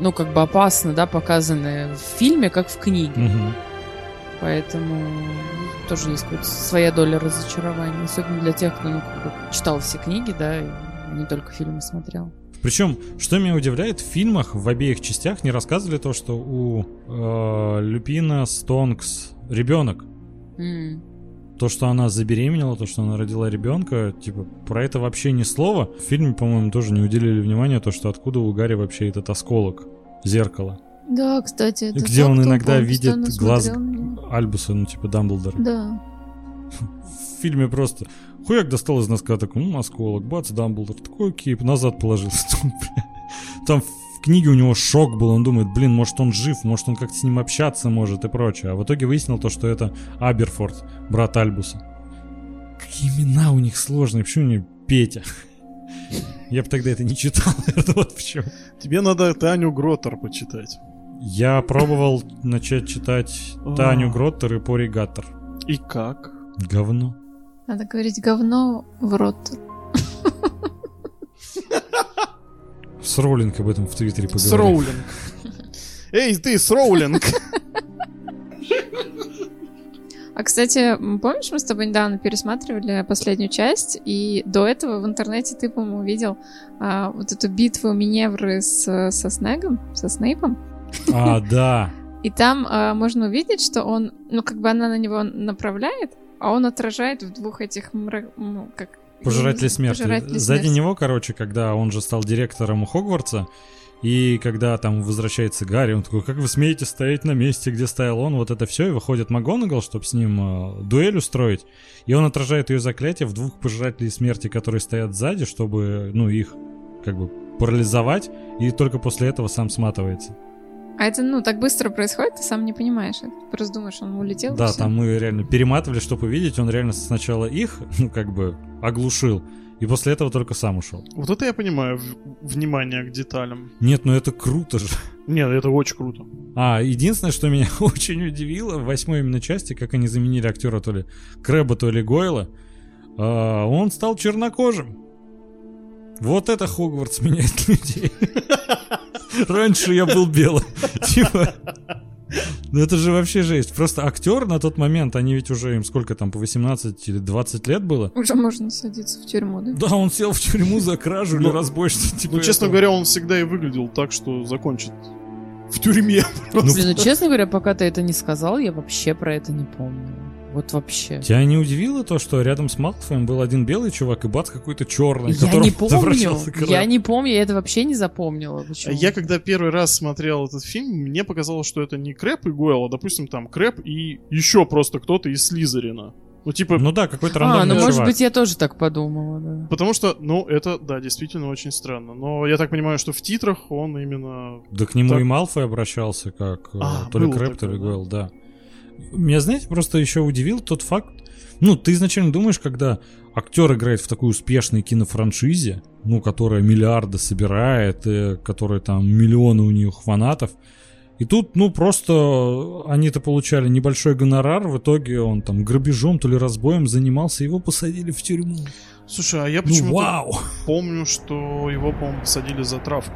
ну, как бы опасно, да, показаны в фильме, как в книге.
Мгм.
Поэтому тоже есть какая-то своя доля разочарования. Особенно для тех, кто, ну, как бы читал все книги, да, и не только фильмы смотрел.
Причем, что меня удивляет, в фильмах в обеих частях не рассказывали то, что у Люпина Стонкс ребенок.
М.
То, что она забеременела, то, что она родила ребенка, типа, про это вообще ни слова. В фильме, по-моему, тоже не уделили внимания, то, что откуда у Гарри вообще этот осколок, зеркало.
Да, кстати, это
Где он
факт,
иногда
по-моему,
видит
постоянно
глаз
смотрел на него.
Альбуса, ну, типа Дамблдора.
Да.
В фильме просто хуяк достал из носка, такой, осколок, бац, Дамблдор, такой, окей, назад положил. Там в книге у него шок был, он думает, блин, может он жив, может он как-то с ним общаться может и прочее. А в итоге выяснил то, что это Аберфорд, брат Альбуса. Какие имена у них сложные, почему не Петя? Я бы тогда это не читал, наверное, вот почему.
Тебе надо Таню Гроттер почитать.
Я пробовал начать читать Таню Гроттер и Пори Гаттер.
И как?
Говно.
Надо говорить говно в рот.
С Роулинг об этом в Твиттере поговорили.
С Роулинг. Эй, ты, с Роулинг!
А, кстати, помнишь, мы с тобой недавно пересматривали последнюю часть, и до этого в интернете ты, по-моему, видел вот эту битву Миневры со Снегом, со Снейпом.
А, да.
И там можно увидеть, что он, ну, как бы она на него направляет, а он отражает в двух этих, как...
Пожиратели смерти.
Пожиратели
Сзади
смерти.
него, короче, когда он же стал директором Хогвартса, и когда там возвращается Гарри, он такой, как вы смеете стоять на месте, где стоял он, вот это все, и выходит МакГонагал, чтобы с ним дуэль устроить, и он отражает ее заклятие в двух пожирателей смерти, которые стоят сзади, чтобы, ну, их как бы парализовать, и только после этого сам сматывается.
А это, ну, так быстро происходит, ты сам не понимаешь. Ты просто думаешь, он улетел.
Да,
и всё.
там мы реально перематывали, чтобы увидеть, он реально сначала их, ну, как бы, оглушил, и после этого только сам ушел.
Вот это я понимаю, внимание к деталям.
Нет, ну это круто же.
Нет, это очень круто.
Единственное, что меня очень удивило в 8-й именно части, как они заменили актера то ли Крэба, то ли Гойла, он стал чернокожим. Вот это Хогвартс меняет людей. Раньше я был белым. Типа... Ну это же вообще жесть. Просто актер на тот момент, они ведь уже им сколько там, по 18 или 20 лет было?
Уже можно садиться в тюрьму, да?
Да, он сел в тюрьму за кражу или разбойство. Типа
Ну, честно
этого.
говоря, он всегда и выглядел так, что закончит в тюрьме.
Блин, ну честно говоря, пока ты это не сказал, я вообще про это не помню. Вот вообще.
Тебя не удивило то, что рядом с Малфоем был один белый чувак и бац какой-то черный,
Я
которому
не помню,
возвращался Крэб?
я не помню, я это вообще не запомнила. Почему?
Я когда первый раз смотрел этот фильм, мне показалось, что это не Крэб и Гойл, а, допустим, там Крэб и еще просто кто-то из Слизерина. Ну, типа...
Ну да, какой-то
ну
рандомный чувак.
может быть, я тоже так подумала, да.
Потому что, ну, это, да, действительно очень странно. Но я так понимаю, что в титрах он именно...
Да к нему
Так.
и Малфой обращался, как то ли
было
Крэб, то
такое,
ли
да?
Гойл, да. Меня, знаете, просто еще удивил тот факт, ну, ты изначально думаешь, когда актер играет в такой успешной кинофраншизе, ну, которая миллиарды собирает, которая там миллионы у них фанатов, и тут, ну, просто они-то получали небольшой гонорар, в итоге он там грабежом, то ли разбоем занимался, его посадили в тюрьму.
Слушай, а я
Ну,
почему-то
вау!
помню, что его, по-моему, посадили за травку.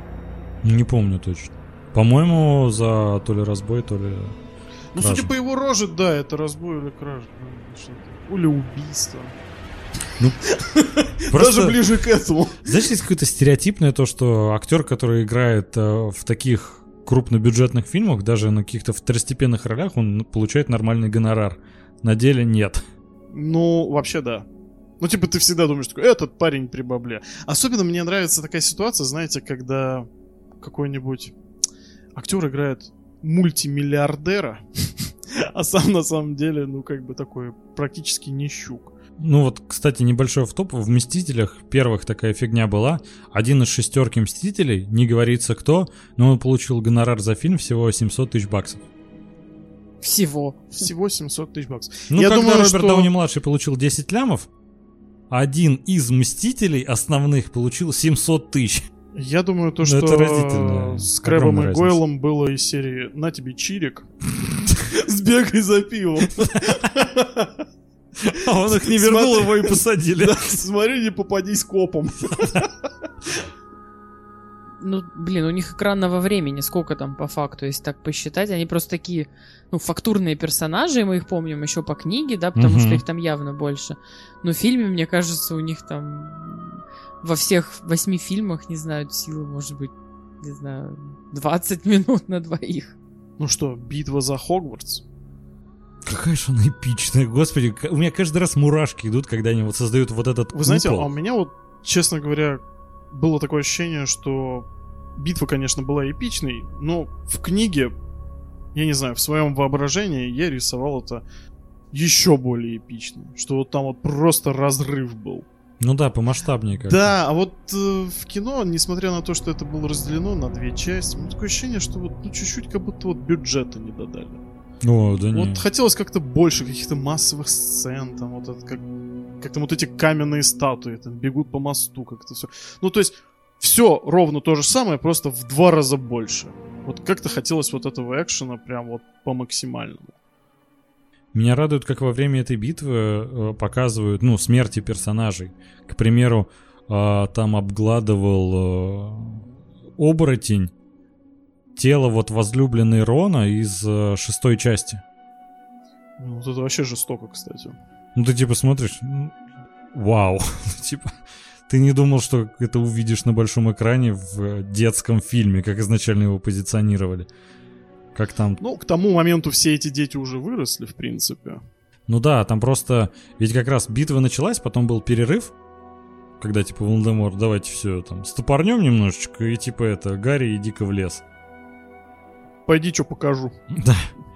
Не помню точно. По-моему, за то ли разбой, то ли...
Ну,
Кража.
судя по его роже, да, это разбой или кража. Что-то. Или убийство.
Ну,
Даже
просто...
ближе к этому.
Знаешь, есть какое-то стереотипное то, что актер, который играет в таких крупнобюджетных фильмах, даже на каких-то второстепенных ролях, он получает нормальный гонорар. На деле нет.
Ну, вообще, да. Ну, типа, ты всегда думаешь, такой, этот парень при бабле. Особенно мне нравится такая ситуация, знаете, когда какой-нибудь актер играет мультимиллиардера, а сам на самом деле, ну, как бы такой практически нищук.
Ну вот, кстати, небольшой автоп. В «Мстителях» первых такая фигня была. Один из 6 Мстителей, не говорится кто, но он получил гонорар за фильм всего 700 тысяч баксов.
Всего.
Всего 700 тысяч баксов.
Ну,
Я
когда
думаю,
Роберт
что-
Дауни-младший получил 10 лямов, один из Мстителей основных получил 700 тысяч.
Я думаю, то,
Ну,
что
это разительно.
с Крэбом и
Огромная разница.
Гойлом было из серии «На тебе чирик, сбегай за пивом».
А он их не вернул,
Смотри.
его и посадили.
Да, смотри, не попадись копом.
Ну, блин, у них экранного времени сколько там по факту, если так посчитать. Они просто такие, ну, фактурные персонажи, и мы их помним еще по книге, да, потому что их там явно больше. Но в фильме, мне кажется, у них там во всех 8 фильмах, не знаю, силы, может быть, не знаю, 20 минут на двоих.
Ну что, битва за Хогвартс?
Какая же она эпичная, господи. У меня каждый раз мурашки идут, когда они вот создают вот этот
Вы знаете,
купол.
а у меня вот, честно говоря, было такое ощущение, что битва, конечно, была эпичной, но в книге, я не знаю, в своем воображении я рисовал это еще более эпично. Что вот там вот просто разрыв был.
Ну да, помасштабнее как-то.
Да, а вот в кино, несмотря на то, что это было разделено на 2 части, у меня такое ощущение, что вот ну, чуть-чуть как будто вот бюджета не додали.
О, да
Вот
не.
хотелось как-то больше каких-то массовых сцен, там вот это как там вот эти каменные статуи там бегут по мосту, как-то все. Ну то есть все ровно то же самое, просто в 2 раза больше. Вот как-то хотелось вот этого экшена прям вот по максимальному.
Меня радует, как во время этой битвы показывают, ну, смерти персонажей. К примеру, там обгладывал оборотень тело вот возлюбленной Рона из 6 части.
Ну, вот это вообще жестоко, кстати.
Ну, ты типа смотришь, вау, типа, ты не думал, что это увидишь на большом экране в детском фильме, как изначально его позиционировали. Как там...
Ну, к тому моменту все эти дети уже выросли, в принципе.
Ну да, там просто... Ведь как раз битва началась, потом был перерыв, когда типа Волан-де-Морт, давайте все там стопорнем немножечко, и типа это, Гарри, иди-ка в лес.
Пойди, что покажу.
Да.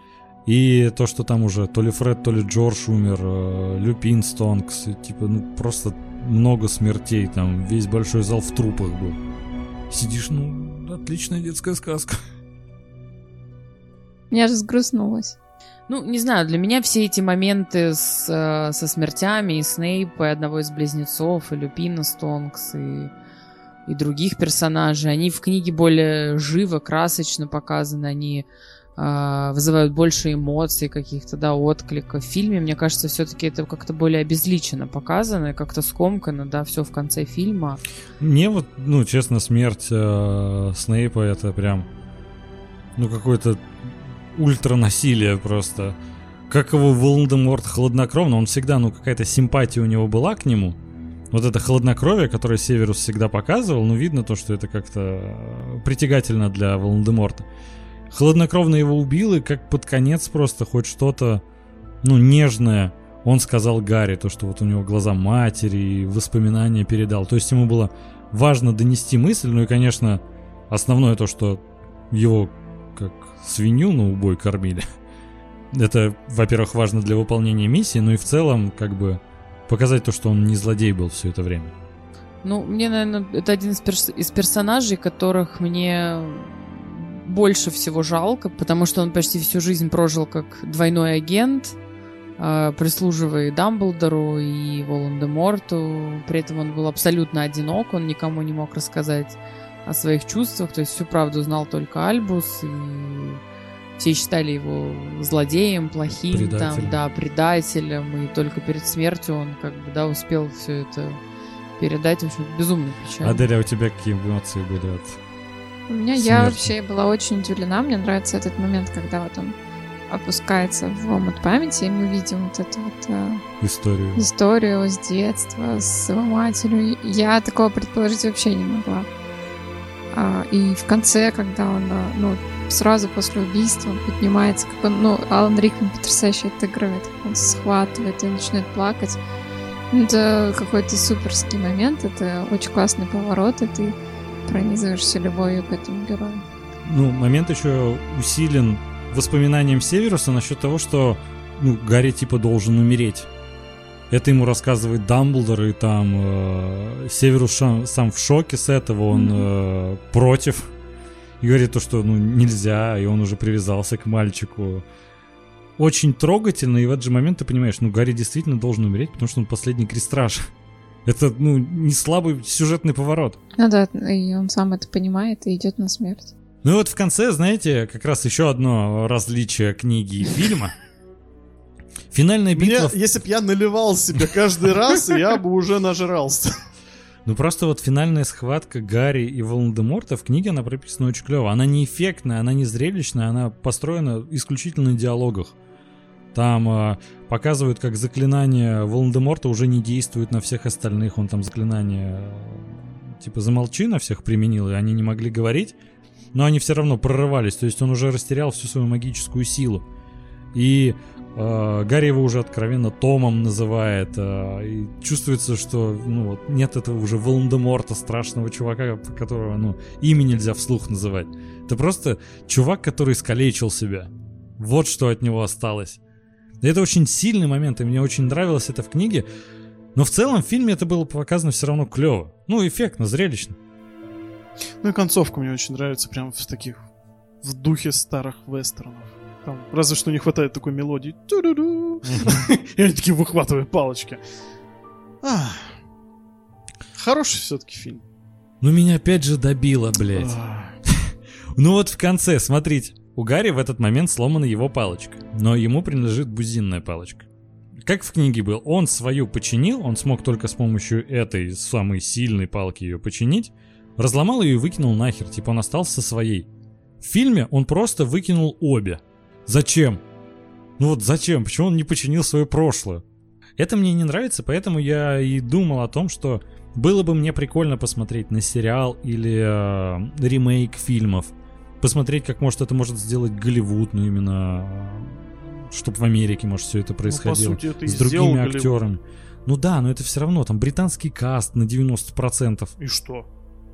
И то, что там уже то ли Фред, то ли Джордж умер, Люпин, Стонкс, и, типа, ну просто много смертей, там весь большой зал в трупах был. Сидишь, ну, отличная детская сказка.
Я же сгрустнулась.
Ну, не знаю, для меня все эти моменты со смертями и Снейпа, и одного из близнецов, и Люпина Стонкс, и других персонажей, они в книге более живо, красочно показаны, они вызывают больше эмоций каких-то, да, отклика. В фильме, мне кажется, все-таки это как-то более обезличенно показано, как-то скомкано, да, все в конце фильма.
Мне вот, ну, честно, смерть Снейпа это прям, ну, какой-то ультранасилие просто. Как его Волан-де-Морт хладнокровно, он всегда, ну, какая-то симпатия у него была к нему. Вот это хладнокровие, которое Северус всегда показывал, ну, видно то, что это как-то притягательно для Волан-де-Морта. Хладнокровно его убил, и как под конец просто хоть что-то, ну, нежное он сказал Гарри, то, что вот у него глаза матери и воспоминания передал. То есть ему было важно донести мысль, ну и, конечно, основное то, что его как свинью на убой кормили. Это, во-первых, важно для выполнения миссии, но и в целом, как бы, показать то, что он не злодей был все это время.
Ну, мне, наверное, это один из персонажей, которых мне больше всего жалко, потому что он почти всю жизнь прожил как двойной агент, прислуживая и Дамблдору, и Волан-де-Морту. При этом он был абсолютно одинок, он никому не мог рассказать о своих чувствах, то есть всю правду знал только Альбус, и все считали его злодеем, плохим,
предателем.
там, да, предателем, и только перед смертью он как бы, да, успел все это передать, в общем, безумно печально.
Аделя, у тебя какие эмоции были от
У меня
смерти?
Я вообще была очень удивлена. Мне нравится этот момент, когда вот он опускается в омут памяти, и мы видим вот эту вот историю с детства, с его матерью. Я такого предположить вообще не могла. И в конце, когда он, ну, сразу после убийства он поднимается, как он, ну, Алан Рикман потрясающе отыгрывает, он схватывает и начинает плакать. Это какой-то суперский момент, это очень классный поворот, и ты пронизываешься любовью к этому герою.
Ну, момент еще усилен воспоминанием Северуса насчет того, что, ну, Гарри типа должен умереть. Это ему рассказывает Дамблдор, и там Северус сам в шоке с этого, он против. И говорит то, что, ну, нельзя, и он уже привязался к мальчику. Очень трогательно, и в этот же момент ты понимаешь, ну, Гарри действительно должен умереть, потому что он последний Крестраж. Это, ну, не слабый сюжетный поворот.
Ну да, и он сам это понимает и идет на смерть.
Ну и вот в конце, знаете, как раз еще одно различие книги и фильма. Финальная битва...
Если бы я наливал себе каждый раз, я бы уже нажрался.
Ну просто вот финальная схватка Гарри и Волан-де-Морта в книге, она прописана очень клево. Она не эффектная, она не зрелищная, она построена исключительно на диалогах. Там показывают, как заклинание Волан-де-Морта уже не действует на всех остальных. Он там заклинание типа замолчи на всех применил, и они не могли говорить, но они все равно прорывались. То есть он уже растерял всю свою магическую силу. И Гарри его уже откровенно Томом называет. И чувствуется, что нет этого уже Волан-де-Морта, страшного чувака, которого имя нельзя вслух называть. Это просто чувак, который искалечил себя. Вот что от него осталось. И это очень сильный момент, и мне очень нравилось это в книге. Но в целом в фильме это было показано все равно клево. Эффектно, зрелищно.
Ну и концовка мне очень нравится, прям в духе старых вестернов. Там, разве что не хватает такой мелодии. И они такие выхватывают палочки. Хороший все-таки фильм.
Меня опять же добило, блядь. Вот в конце, смотрите. У Гарри в этот момент сломана его палочка. Но ему принадлежит бузинная палочка. Как в книге был, он свою починил. Он смог только с помощью этой самой сильной палки ее починить. Разломал ее и выкинул нахер. Типа он остался со своей. В фильме он просто выкинул обе. Зачем? Зачем? Почему он не починил свою прошлую? Это мне не нравится, поэтому я и думал о том, что было бы мне прикольно посмотреть на сериал или ремейк фильмов. Посмотреть, как это может сделать Голливуд, именно чтобы в Америке, может, все это происходило.
По сути, это
с другими актерами. Но это все равно, там британский каст на 90%.
И что?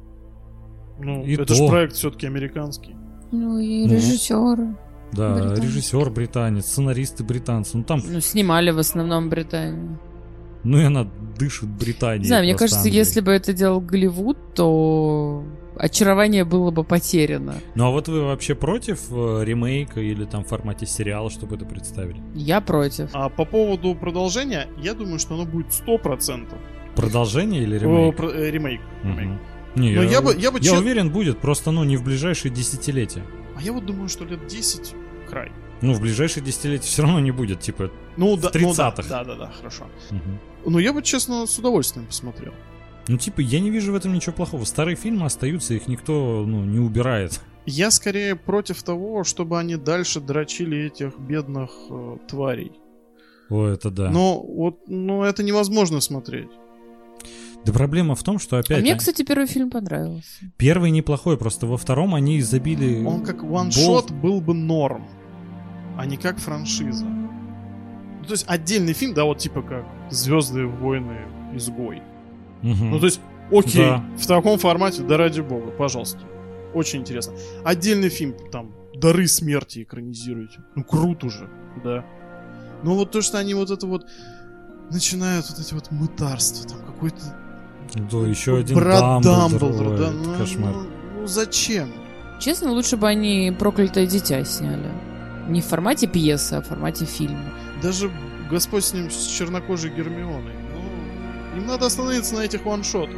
И
это же проект все-таки американский.
И режиссеры.
Да,
британцы.
Режиссер британец, сценаристы британцы.
Снимали в основном Британию.
И она дышит Британией.
Не знаю, мне кажется,
Англией.
если бы это делал Голливуд, то очарование было бы потеряно.
А вот вы вообще против ремейка или там в формате сериала, чтобы это представили?
Я против.
А по поводу продолжения, я думаю, что оно будет 100%.
Продолжение или ремейк?
Ремейк.
Не,
Но я
уверен, будет, просто не в ближайшие десятилетия.
А я думаю, что лет 10 край.
В ближайшие десятилетия все равно не будет, типа в 30-х.
Да, хорошо. Но я бы, честно, с удовольствием посмотрел.
Я не вижу в этом ничего плохого. Старые фильмы остаются, их никто, не убирает.
Я скорее против того, чтобы они дальше дрочили этих бедных тварей.
Это да.
Но это невозможно смотреть.
Да проблема в том, что опять...
мне, кстати, первый фильм понравился.
Первый неплохой, просто во втором они забили...
Он как ваншот был бы норм, а не как франшиза. То есть отдельный фильм, да, типа как «Звезды, войны, изгой». То есть, окей, да. В таком формате, да ради бога, пожалуйста. Очень интересно. Отдельный фильм, там, «Дары смерти» экранизируете. Круто же, да. Но то, что они начинают эти мытарства, там, какой-то...
Да, еще один
брат
Дамблдор,
да,
кошмар.
Зачем?
Честно, лучше бы они «Проклятое дитя» сняли. Не в формате пьесы, а в формате фильма.
Даже Господь с ним, с чернокожей Гермионой. Им надо остановиться на этих ваншотах.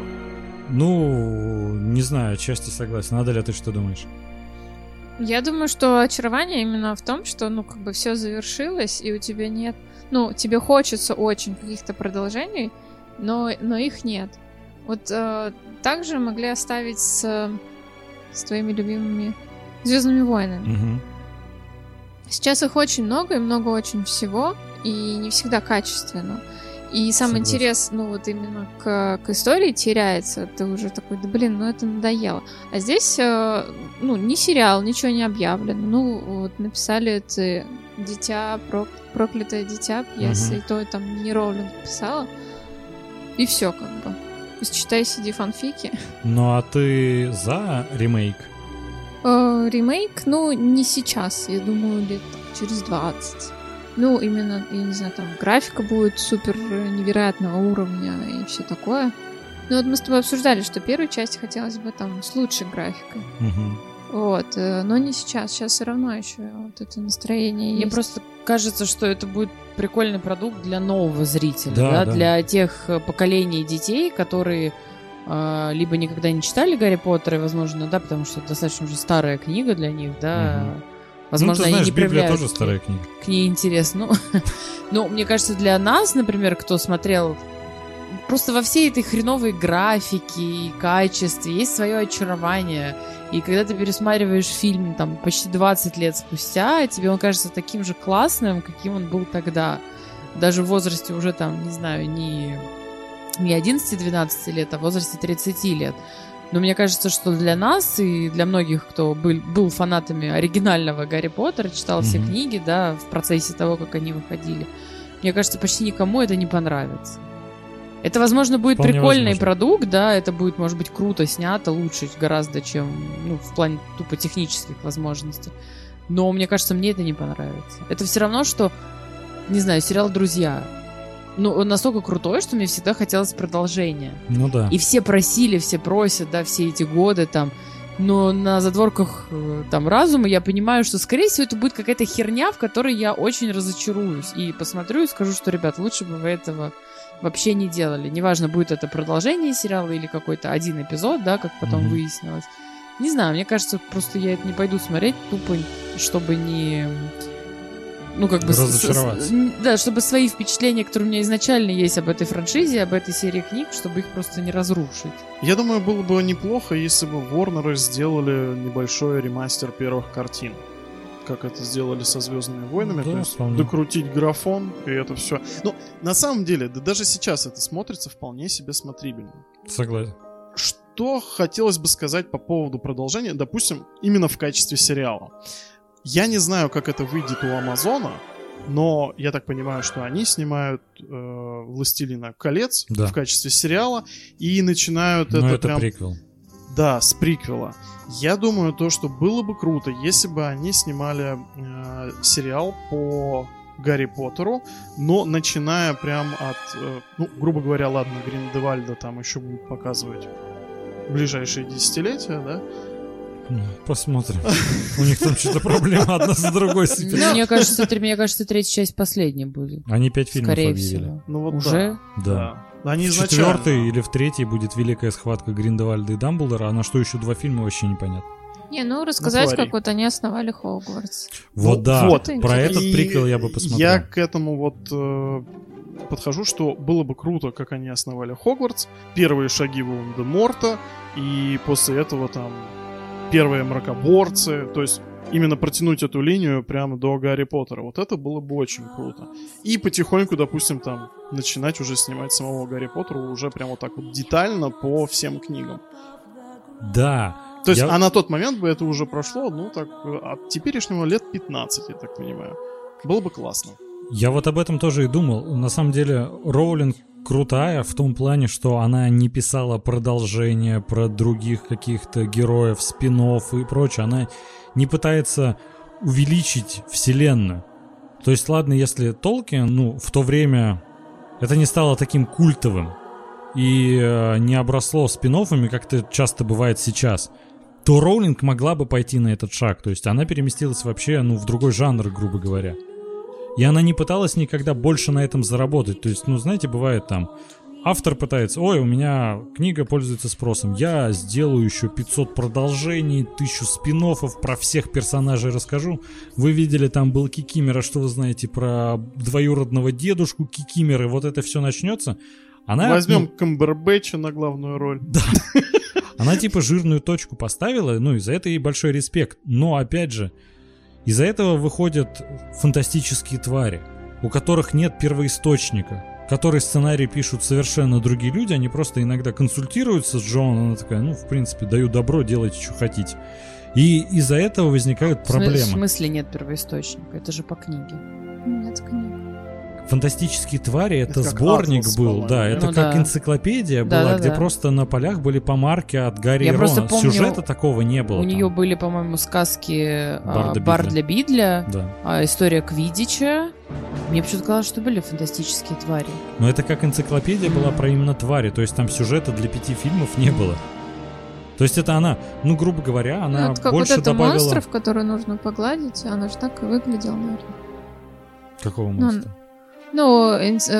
Не знаю, отчасти согласен. Аделя, ты что думаешь?
Я думаю, что очарование именно в том, что, все завершилось, и у тебя нет... тебе хочется очень каких-то продолжений, но их нет. Также могли оставить с твоими любимыми «Звездными войнами».
Угу.
Сейчас их очень много, и много очень всего, и не всегда качественно. И самый интерес, именно к истории теряется. Ты уже такой, это надоело. А здесь, ни сериал, ничего не объявлено. Написали это «Проклятое дитя» пьесы, и то там не Роулинг писала. И все То есть читай, сиди фанфики.
А ты за ремейк?
Ремейк, не сейчас. Я думаю, лет через 20. Именно, я не знаю, там графика будет супер невероятного уровня и все такое. Мы с тобой обсуждали, что первую часть хотелось бы там с лучшей графикой. Но не сейчас. Сейчас все равно еще это настроение есть.
Мне просто кажется, что это будет прикольный продукт для нового зрителя,
да.
Для тех поколений детей, которые либо никогда не читали Гарри Поттера, возможно, потому что это достаточно уже старая книга для них, Возможно,
ты знаешь,
они не проявляют
Библия тоже старая книга.
К ней интерес. Мне кажется, для нас, например, кто смотрел просто во всей этой хреновой графике и качестве есть свое очарование. И когда ты пересматриваешь фильм там почти 20 лет спустя, тебе он кажется таким же классным, каким он был тогда. Даже в возрасте уже там, не знаю, не 11-12 лет, а в возрасте 30 лет. Но мне кажется, что для нас и для многих, кто был фанатами оригинального Гарри Поттера, читал все книги, да, в процессе того, как они выходили, мне кажется, почти никому это не понравится. Это, возможно, будет
Вполне
прикольный
возможно.
продукт, да, это будет, может быть, круто снято, лучше гораздо, чем, ну, в плане тупо технических возможностей. Но, мне кажется, мне это не понравится. Это все равно, что, не знаю, сериал «Друзья». Ну, он настолько крутой, что мне всегда хотелось продолжения.
Ну да.
И все просили, все просят, да, все эти годы там. Но на задворках там разума я понимаю, что, скорее всего, это будет какая-то херня, в которой я очень разочаруюсь. И посмотрю и скажу, что, ребят, лучше бы вы этого вообще не делали. Неважно, будет это продолжение сериала или какой-то один эпизод, да, как потом выяснилось. Не знаю, мне кажется, просто я это не пойду смотреть тупо, чтобы не... Ну, как бы...
Разочароваться.
Да, чтобы свои впечатления, которые у меня изначально есть об этой франшизе, об этой серии книг, чтобы их просто не разрушить.
Я думаю, было бы неплохо, если бы Warner сделали небольшой ремастер первых картин. Как это сделали со «Звездными войнами».
Да,
То есть
вполне.
докрутить графон, и это все. Ну, на самом деле, да даже сейчас это смотрится вполне себе смотрибельно.
Согласен.
Что хотелось бы сказать по поводу продолжения, допустим, именно в качестве сериала. Я не знаю, как это выйдет у Амазона, но я так понимаю, что они снимают «Властелина колец»
Да.
в качестве сериала и начинают
Но
это
это
прям...
приквел.
Да, с приквела. Я думаю, то, что было бы круто, если бы они снимали сериал по Гарри Поттеру, но начиная прям от, ну, грубо говоря, ладно, Гриндевальда там еще будут показывать в ближайшие десятилетия, да?
Посмотрим. У них там что-то проблема одна за другой сыпется.
Мне кажется, третья часть последней будет.
Они 5 фильмов
Скорее
объявили.
всего.
Ну вот
Уже?
Да.
Они
В
изначально...
4-й или в 3-й будет великая схватка Гриндевальда и Дамблдора, а на что еще 2 фильма вообще непонятно.
Не, ну рассказать,
Натвори.
как вот они основали Хогвартс.
Вот да,
вот.
про этот
И
приквел я бы посмотрел.
Я к этому вот подхожу, что было бы круто, как они основали Хогвартс, первые шаги Волан-де-Морта, и после этого там первые мракоборцы, то есть именно протянуть эту линию прямо до Гарри Поттера. Вот это было бы очень круто. И потихоньку, допустим, там начинать уже снимать самого Гарри Поттера уже прямо вот так вот детально по всем книгам.
Да.
То есть,
Я-
а на тот момент бы это уже прошло, ну так, от теперешнего лет 15, я так понимаю. Было бы классно.
Я вот об этом тоже и думал. На самом деле, Роулинг крутая в том плане, что она не писала продолжение про других каких-то героев, спин-офф и прочее. Она не пытается увеличить вселенную. То есть, ладно, если Толкин, ну, в то время это не стало таким культовым и не обросло спин-оффами, как это часто бывает сейчас, то Роулинг могла бы пойти на этот шаг. То есть она переместилась вообще, ну, в другой жанр, грубо говоря. И она не пыталась никогда больше на этом заработать. То есть, ну, знаете, бывает там, автор пытается, ой, у меня книга пользуется спросом, я сделаю еще 500 продолжений, 1000 спин-оффов, про всех персонажей расскажу. Вы видели, там был Кикимер, а что вы знаете про двоюродного дедушку Кикимера, вот это все начнется. Она,
Возьмем
ну,
Камбербэтча на главную роль.
да. Она типа жирную точку поставила, ну и за это ей большой респект. Но опять же, из-за этого выходят фантастические твари, у которых нет первоисточника, которые сценарий пишут совершенно другие люди, они просто иногда консультируются с Джоан, она такая, ну, в принципе, даю добро, делайте, что хотите. И из-за этого возникают
В
проблемы.
смысле нет первоисточника? Это же по книге.
Нет, книга.
Фантастические твари это
Это как
сборник
Атлас,
был,
по-моему.
да, это
Ну
как
да.
энциклопедия была,
Да-да-да.
где просто на полях были помарки от Гарри
Я
и
просто
Рона.
помню,
Сюжета такого не было.
У
там.
нее были, по-моему, сказки
Барда
Бардля Бидля,
Да.
история Квиддича. Мне почему-то казалось, что были фантастические твари.
Но это как энциклопедия была про именно твари, то есть там сюжета для 5 фильмов не было. То есть это она, ну, грубо говоря, она
Ну, это как
больше
вот это
добавила...
монстров, которые нужно погладить, она же так и выглядела, наверное.
Какого
Ну,
монстра?
Ну,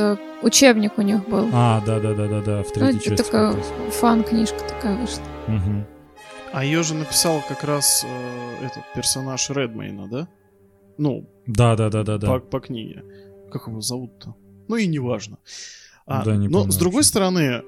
учебник у них был.
А, да, в
Ну,
третьей
это
части.
такая
как раз.
фан-книжка такая вышла.
Мгм.
А ее же написал как раз этот персонаж Редмейна, да? Ну,
Да.
по книге. Как его зовут-то? Ну и неважно.
Да, не
но
помню
с другой
вообще.
стороны,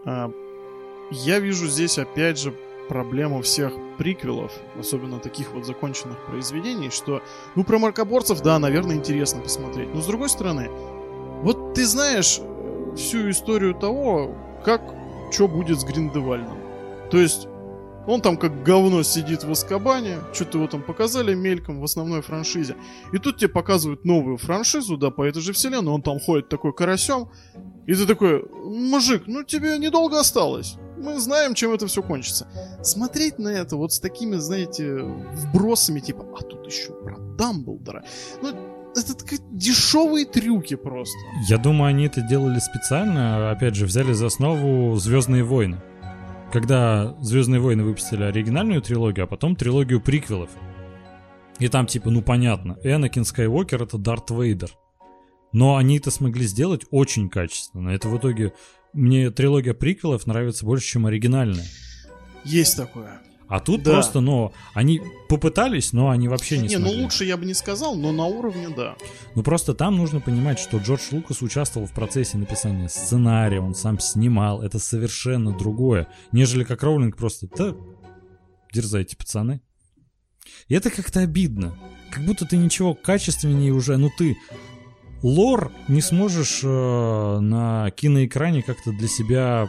я вижу здесь опять же проблему всех приквелов, особенно таких вот законченных произведений, что, ну, про мракоборцев, да, наверное, интересно посмотреть. Но с другой стороны, вот ты знаешь всю историю того, как, что будет с Гриндевальдом. То есть, он там как говно сидит в Азкабане, что-то его там показали мельком в основной франшизе. И тут тебе показывают новую франшизу, да, по этой же вселенной, он там ходит такой карасем, и ты такой: мужик, ну тебе недолго осталось. Мы знаем, чем это все кончится. Смотреть на это вот с такими, знаете, вбросами, типа, а тут еще про Дамблдора. Ну, это дешевые трюки просто.
Я думаю, они это делали специально. Опять же, взяли за основу «Звездные войны». Когда «Звездные войны» выпустили оригинальную трилогию, а потом трилогию приквелов. И там типа, ну понятно, Энакин Скайуокер — это Дарт Вейдер. Но они это смогли сделать очень качественно. Это в итоге... Мне трилогия приквелов нравится больше, чем оригинальная.
Есть такое.
А тут
Да.
просто, ну, они попытались, но они вообще не
Не,
смогли.
ну лучше я бы не сказал, но на уровне да.
Ну просто там нужно понимать, что Джордж Лукас участвовал в процессе написания сценария, он сам снимал. Это совершенно другое, нежели как Роулинг просто: да, дерзайте, пацаны. И это как-то обидно. Как будто ты ничего качественнее уже, ну ты... Лор не сможешь на киноэкране как-то для себя,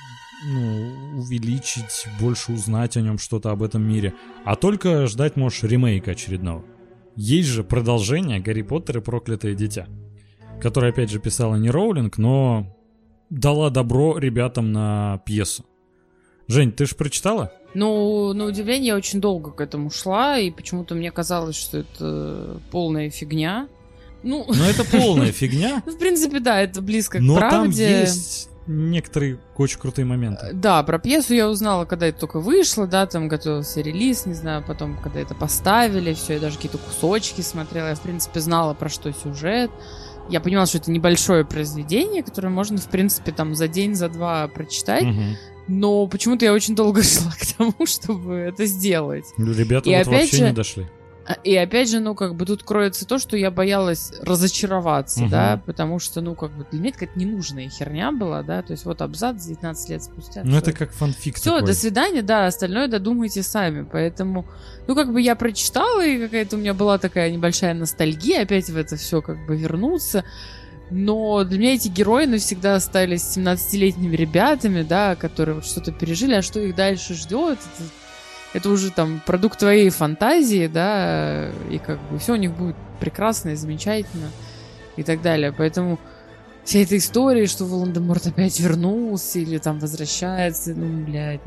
ну, увеличить, больше узнать о нем что-то об этом мире. А только ждать можешь ремейка очередного. Есть же продолжение «Гарри Поттер и проклятое дитя», которое, опять же, писала не Роулинг, но дала добро ребятам на пьесу. Жень, ты же прочитала?
Ну, на удивление, я очень долго к этому шла, и почему-то мне казалось, что это полная фигня. Ну,
это полная фигня.
в принципе, да, это близко к
Но
правде.
там есть некоторые очень крутые моменты.
Да, про пьесу я узнала, когда это только вышло, да, там готовился релиз, не знаю, потом, когда это поставили, все, я даже какие-то кусочки смотрела, я, в принципе, знала, про что сюжет. Я понимала, что это небольшое произведение, которое можно, в принципе, там за день, за два прочитать, но почему-то я очень долго шла к тому, чтобы это сделать.
Ребята
И
вот
опять
вообще
же,
не дошли.
И опять же, ну, как бы тут кроется то, что я боялась разочароваться, да, потому что, ну, как бы для меня это какая-то ненужная херня была, да, то есть вот абзац 19 лет спустя.
Ну, это как фанфик
Все,
такой.
до свидания, да, остальное додумайте сами, поэтому, ну, как бы я прочитала, и какая-то у меня была такая небольшая ностальгия опять в это все как бы вернуться, но для меня эти герои навсегда остались 17-летними ребятами, да, которые вот что-то пережили, а что их дальше ждет, это уже там продукт твоей фантазии, да, и как бы все у них будет прекрасно и замечательно и так далее. Поэтому вся эта история, что Волан-де-Морт опять вернулся или там возвращается, ну, блядь,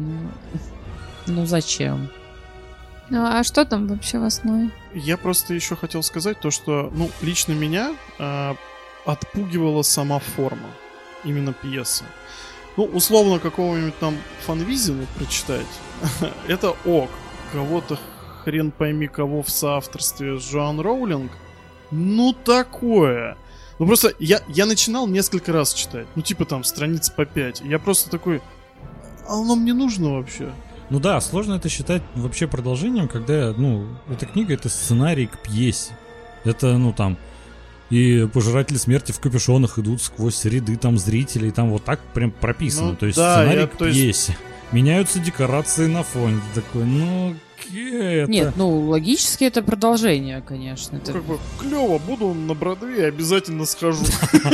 ну зачем?
Ну, а что там вообще в основе?
Я просто еще хотел сказать то, что, ну, лично меня отпугивала сама форма именно пьесы. Ну, условно, какого-нибудь там фанвизина прочитать, это ок. Кого-то хрен пойми кого в соавторстве с Джоан Роулинг, ну такое. Ну просто я начинал несколько раз читать, ну типа там страниц по 5. Я просто такой: а оно мне нужно вообще?
Ну да, сложно это считать вообще продолжением, когда, ну, эта книга — это сценарий к пьесе. Это, ну, там, и пожиратели смерти в капюшонах идут сквозь ряды там зрителей, там вот так прям прописано.
Ну,
то есть
да,
сценарий к
то есть-
пьесе. Меняются декорации на фоне. Ты такой, ну, это...
Нет, ну логически это продолжение, конечно.
Ну,
Это...
как бы клево, буду на Бродвее, обязательно схожу.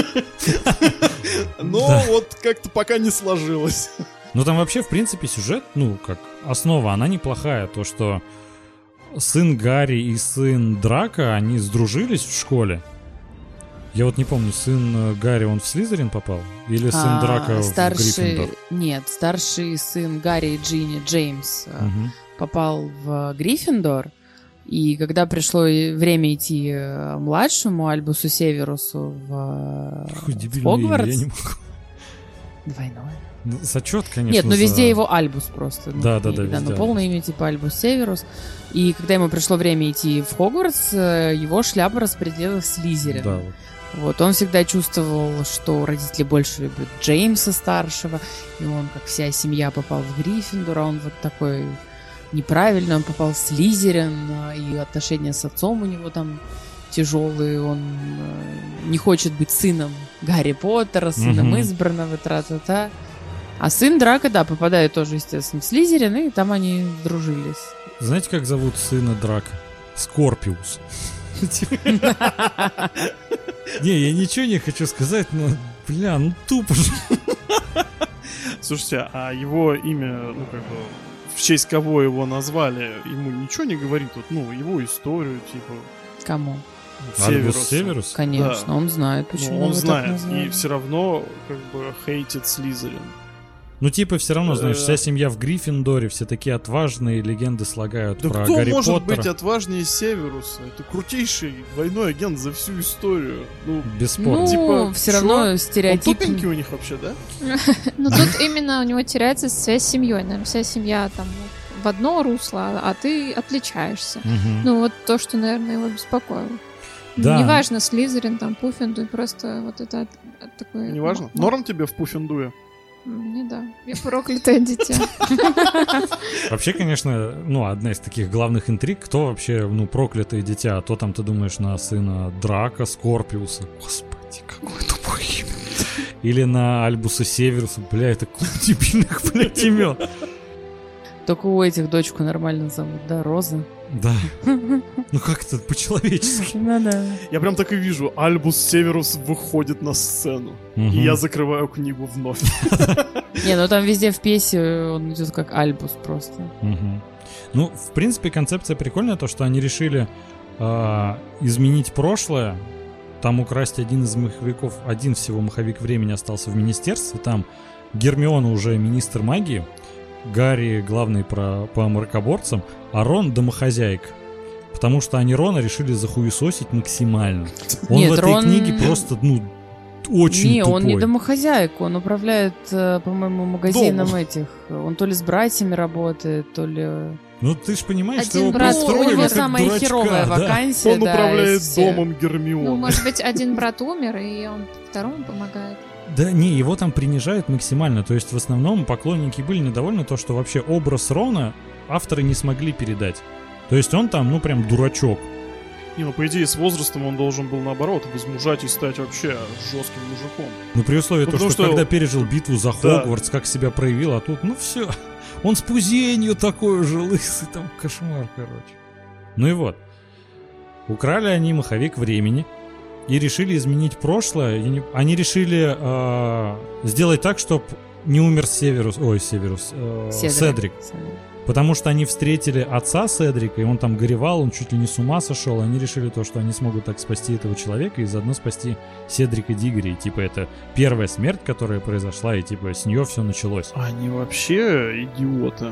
Но вот как-то пока не сложилось.
Ну там вообще, в принципе, сюжет, ну, как основа, она неплохая. То, что сын Гарри и сын Драко, они сдружились в школе. Я вот не помню, сын Гарри, он в Слизерин попал? Или сын Драко в Гриффиндор?
Нет, старший сын Гарри и Джинни, Джеймс,
Мгм.
попал в Гриффиндор. И когда пришло время идти младшему Альбусу Северусу
Какое
в
дебильное имя,
Хогвартс...
я не могу.
Двойное.
Ну, зачет, конечно.
Нет, но
за-
везде его Альбус просто. ну,
Да,
в
да,
книге,
да,
но
везде
полное
Альбус.
имя типа Альбус Северус. И когда ему пришло время идти в Хогвартс, его шляпа распределилась в Слизерин.
Да, вот.
Вот, он всегда чувствовал, что родители больше любят Джеймса старшего, и он, как вся семья, попал в Гриффиндор, а он вот такой неправильный, он попал в Слизерин, и отношения с отцом у него там тяжелый, он не хочет быть сыном Гарри Поттера, сыном избранного, тра-та-та. А сын Драко, да, попадает тоже, естественно, в Слизерин, и там они дружились.
Знаете, как зовут сына Драко? Скорпиус. Не, я ничего не хочу сказать, но, бля, ну тупо же.
Слушайте, а его имя, ну, как бы, в честь кого его назвали, ему ничего не говорит? Вот, ну, его историю, типа...
Кому?
Альбус Северус?
Конечно,
Да.
он знает, почему
Ну, он
его так
знает,
назвали.
и все равно, как бы, хейтит Слизерин.
Ну, типа, все равно, знаешь, вся семья в Гриффиндоре, все такие отважные, легенды слагают
Да
про
кто
Гарри
может
Поттера.
быть отважнее Северуса? Это крутейший двойной агент за всю историю. Ну,
Бесспорно.
Ну,
типа,
все
чё?
равно
он
стереотип.
тупенький у них вообще, да?
Ну, тут именно у него теряется связь с семьей. Наверное, вся семья там в одно русло, а ты отличаешься.
Мгм.
Ну, вот то, что, наверное, его беспокоило.
Да.
Неважно, Слизерин, там, Пуффиндуй, просто вот это такое...
Неважно.
Ну,
Норм тебе в Пуффиндуе?
не да. Я проклятое дитя.
Вообще, конечно, ну, одна из таких главных интриг, кто вообще, ну, проклятое дитя, а то там ты думаешь на сына Драко, Скорпиуса, господи, какое тупое имя. Или на Альбуса Северуса, бля, это клуб дебильных, блядь, имен.
Только у этих дочку нормально зовут, да, Роза.
Да. Ну как это по-человечески?
Да-да.
Я прям так и вижу. Альбус Северус выходит на сцену.
Мгм.
И я закрываю книгу вновь.
Не, ну там везде в пьесе он идет как Альбус просто.
Мгм. Ну, в принципе, концепция прикольная, то, что они решили изменить прошлое, там украсть один из маховиков, один всего маховик времени остался в министерстве, там Гермиона уже министр магии, Гарри главный по мракоборцам, а Рон домохозяйка. Потому что они Рона решили захуесосить максимально. Он
Нет,
в этой
Рон-
книге просто, ну, очень
Не,
тупой.
он не домохозяйка, он управляет, по-моему, магазином
Домом.
этих. Он то ли с братьями работает, то ли...
Ну, ты ж понимаешь, что
Один
его
брат,
Ну, у
пристроили
него
как
самая
дурачка,
херовая
да.
вакансия,
Он
да,
управляет
из всех.
домом
Ну,
Гермионы.
может быть, один брат умер, и он второму помогает.
Да не, его там принижают максимально. То есть в основном поклонники были недовольны то, что вообще образ Рона авторы не смогли передать. То есть он там, ну прям дурачок.
Не, ну, по идее, с возрастом он должен был, наоборот, возмужать и стать вообще жестким мужиком.
Ну при условии
Ну,
того,
потому
что,
что-
когда пережил битву за
Да.
Хогвартс, как себя проявил, а тут, ну все. Он с пузенью такой же лысый, там кошмар, короче. Ну и вот. Украли они маховик времени и решили изменить прошлое. Они решили сделать так, чтобы не умер Седрик.
Седрик.
Потому что они встретили отца Седрика, и он там горевал, он чуть ли не с ума сошел. Они решили то, что они смогут так спасти этого человека и заодно спасти Седрика Диггори. И, типа, это первая смерть, которая произошла, и типа с нее все началось.
Они вообще идиоты.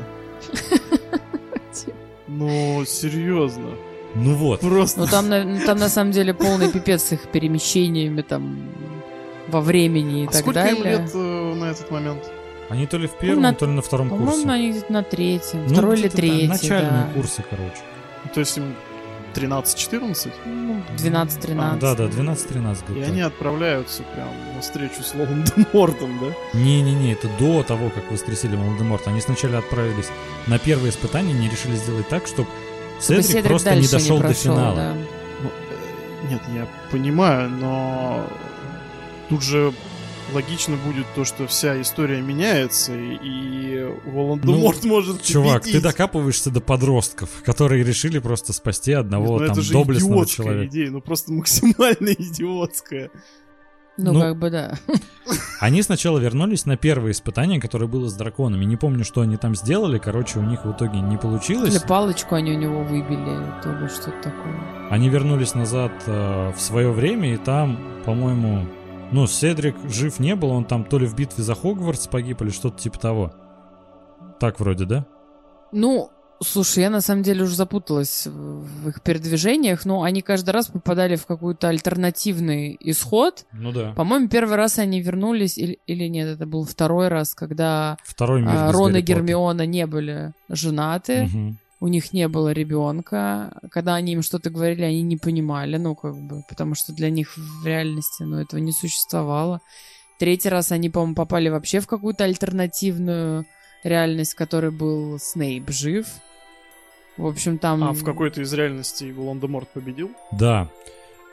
Ну, серьезно.
Ну вот.
Просто...
Ну там на самом деле полный пипец с их перемещениями там во времени и
А
так
сколько
далее.
им лет на этот момент?
Они то ли в первом,
на-
то ли на втором
По-моему,
курсе.
они где-то на третьем,
Ну,
второй или
где-то, да,
третий,
начальные
да.
курсы, короче.
То есть им 13-14?
Ну, 12-13.
Да, 12-13
И
где-то.
они отправляются прям на встречу с Волан-де-Мортом, да?
Не-не-не, это до того, как воскресили Волан-де-Морта. Они сначала отправились на первое испытание, они решили сделать так, чтобы
Чтобы
Седрик просто не
дальше
дошел до
прошел,
финала.
да.
Ну, нет, я понимаю, но тут же логично будет то, что вся история меняется, и Волан-де-Морт может
Чувак, ты
победить.
докапываешься до подростков, которые решили просто спасти одного
Ну,
там
это же
доблестного
идиотская
человека.
идея, ну просто максимально идиотская.
Ну,
Ну,
как бы да.
Они сначала вернулись на первое испытание, которое было с драконами. Не помню, что они там сделали. Короче, у них в итоге не получилось.
Или палочку они у него выбили, то ли что-то такое.
Они вернулись назад в свое время, и там, по-моему, ну, Седрик жив не был, он там то ли в битве за Хогвартс погиб, или что-то типа того. Так вроде, да?
Ну, слушай, я на самом деле уже запуталась в их передвижениях, но они каждый раз попадали в какой-то альтернативный исход.
Ну да.
По-моему, первый раз они вернулись, или нет, это был второй раз, когда
Второй мир без
Рон и
Гарри Поттера.
Гермиона не были женаты,
Мгм.
у них не было ребенка. Когда они им что-то говорили, они не понимали, ну, как бы, потому что для них в реальности, ну, этого не существовало. Третий раз они, по-моему, попали вообще в какую-то альтернативную реальность, в которой был Снейп жив. В общем, там...
А в какой-то из реальностей Волан-де-Морт победил?
Да.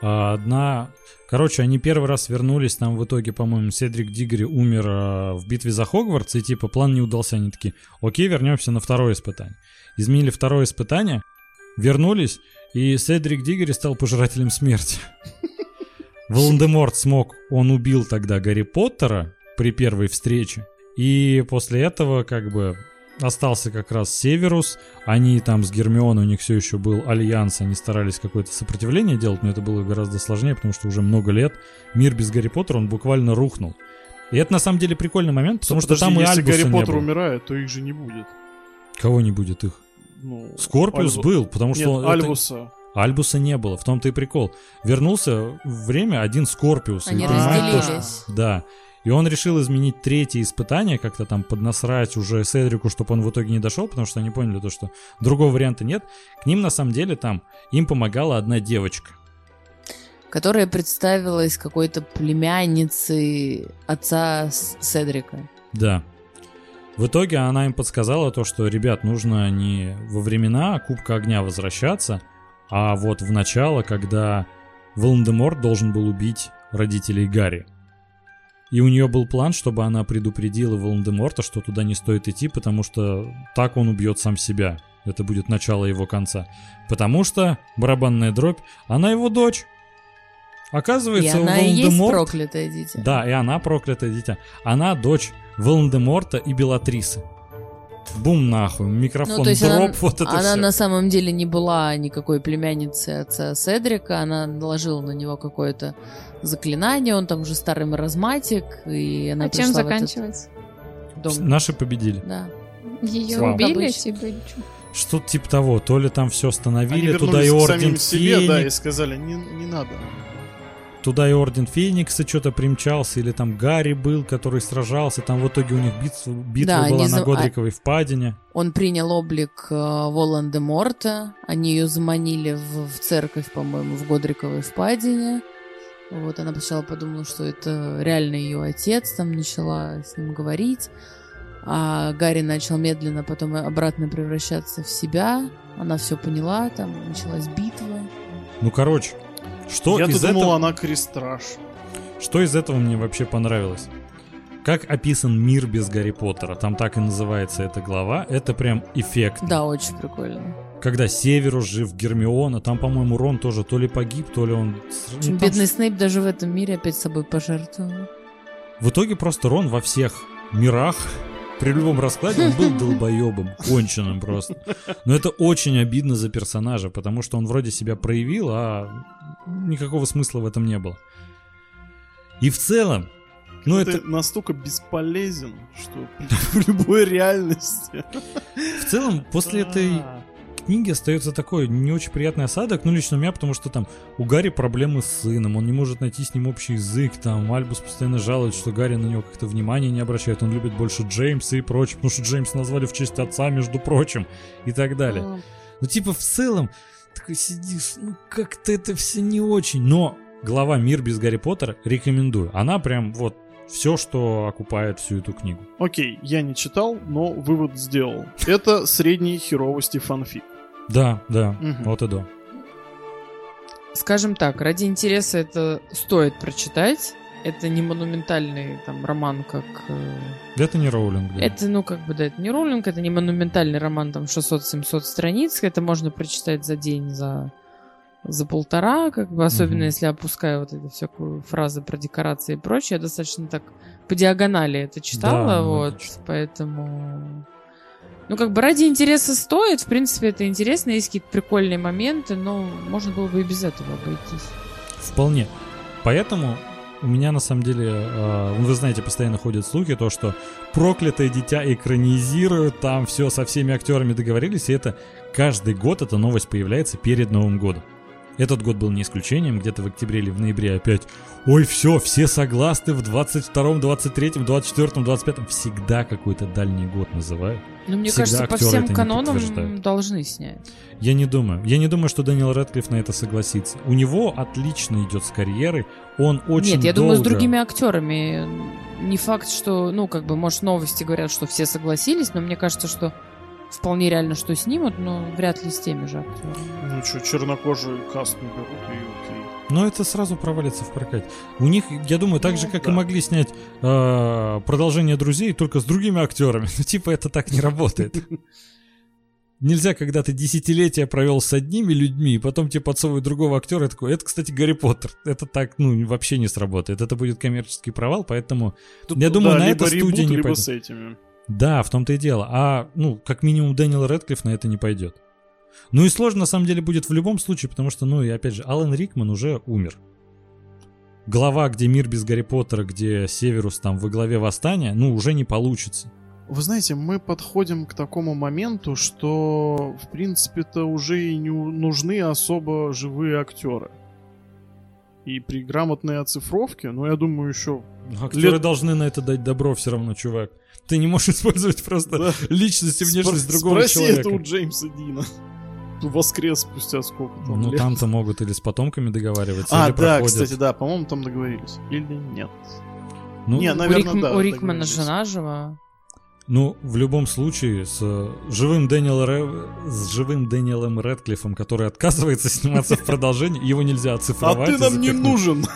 Короче, они первый раз вернулись, там в итоге, по-моему, Седрик Диггори умер в битве за Хогвартс, и типа план не удался. Они такие, окей, вернемся на второе испытание. Изменили второе испытание, вернулись, и Седрик Диггори стал пожирателем смерти. Волан-де-Морт смог, он убил тогда Гарри Поттера при первой встрече, и после этого как бы остался как раз Северус, они там с Гермионой, у них все еще был альянс, они старались какое-то сопротивление делать, но это было гораздо сложнее, потому что уже много лет мир без Гарри Поттера, он буквально рухнул. И это на самом деле прикольный момент, потому что там и Альбуса не было.
Если Гарри Поттер умирает, то их же не будет.
Кого не будет их? Скорпиус был, потому что...
Альбуса.
Альбуса не было, в том-то и прикол. Вернулся в время один Скорпиус.
Они разделились.
Да. И он решил изменить третье испытание, как-то там поднасрать уже Седрику, чтобы он в итоге не дошел, потому что они поняли то, что другого варианта нет. К ним на самом деле там им помогала одна девочка.
Которая представилась какой-то племянницей отца Седрика.
Да. В итоге она им подсказала то, что, ребят, нужно не во времена Кубка Огня возвращаться, а вот в начало, когда Волан-де-Морт должен был убить родителей Гарри. И у нее был план, чтобы она предупредила Волан-де-Морта, что туда не стоит идти, потому что так он убьет сам себя. Это будет начало его конца. Потому что, барабанная дробь, она его дочь. Оказывается,
и она
Волан-де-Морт...
и есть проклятое дитя.
Да, и она проклятое дитя. Она дочь Волан-де-Морта и Белатрисы. Бум нахуй, микрофон,
то есть
дроп, вот это
она
все.
На самом деле не была никакой племянницей отца Седрика, она наложила на него какое-то заклинание, он там уже старый маразматик, и она
чем
пришла
заканчивается?
в этот дом.
Наши победили.
Да.
Ее
Слава.
убили,
Обычно.
типа, или что?
Что-то типа того, то ли там все остановили,
Они
туда и
вернулись к
Орден
самим себе, да, и
Феникс,
сказали, не надо.
туда и Орден Феникса что-то примчался, или там Гарри был, который сражался, там в итоге у них битва
Да,
была
они
на Годриковой впадине.
Он принял облик Волан-де-Морта, они ее заманили в церковь, по-моему, в Годриковой впадине. Вот, она сначала подумала, что это реально ее отец, там начала с ним говорить. А Гарри начал медленно потом обратно превращаться в себя. Она все поняла, там началась битва.
Ну, короче,
Я-то думал,
этого...
она крестраж.
Что из этого мне вообще понравилось? Как описан мир без Гарри Поттера, там так и называется эта глава, это прям эффект.
Да, очень прикольно.
Когда Северус жив, Гермиона, там, по-моему, Рон тоже то ли погиб, то ли он... Ну,
Бедный Снейп даже в этом мире опять собой пожертвовал.
В итоге просто Рон во всех мирах, при любом раскладе, он был долбоебом, конченым просто. Но это очень обидно за персонажа, потому что он вроде себя проявил, а никакого смысла в этом не было. И в целом, ну
Ты
это...
настолько бесполезен, что в любой реальности.
В целом, после этой книги остается такой не очень приятный осадок, ну лично у меня, потому что там у Гарри проблемы с сыном, он не может найти с ним общий язык, там Альбус постоянно жалуется, что Гарри на него как-то внимания не обращает, он любит больше Джеймса и прочее, потому что Джеймса назвали в честь отца, между прочим, и так далее. Ну типа в целом, такой сидишь, ну как-то это все не очень, но глава «Мир без Гарри Поттера» рекомендую, она прям вот все, что окупает всю эту книгу.
Окей, я не читал, но вывод сделал. Это средней херовости фанфик.
Да,
Мгм.
вот и да.
Скажем так, ради интереса это стоит прочитать. Это не монументальный там роман, как...
Это не Роулинг, да.
Это, ну, как бы, да, это не Роулинг, это не монументальный роман, там, 600-700 страниц. Это можно прочитать за день, за полтора, как бы, особенно
Мгм.
если опускаю вот эту всякую фразы про декорации и прочее. Я достаточно так по диагонали это читала,
Да, ну,
вот,
отлично.
поэтому... Ну, как бы ради интереса стоит, в принципе, это интересно, есть какие-то прикольные моменты, но можно было бы и без этого обойтись.
Вполне. Поэтому у меня на самом деле, вы знаете, постоянно ходят слухи, то, что «Проклятое дитя» экранизируют, там все со всеми актерами договорились, и это каждый год эта новость появляется перед Новым годом. Этот год был не исключением, где-то в октябре или в ноябре опять «Ой, все согласны в 22-м, 23-м, 24-м, 25-м». Всегда какой-то дальний год называют.
Ну, мне
Всегда
кажется, по
актеры
всем
это не
канонам
подтверждают.
должны снять.
Я не думаю, что Дэниел Рэдклифф на это согласится. У него отлично идет с карьерой, он очень
Нет, я
долго...
думаю, с другими актерами. Не факт, что, ну, как бы, может, новости говорят, что все согласились, но мне кажется, что вполне реально, что снимут, но вряд ли с теми же актерами.
Ну что, чернокожий каст не берут, и окей.
Но это сразу провалится в прокате. У них, я думаю, так же, как и могли снять продолжение «Друзей», только с другими актерами. Ну, типа, это так не работает. Нельзя, когда ты десятилетия провел с одними людьми, и потом тебе подсовывают другого актера, и такой, это, кстати, Гарри Поттер. Это так, вообще не сработает. Это будет коммерческий провал, поэтому, я думаю, на это студия не пойдет.
С этими.
Да, в том-то и дело. А, как минимум, Дэниел Рэдклифф на это не пойдет. Ну и сложно, на самом деле, будет в любом случае, потому что, и опять же, Алан Рикман уже умер. Глава, где мир без Гарри Поттера, где Северус там во главе восстания, уже не получится.
Вы знаете, мы подходим к такому моменту, что, в принципе-то, уже и не нужны особо живые актеры. И при грамотной оцифровке, я думаю, еще...
Актеры должны на это дать добро все равно, чувак. Ты не можешь использовать просто личность и внешность другого человека.
Спроси это у Джеймса Дина. Воскрес спустя сколько там лет.
Там-то могут или с потомками договариваться, или
да,
проходят.
кстати, да, по-моему, там договорились. Или нет?
У Рикмана жена жива.
В любом случае, с живым Дэниелом Рэдклиффом, который отказывается сниматься в продолжении, его нельзя оцифровать.
А ты нам не нужен!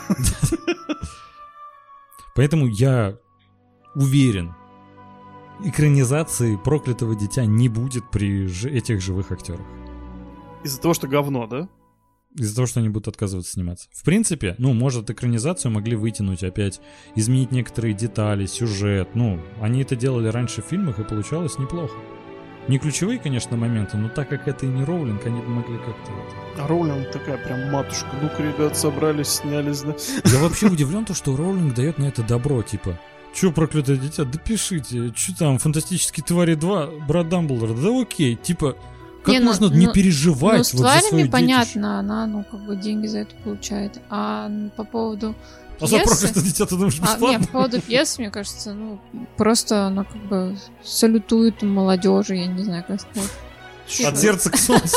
Поэтому я уверен, экранизации «Проклятого дитя» не будет при этих живых актерах.
Из-за того, что говно, да?
Из-за того, что они будут отказываться сниматься. В принципе, может, экранизацию могли вытянуть опять, изменить некоторые детали, сюжет. Они это делали раньше в фильмах, и получалось неплохо. Не ключевые, конечно, моменты, но так как это и не Роулинг, они бы могли как-то...
А Роулинг такая прям матушка. Ну-ка, ребят, собрались, снялись, да?
Я вообще удивлен, что Роулинг дает на это добро, типа... Чё, проклятое дитя, да пишите. Чё там, «Фантастические твари 2», брат Дамблдора, да окей, типа... Как можно не переживать
с тварями
за свое
понятно, она, деньги за это получает. А по поводу
пьесы... А за «Проклятое дитя» ты думаешь бесплатно?
Нет, по поводу пьесы, мне кажется, просто она салютует молодежи, я не знаю, как сказать.
От сердца к солнцу.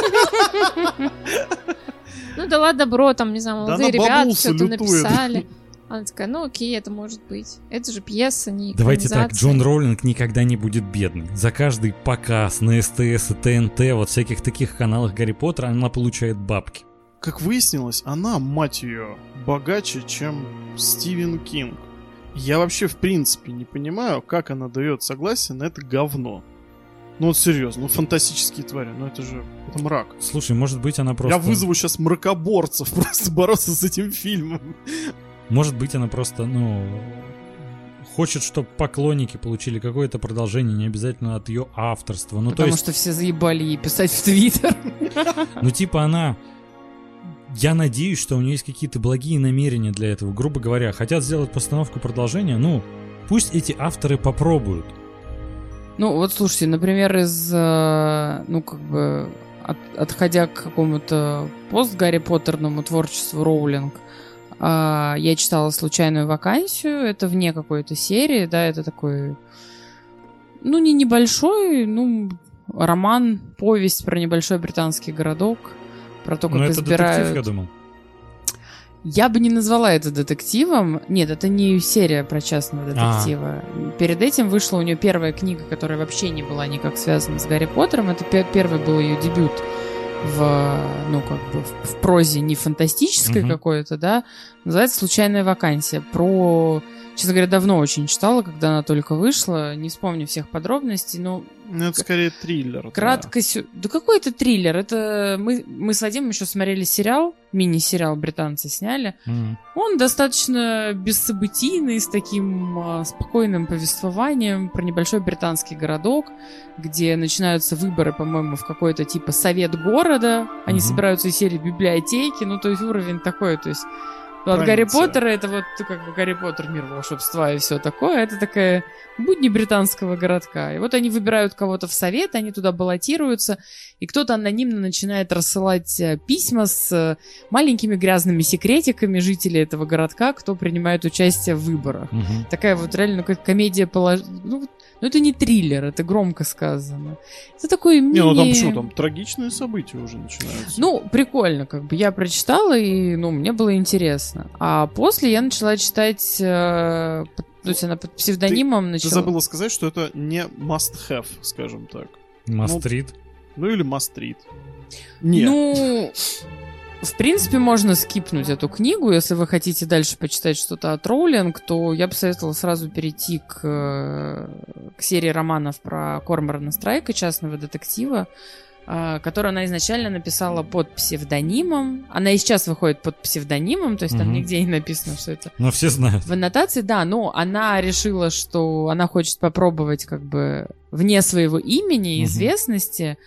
Дала добро, не знаю, молодые ребята все это написали. Она такая, окей, это может быть. Это же пьеса, не экранизация.
Давайте так, Джон Роулинг никогда не будет бедный. За каждый показ на СТС и ТНТ, всяких таких каналах Гарри Поттера, она получает бабки.
Как выяснилось, она, мать ее, богаче, чем Стивен Кинг. Я вообще, в принципе, не понимаю, как она дает согласие на это говно. Серьезно, фантастические твари, это мрак.
Слушай, может быть, она просто...
Я вызову сейчас мракоборцев просто бороться с этим фильмом.
Может быть, она просто, хочет, чтобы поклонники получили какое-то продолжение, не обязательно от ее авторства.
Потому что все заебали ей писать в Твиттер.
Она... Я надеюсь, что у нее есть какие-то благие намерения для этого. Грубо говоря, хотят сделать постановку продолжения, пусть эти авторы попробуют.
Слушайте, например, отходя к какому-то пост-Гарри Поттерному творчеству Роулинг, я читала «Случайную вакансию», это вне какой-то серии, да, это такой, не небольшой, роман, повесть про небольшой британский городок, про то, как
это
избирают...
детектив, я думал.
Я бы не назвала это детективом. Нет, это не серия про частного детектива. Перед этим вышла у нее первая книга, которая вообще не была никак связана с Гарри Поттером. Это первый был ее дебют в прозе не фантастической какой-то, да, называется «Случайная вакансия». Честно говоря, давно очень читала, когда она только вышла, не вспомню всех подробностей,
это скорее триллер.
Кратко... Да какой это триллер? Это мы с Вадимом еще смотрели сериал, мини-сериал британцы сняли. Он достаточно бессобытийный, с таким спокойным повествованием про небольшой британский городок, где начинаются выборы, по-моему, в какой-то типа совет города. Они собираются из серии библиотеки, то есть уровень такой, то есть от Гарри Поттера это Гарри Поттер, мир волшебства и все такое. Это такая будни британского городка. И они выбирают кого-то в совет, они туда баллотируются, и кто-то анонимно начинает рассылать письма с маленькими грязными секретиками жителей этого городка, кто принимает участие в выборах. Такая реально комедия это не триллер, это громко сказано. Это такой
там почему? Трагичные события уже начинаются.
Прикольно, я прочитала, и, мне было интересно. А после я начала читать... То есть она под псевдонимом начала...
Ты забыла сказать, что это не must-have, скажем так.
Must-read?
Или must-read. Нет.
В принципе, можно скипнуть эту книгу. Если вы хотите дальше почитать что-то от Роулинг, то я бы советовала сразу перейти к серии романов про Корморана Страйка, частного детектива, которую она изначально написала под псевдонимом. Она и сейчас выходит под псевдонимом, то есть там нигде не написано, что это...
Но все знают.
В аннотации, да, но она решила, что она хочет попробовать как бы вне своего имени, известности,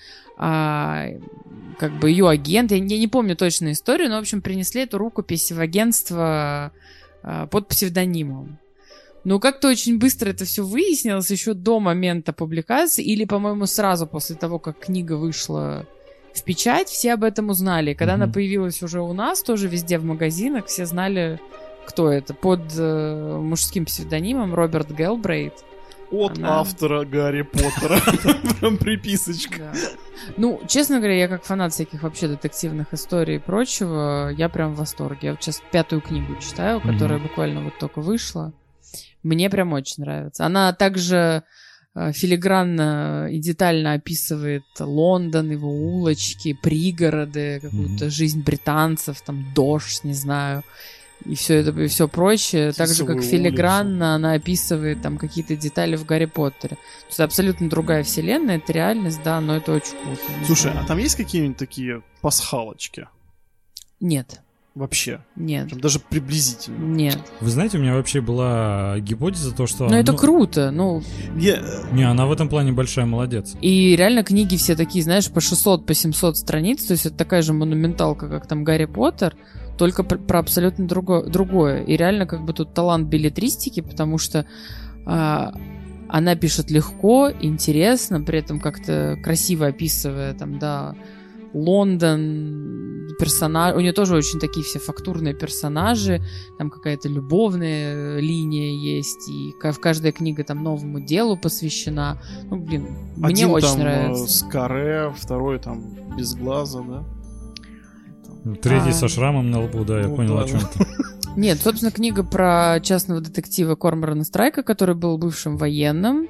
как бы ее агент, я не помню точную историю, но, в общем, принесли эту рукопись в агентство под псевдонимом. Но как-то очень быстро это все выяснилось еще до момента публикации, или, по-моему, сразу после того, как книга вышла в печать, все об этом узнали. Когда она появилась уже у нас, тоже везде в магазинах, все знали, кто это. Под мужским псевдонимом Роберт Гелбрейт.
От автора Гарри Поттера. Прям приписочка.
Ну, честно говоря, я как фанат всяких вообще детективных историй и прочего, я прям в восторге. Я вот сейчас 5-ю книгу читаю, которая буквально вот только вышла. Мне прям очень нравится. Она также филигранно и детально описывает Лондон, его улочки, пригороды, какую-то жизнь британцев, там дождь, не знаю, и все это, и все прочее. Так же, как филигранно она описывает там какие-то детали в Гарри Поттере. То есть абсолютно другая вселенная, это реальность, да, но это очень круто.
Слушай, а там есть какие-нибудь такие пасхалочки?
Нет.
Вообще?
Нет.
Прям даже приблизительно?
Нет.
Вы знаете, у меня вообще была гипотеза, то, что...
Но это круто, ну...
Не, она в этом плане большая молодец.
И реально книги все такие, знаешь, по 600, по 700 страниц, то есть это такая же монументалка, как там Гарри Поттер, только про абсолютно другое. И реально как бы тут талант беллетристики, потому что она пишет легко, интересно, при этом как-то красиво описывая там, да, Лондон, персонаж, у нее тоже очень такие все фактурные персонажи, там какая-то любовная линия есть, и в каждая книга там новому делу посвящена. Ну, блин, мне
один
очень
там
нравится.
С каре, второй там без глаза, да?
Третий со шрамом на лбу, да, я понял,
да,
о чем ты.
Нет, собственно, книга про частного детектива Корморана Страйка, который был бывшим военным.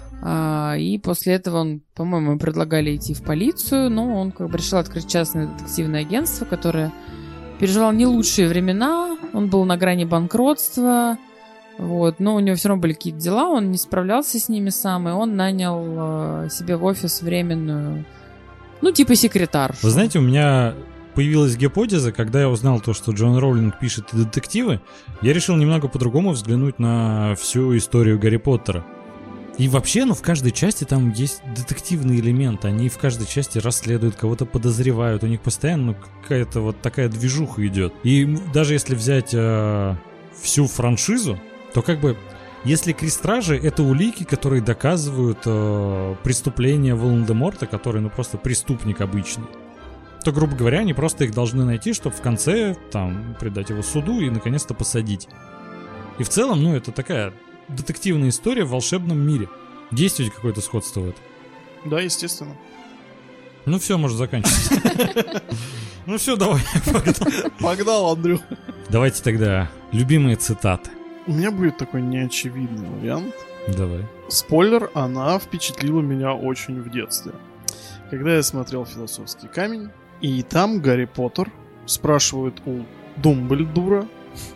И после этого он, по-моему, предлагали идти в полицию, но он как бы решил открыть частное детективное агентство, которое переживало не лучшие времена, он был на грани банкротства, вот, но у него все равно были какие-то дела, он не справлялся с ними сам, и он нанял себе в офис временную, ну, типа секретаршу.
Вы знаете, у меня появилась гипотеза, когда я узнал то, что Джон Роулинг пишет детективы, я решил немного по-другому взглянуть на всю историю Гарри Поттера. И вообще, в каждой части там есть детективный элемент. Они в каждой части расследуют, кого-то подозревают. У них постоянно какая-то вот такая движуха идет. И даже если взять всю франшизу, то как бы, если Крестражи — это улики, которые доказывают преступление Волан-де-Морта, который, просто преступник обычный, то, грубо говоря, они просто их должны найти, чтобы в конце там предать его суду и наконец-то посадить. И в целом, это такая детективная история в волшебном мире. Есть ведь какое-то сходство в этом?
Да, естественно.
Ну все, можно заканчивать. Ну все, давай, погнал.
Погнал, Андрю.
Давайте тогда любимые цитаты.
У меня будет такой неочевидный вариант.
Давай.
Спойлер, она впечатлила меня очень в детстве. Когда я смотрел «Философский камень», и там Гарри Поттер спрашивает у Думблдора,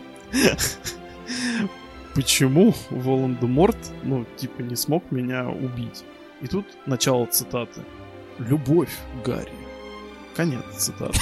почему Волан-де-Морт, не смог меня убить. И тут начало цитаты. «Любовь, Гарри». Конец цитаты.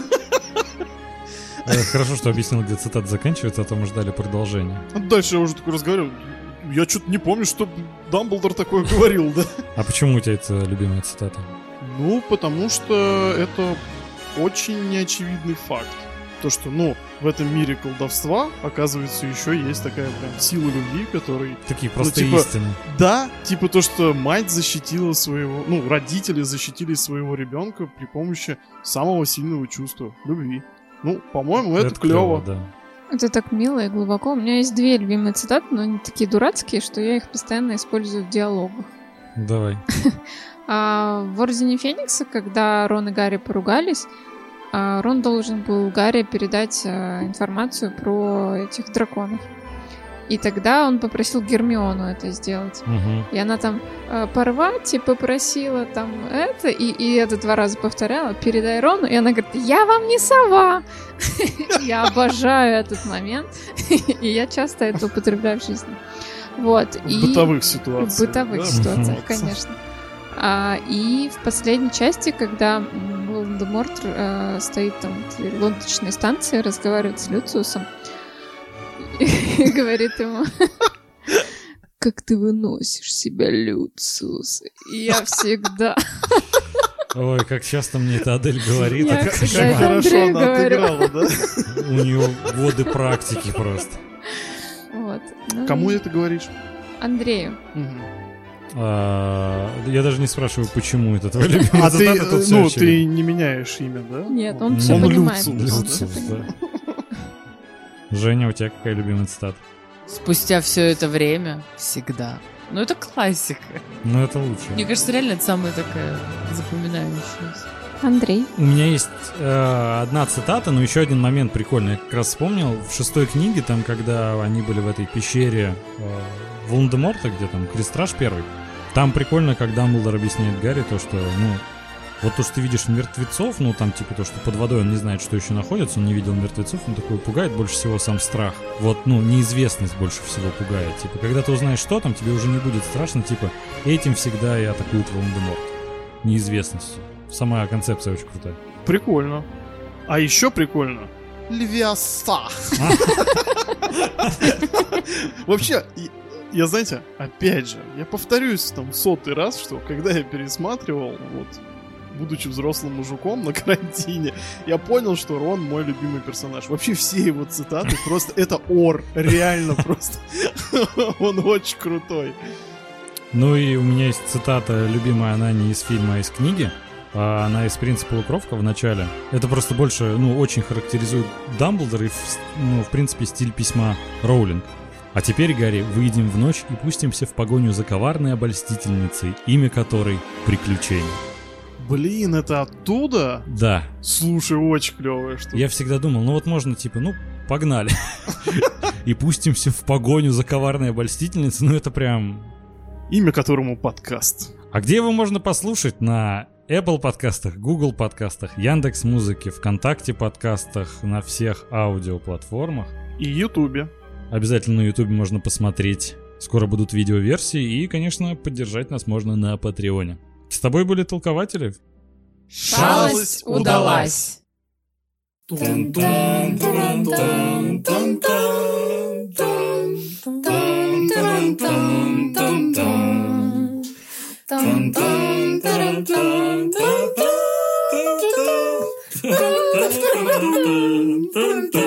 Хорошо, что объяснил, где цитата заканчивается, а то мы ждали продолжения.
Дальше я уже такой разговариваю. Я что-то не помню, что Дамблдор такое говорил, да?
А почему у тебя это любимая цитата?
Потому что это очень неочевидный факт. То, что, в этом мире колдовства, оказывается, еще есть такая прям сила любви, который...
Такие простые истины.
Да, то, что мать защитила своего... родители защитили своего ребенка при помощи самого сильного чувства — любви. По-моему, это клево.
Да.
Это так мило и глубоко. У меня есть 2 любимые цитаты, но они такие дурацкие, что я их постоянно использую в диалогах.
Давай.
В «Ордене Феникса», когда Рон и Гарри поругались, Рон должен был Гарри передать информацию про этих драконов. И тогда он попросил Гермиону это сделать. И она там порвать и попросила там это, и это 2 раза повторяла, передай Рону, и она говорит, я вам не сова. Я обожаю этот момент, и я часто это употребляю в жизни. Вот.
В бытовых ситуациях.
В бытовых ситуациях, конечно. И в последней части, когда Волан-де-Морт стоит там в лодочной станции, разговаривает с Люциусом, и говорит ему, как ты выносишь себя, Люциус. И я всегда...
Ой, как часто мне это Адель говорит.
Я,
Как
кстати,
хорошо
Андрею
она
говорю.
отыграла, да?
У нее годы практики просто.
Вот. Ну,
Кому это говоришь?
Андрею.
Мгм.
Я даже не спрашиваю, почему это твой любимый
А ты,
цитата, тут всё
ну,
очевидно.
ты не меняешь имя, да?
Нет, он
Ну,
все
он
понимает.
Люциус,
Он
Люциус,
всё понимает.
да. Женя, у тебя какая любимая цитата?
Спустя все это время всегда. Ну, это классика.
Ну, это лучше.
Мне кажется, реально это самая такая запоминающаяся.
Андрей.
У меня есть одна цитата, но еще один момент прикольный. Я как раз вспомнил, в 6 книге, там, когда они были в этой пещере Волан-де-Морта, где там Крестраж первый, там прикольно, как Дамблдор объясняет Гарри то, что, ну, вот то, что ты видишь мертвецов, ну, там, типа, то, что под водой он не знает, что еще находится, он не видел мертвецов, он такой пугает больше всего сам страх. Вот, ну, неизвестность больше всего пугает. Типа, когда ты узнаешь, что там, тебе уже не будет страшно, типа, этим всегда и атакуют Волан-де-Морт. Неизвестностью. Сама концепция очень крутая.
Прикольно. А еще прикольно. Левиаса. Вообще, я, знаете, опять же, я повторюсь там 100-й раз, что когда я пересматривал, вот, будучи взрослым мужиком на карантине, я понял, что Рон мой любимый персонаж. Вообще все его цитаты просто... Это ор. Реально просто. Он очень крутой.
Ну и у меня есть цитата любимая, она не из фильма, а из книги. Она из «Принца Полукровка» в начале. Это просто больше, ну, очень характеризует Дамблдора и, ну, в принципе, стиль письма Роулинг. А теперь, Гарри, выйдем в ночь и пустимся в погоню за коварной обольстительницей, имя которой — Приключение.
Блин, это оттуда?
Да.
Слушай, очень клевая штука.
Я всегда думал, ну вот можно, типа, ну, погнали. И пустимся в погоню за коварной обольстительницей, ну это прям...
Имя которому подкаст.
А где его можно послушать? На Apple подкастах, Google подкастах, Яндекс.Музыке, ВКонтакте подкастах, на всех аудиоплатформах.
И Ютубе.
Обязательно на Ютубе можно посмотреть. Скоро будут видеоверсии. И, конечно, поддержать нас можно на Патреоне. С тобой были толкователи.
Шалость удалась.
Dun, dun, dun, dun, dun, dun.